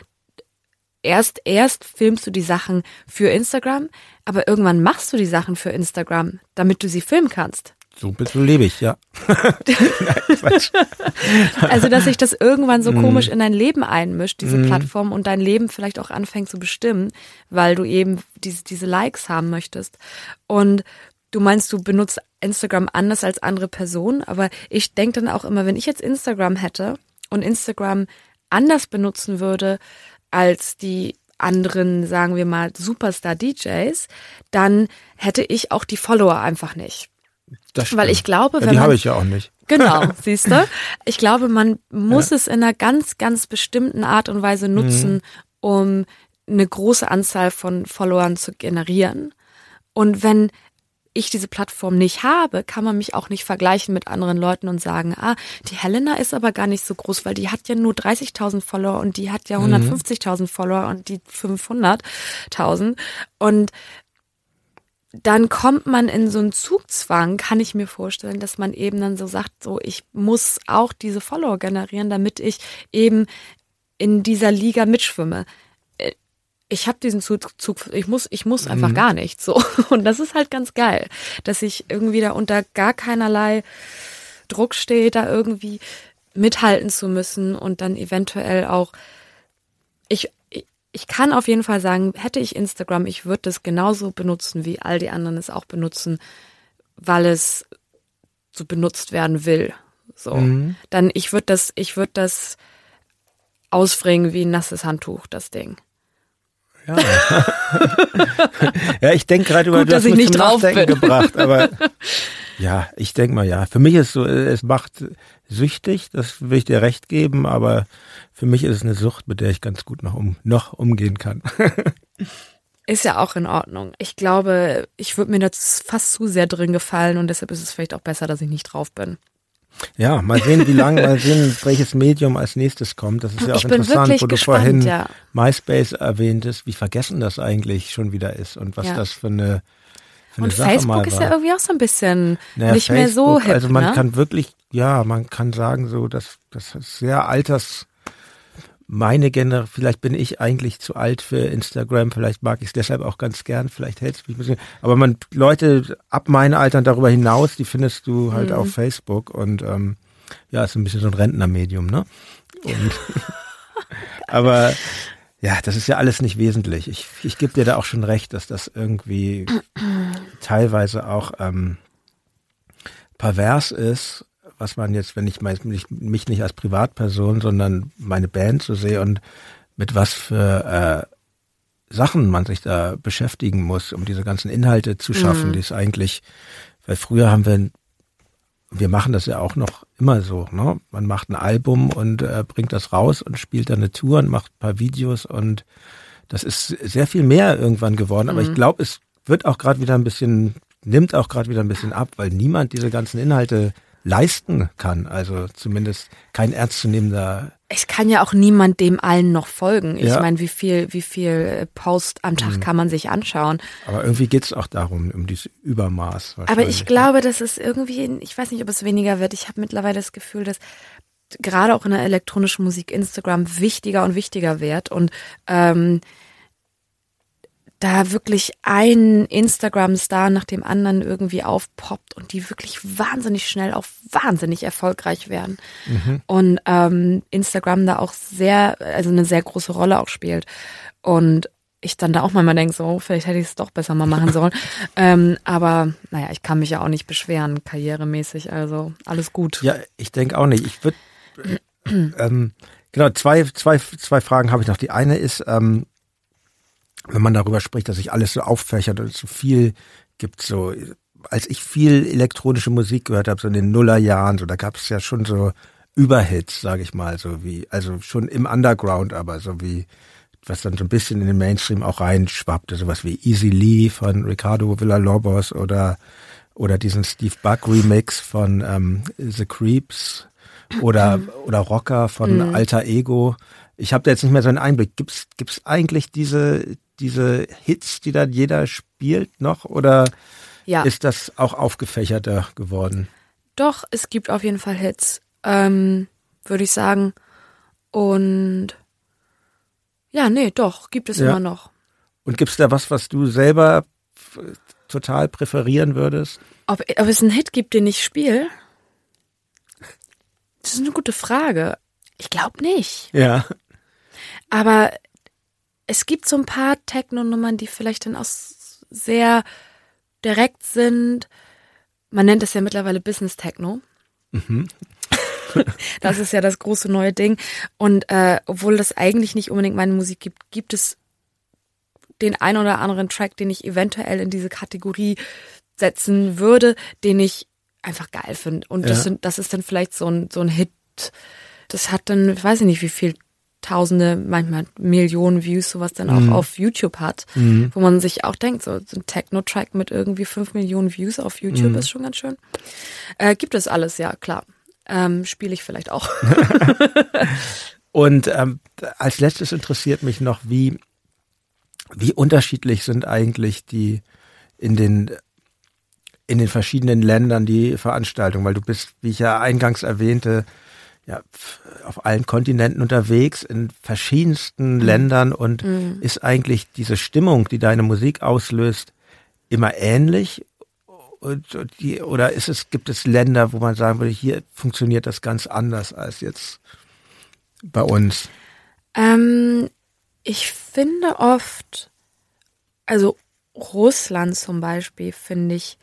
erst, erst filmst du die Sachen für Instagram, aber irgendwann machst du die Sachen für Instagram, damit du sie filmen kannst. So bist du lebe ich, ja. Nein, Quatsch. Also, dass sich das irgendwann so Mhm. komisch in dein Leben einmischt, diese Mhm. Plattform, und dein Leben vielleicht auch anfängt zu bestimmen, weil du eben diese, diese Likes haben möchtest. Und du meinst, du benutzt Instagram anders als andere Personen, aber ich denke dann auch immer, wenn ich jetzt Instagram hätte und Instagram anders benutzen würde als die anderen, sagen wir mal, Superstar-D Js, dann hätte ich auch die Follower einfach nicht. Das Weil ich stimmt. glaube, ja, wenn die man habe ich ja auch nicht. Genau, siehst du? Ich glaube, man muss Ja. es in einer ganz, ganz bestimmten Art und Weise nutzen, Mhm. um eine große Anzahl von Followern zu generieren. Und wenn ich diese Plattform nicht habe, kann man mich auch nicht vergleichen mit anderen Leuten und sagen, ah, die Helena ist aber gar nicht so groß, weil die hat ja nur dreißigtausend Follower und die hat ja hundertfünfzigtausend Follower und die fünfhunderttausend. Und dann kommt man in so einen Zugzwang, kann ich mir vorstellen, dass man eben dann so sagt, so, ich muss auch diese Follower generieren, damit ich eben in dieser Liga mitschwimme. Ich habe diesen Zug, Zug, ich muss, ich muss einfach Mhm. gar nicht so. Und das ist halt ganz geil, dass ich irgendwie da unter gar keinerlei Druck stehe, da irgendwie mithalten zu müssen und dann eventuell auch, ich, ich, ich kann auf jeden Fall sagen, hätte ich Instagram, ich würde das genauso benutzen, wie all die anderen es auch benutzen, weil es so benutzt werden will. So. Mhm. Dann, ich würde das, ich würde das ausfringen wie ein nasses Handtuch, das Ding. Ja, ja ich denke gerade über Gut, du dass hast ich mich nicht zum drauf Nachdenken bin. gebracht, aber ja, ich denke mal ja. Für mich ist so, es macht süchtig, das will ich dir recht geben, aber für mich ist es eine Sucht, mit der ich ganz gut noch um noch umgehen kann. Ist ja auch in Ordnung. Ich glaube, ich würde mir da fast zu sehr drin gefallen und deshalb ist es vielleicht auch besser, dass ich nicht drauf bin. Ja, mal sehen, wie lange, mal sehen, welches Medium als nächstes kommt. Das ist ja auch Ich bin interessant, wirklich wo du gespannt, vorhin ja. MySpace erwähntest, wie vergessen das eigentlich schon wieder ist und was Ja. das für eine, für eine Und Sache Facebook mal ist war. ja irgendwie auch so ein bisschen Naja, nicht mehr so Facebook, hip, also man ne? kann wirklich, ja, man kann sagen so, dass das ist sehr alters, meine Generation, vielleicht bin ich eigentlich zu alt für Instagram, vielleicht mag ich es deshalb auch ganz gern, vielleicht hält es mich ein bisschen, aber man, Leute ab meinem Alter und darüber hinaus, die findest du halt Mhm. auf Facebook und ähm, ja, ist ein bisschen so ein Rentnermedium, ne? Und aber ja, das ist ja alles nicht wesentlich. Ich, ich gebe dir da auch schon recht, dass das irgendwie teilweise auch ähm, pervers ist, was man jetzt, wenn ich mein, mich, mich nicht als Privatperson, sondern meine Band so sehe und mit was für äh, Sachen man sich da beschäftigen muss, um diese ganzen Inhalte zu schaffen, Mhm. die es eigentlich, weil früher haben wir, wir machen das ja auch noch immer so, ne? Man macht ein Album und äh, bringt das raus und spielt dann eine Tour und macht ein paar Videos und das ist sehr viel mehr irgendwann geworden, aber Mhm. ich glaube, es wird auch gerade wieder ein bisschen, nimmt auch gerade wieder ein bisschen ab, weil niemand diese ganzen Inhalte leisten kann. Also zumindest kein ernstzunehmender. Es kann ja auch niemand dem allen noch folgen. Ich Ja. meine, wie viel, wie viel Post am Tag Mhm. kann man sich anschauen? Aber irgendwie geht's auch darum, um dieses Übermaß. Aber ich glaube, dass es irgendwie, ich weiß nicht, ob es weniger wird. Ich habe mittlerweile das Gefühl, dass gerade auch in der elektronischen Musik Instagram wichtiger und wichtiger wird und ähm, da wirklich ein Instagram-Star nach dem anderen irgendwie aufpoppt und die wirklich wahnsinnig schnell auch wahnsinnig erfolgreich werden. Mhm. Und ähm, Instagram da auch sehr, also eine sehr große Rolle auch spielt. Und ich dann da auch manchmal denke, so, vielleicht hätte ich es doch besser mal machen sollen. ähm, aber naja, ich kann mich ja auch nicht beschweren, karrieremäßig, also alles gut. Ja, ich denke auch nicht. Ich würde, ähm, genau, zwei, zwei, zwei Fragen habe ich noch. Die eine ist, ähm, wenn man darüber spricht, dass sich alles so auffächert und es so viel gibt, so, als ich viel elektronische Musik gehört habe, so in den Nullerjahren, so, da gab es ja schon so Überhits, sage ich mal, so wie, also schon im Underground, aber so wie, was dann so ein bisschen in den Mainstream auch reinschwappte, sowas wie Easy Lee von Ricardo Villalobos oder, oder diesen Steve Buck Remix von ähm, The Creeps oder, oder Rocker von Mhm. Alter Ego. Ich habe da jetzt nicht mehr so einen Einblick. Gibt's, gibt's eigentlich diese, diese Hits, die dann jeder spielt noch, oder Ja, ist das auch aufgefächerter geworden? doch, es gibt auf jeden Fall Hits, ähm, würde ich sagen. Und ja, nee, doch, gibt es Ja. immer noch. Und gibt's da was, was du selber f- total präferieren würdest? Ob, ob es einen Hit gibt, den ich spiele? Das ist eine gute Frage. Ich glaube nicht. Ja. Aber es gibt so ein paar Techno-Nummern, die vielleicht dann auch sehr direkt sind. Man nennt es ja mittlerweile Business-Techno. Mhm. Das ist ja das große neue Ding. Und äh, obwohl das eigentlich nicht unbedingt meine Musik gibt, gibt es den ein oder anderen Track, den ich eventuell in diese Kategorie setzen würde, den ich einfach geil finde. Und das, Ja. sind, das ist dann vielleicht so ein, so ein Hit. Das hat dann, ich weiß nicht, wie viel Tausende, manchmal Millionen Views, sowas dann auch Mhm. auf YouTube hat. Mhm. Wo man sich auch denkt, so, so ein Techno-Track mit irgendwie fünf Millionen Views auf YouTube Mhm. ist schon ganz schön. Äh, gibt es alles, ja, klar. Ähm, spiele ich vielleicht auch. Und ähm, als letztes interessiert mich noch, wie, wie unterschiedlich sind eigentlich die in den in den verschiedenen Ländern die Veranstaltungen, weil du bist, wie ich ja eingangs erwähnte, ja, f- auf allen Kontinenten unterwegs, in verschiedensten Ländern, und Mhm. ist eigentlich diese Stimmung, die deine Musik auslöst, immer ähnlich? Und, und die, oder ist es, gibt es Länder, wo man sagen würde, hier funktioniert das ganz anders als jetzt bei uns? Ähm, ich finde oft, also Russland zum Beispiel, finde ich,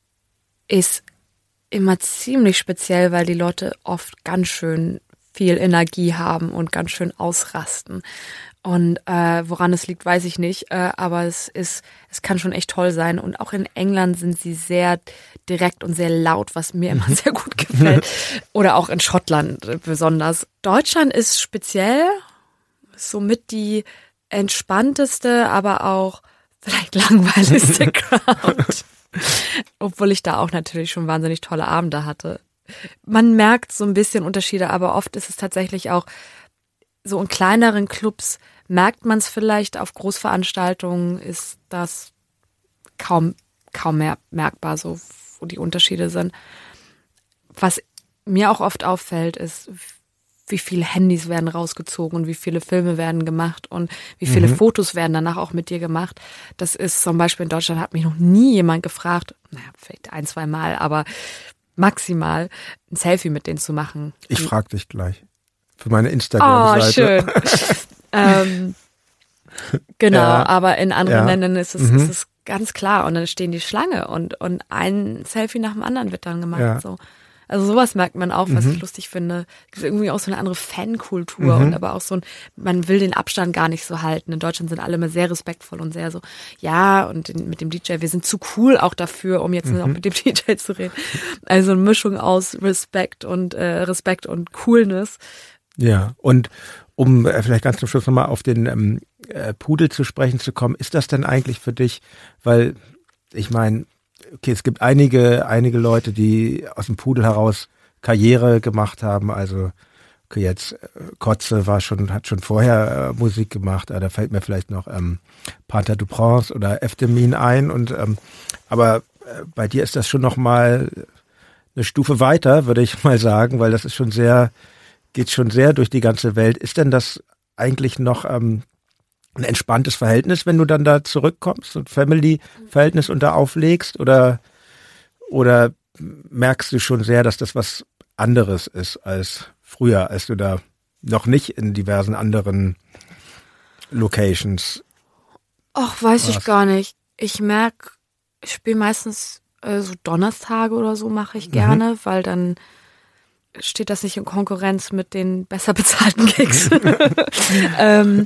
ist immer ziemlich speziell, weil die Leute oft ganz schön viel Energie haben und ganz schön ausrasten. Und äh, woran es liegt, weiß ich nicht, äh, aber es ist, es kann schon echt toll sein. Und auch in England sind sie sehr direkt und sehr laut, was mir immer sehr gut gefällt. Oder auch in Schottland äh, besonders. Deutschland ist speziell, ist somit die entspannteste, aber auch vielleicht langweiligste Crowd. Obwohl ich da auch natürlich schon wahnsinnig tolle Abende hatte. Man merkt so ein bisschen Unterschiede, aber oft ist es tatsächlich auch so in kleineren Clubs merkt man es vielleicht, auf Großveranstaltungen ist das kaum, kaum mehr merkbar, so wo die Unterschiede sind. Was mir auch oft auffällt, ist, wie viele Handys werden rausgezogen und wie viele Filme werden gemacht und wie viele Mhm. Fotos werden danach auch mit dir gemacht. Das ist zum Beispiel in Deutschland, hat mich noch nie jemand gefragt, naja, vielleicht ein, zwei Mal, aber maximal ein Selfie mit denen zu machen. Ich frage dich gleich. Für meine Oh, Instagram-Seite. schön. ähm, genau, Ja. aber in anderen Ja. Ländern ist es, Mhm. ist es ganz klar und dann stehen die Schlange und, und ein Selfie nach dem anderen wird dann gemacht. Ja. So. Also sowas merkt man auch, was Mhm. ich lustig finde. Es ist irgendwie auch so eine andere Fankultur Mhm. und aber auch so ein, man will den Abstand gar nicht so halten. In Deutschland sind alle immer sehr respektvoll und sehr so, ja, und den, mit dem D J, wir sind zu cool auch dafür, um jetzt Mhm. auch mit dem D J zu reden. Also eine Mischung aus Respekt und äh, Respekt und Coolness. Ja, und um äh, vielleicht ganz zum Schluss nochmal auf den ähm, äh, Pudel zu sprechen zu kommen, ist das denn eigentlich für dich, weil ich meine, okay, es gibt einige, einige Leute, die aus dem Pudel heraus Karriere gemacht haben, also okay, jetzt äh, Kotze war schon, hat schon vorher äh, Musik gemacht, äh, da fällt mir vielleicht noch ähm, Panther du Prince oder Eftemin ein und ähm, aber äh, bei dir ist das schon noch mal eine Stufe weiter, würde ich mal sagen, weil das ist schon sehr, geht schon sehr durch die ganze Welt. Ist denn das eigentlich noch ähm, ein entspanntes Verhältnis, wenn du dann da zurückkommst und Family-Verhältnis und da auflegst oder, oder merkst du schon sehr, dass das was anderes ist als früher, als du da noch nicht in diversen anderen Locations? Ach, weiß warst? ich gar nicht. Ich merke, ich spiele meistens äh, so Donnerstage oder so mache ich gerne, mhm. weil dann steht das nicht in Konkurrenz mit den besser bezahlten Gigs. ähm,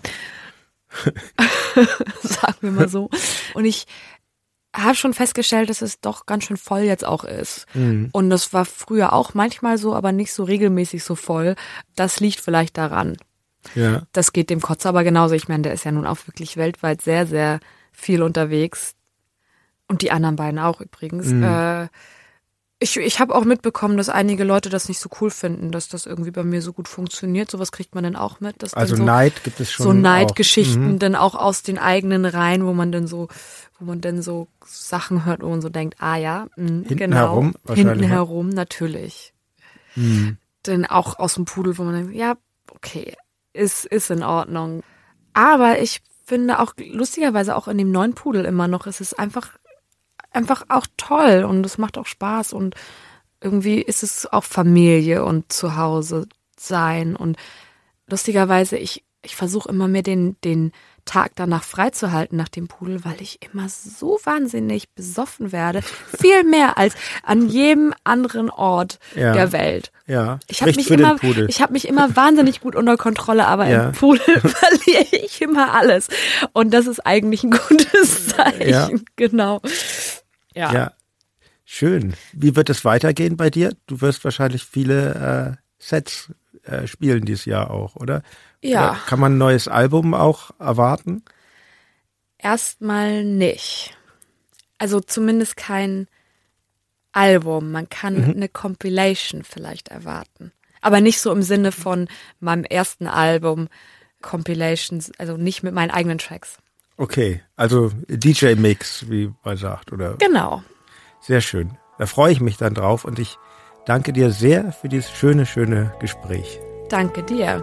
sagen wir mal so. Und ich habe schon festgestellt, dass es doch ganz schön voll jetzt auch ist. Mhm. Und das war früher auch manchmal so, aber nicht so regelmäßig so voll. Das liegt vielleicht daran. Ja. Das geht dem Kotzer aber genauso. Ich meine, der ist ja nun auch wirklich weltweit sehr, sehr viel unterwegs. Und die anderen beiden auch übrigens. Mhm. Äh, Ich, ich habe auch mitbekommen, dass einige Leute das nicht so cool finden, dass das irgendwie bei mir so gut funktioniert. Sowas kriegt man dann auch mit. Dass also dann so, Neid gibt es schon. So Neidgeschichten mhm. dann auch aus den eigenen Reihen, wo man dann so, wo man dann so Sachen hört, wo man so denkt, ah ja, mh, hinten genau. herum wahrscheinlich. Hinten herum, natürlich. Mhm. Dann auch aus dem Pudel, wo man denkt, ja, okay, ist, ist in Ordnung. Aber ich finde auch, lustigerweise auch in dem neuen Pudel immer noch, ist es einfach einfach auch toll und es macht auch Spaß und irgendwie ist es auch Familie und Zuhause sein und lustigerweise, ich, ich versuche immer mir den, den Tag danach freizuhalten nach dem Pudel, weil ich immer so wahnsinnig besoffen werde, viel mehr als an jedem anderen Ort ja. der Welt. Ja, ich habe mich immer, ich habe mich immer wahnsinnig gut unter Kontrolle, aber ja. im Pudel verliere ich immer alles und das ist eigentlich ein gutes Zeichen, ja. genau. Ja. ja, schön. Wie wird es weitergehen bei dir? Du wirst wahrscheinlich viele äh, Sets äh, spielen dieses Jahr auch, oder? Ja. Oder kann man ein neues Album auch erwarten? Erstmal nicht. Also zumindest kein Album. Man kann mhm. eine Compilation vielleicht erwarten. Aber nicht so im Sinne von meinem ersten Album Compilations, also nicht mit meinen eigenen Tracks. Okay, also D J-Mix, wie man sagt, oder? Genau. Sehr schön. Da freue ich mich dann drauf und ich danke dir sehr für dieses schöne, schöne Gespräch. Danke dir.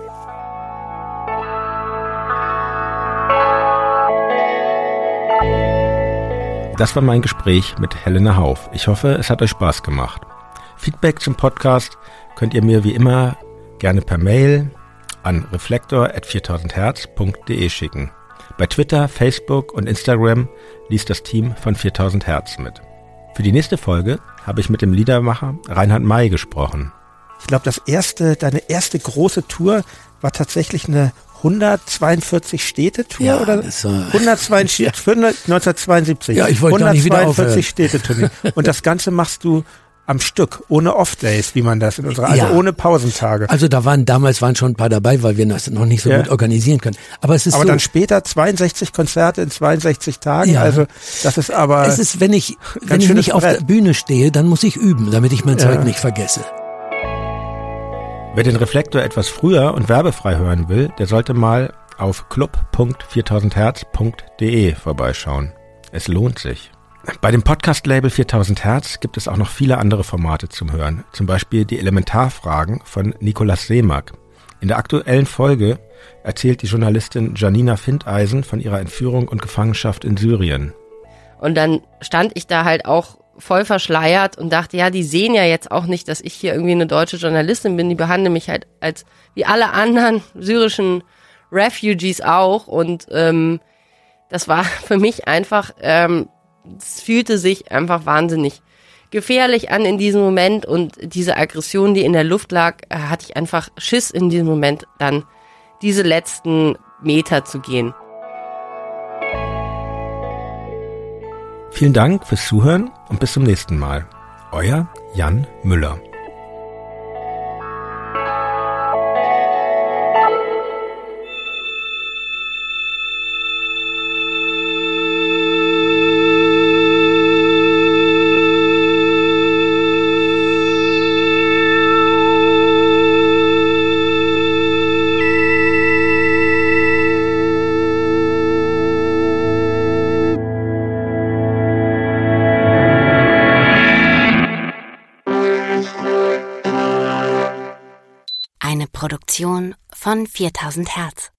Das war mein Gespräch mit Helena Hauff. Ich hoffe, es hat euch Spaß gemacht. Feedback zum Podcast könnt ihr mir wie immer gerne per Mail an reflektor at viertausend hertz punkt de schicken. Bei Twitter, Facebook und Instagram liest das Team von viertausend Hertz mit. Für die nächste Folge habe ich mit dem Liedermacher Reinhard May gesprochen. Ich glaube, das erste, deine erste große Tour war tatsächlich eine hundertzweiundvierzig Städte-Tour ja, oder das war hundertzweiundvierzig, neunzehnhundertzweiundsiebzig. Ja, ich wollte gar nicht wieder aufhören. hundertzweiundvierzig Städte-Tournee. Und das Ganze machst du am Stück, ohne Off-Days, wie man das in unserer, also ja. ohne Pausentage. Also da waren, damals waren schon ein paar dabei, weil wir das noch nicht so ja. gut organisieren können. Aber es ist aber so, dann später zweiundsechzig Konzerte in zweiundsechzig Tagen, ja. also das ist aber es ist, wenn ich, wenn ich nicht Brett. auf der Bühne stehe, dann muss ich üben, damit ich mein ja. Zeug nicht vergesse. Wer den Reflektor etwas früher und werbefrei hören will, der sollte mal auf club punkt viertausend hertz punkt de vorbeischauen. Es lohnt sich. Bei dem Podcast-Label viertausend Hertz gibt es auch noch viele andere Formate zum Hören. Zum Beispiel die Elementarfragen von Nikolaus Seemack. In der aktuellen Folge erzählt die Journalistin Janina Findeisen von ihrer Entführung und Gefangenschaft in Syrien. Und dann stand ich da halt auch voll verschleiert und dachte, ja, die sehen ja jetzt auch nicht, dass ich hier irgendwie eine deutsche Journalistin bin. Die behandeln mich halt als wie alle anderen syrischen Refugees auch. Und ähm, das war für mich einfach... Ähm, es fühlte sich einfach wahnsinnig gefährlich an in diesem Moment und diese Aggression, die in der Luft lag, hatte ich einfach Schiss in diesem Moment dann diese letzten Meter zu gehen. Vielen Dank fürs Zuhören und bis zum nächsten Mal. Euer Jan Müller. Produktion von viertausend Hertz.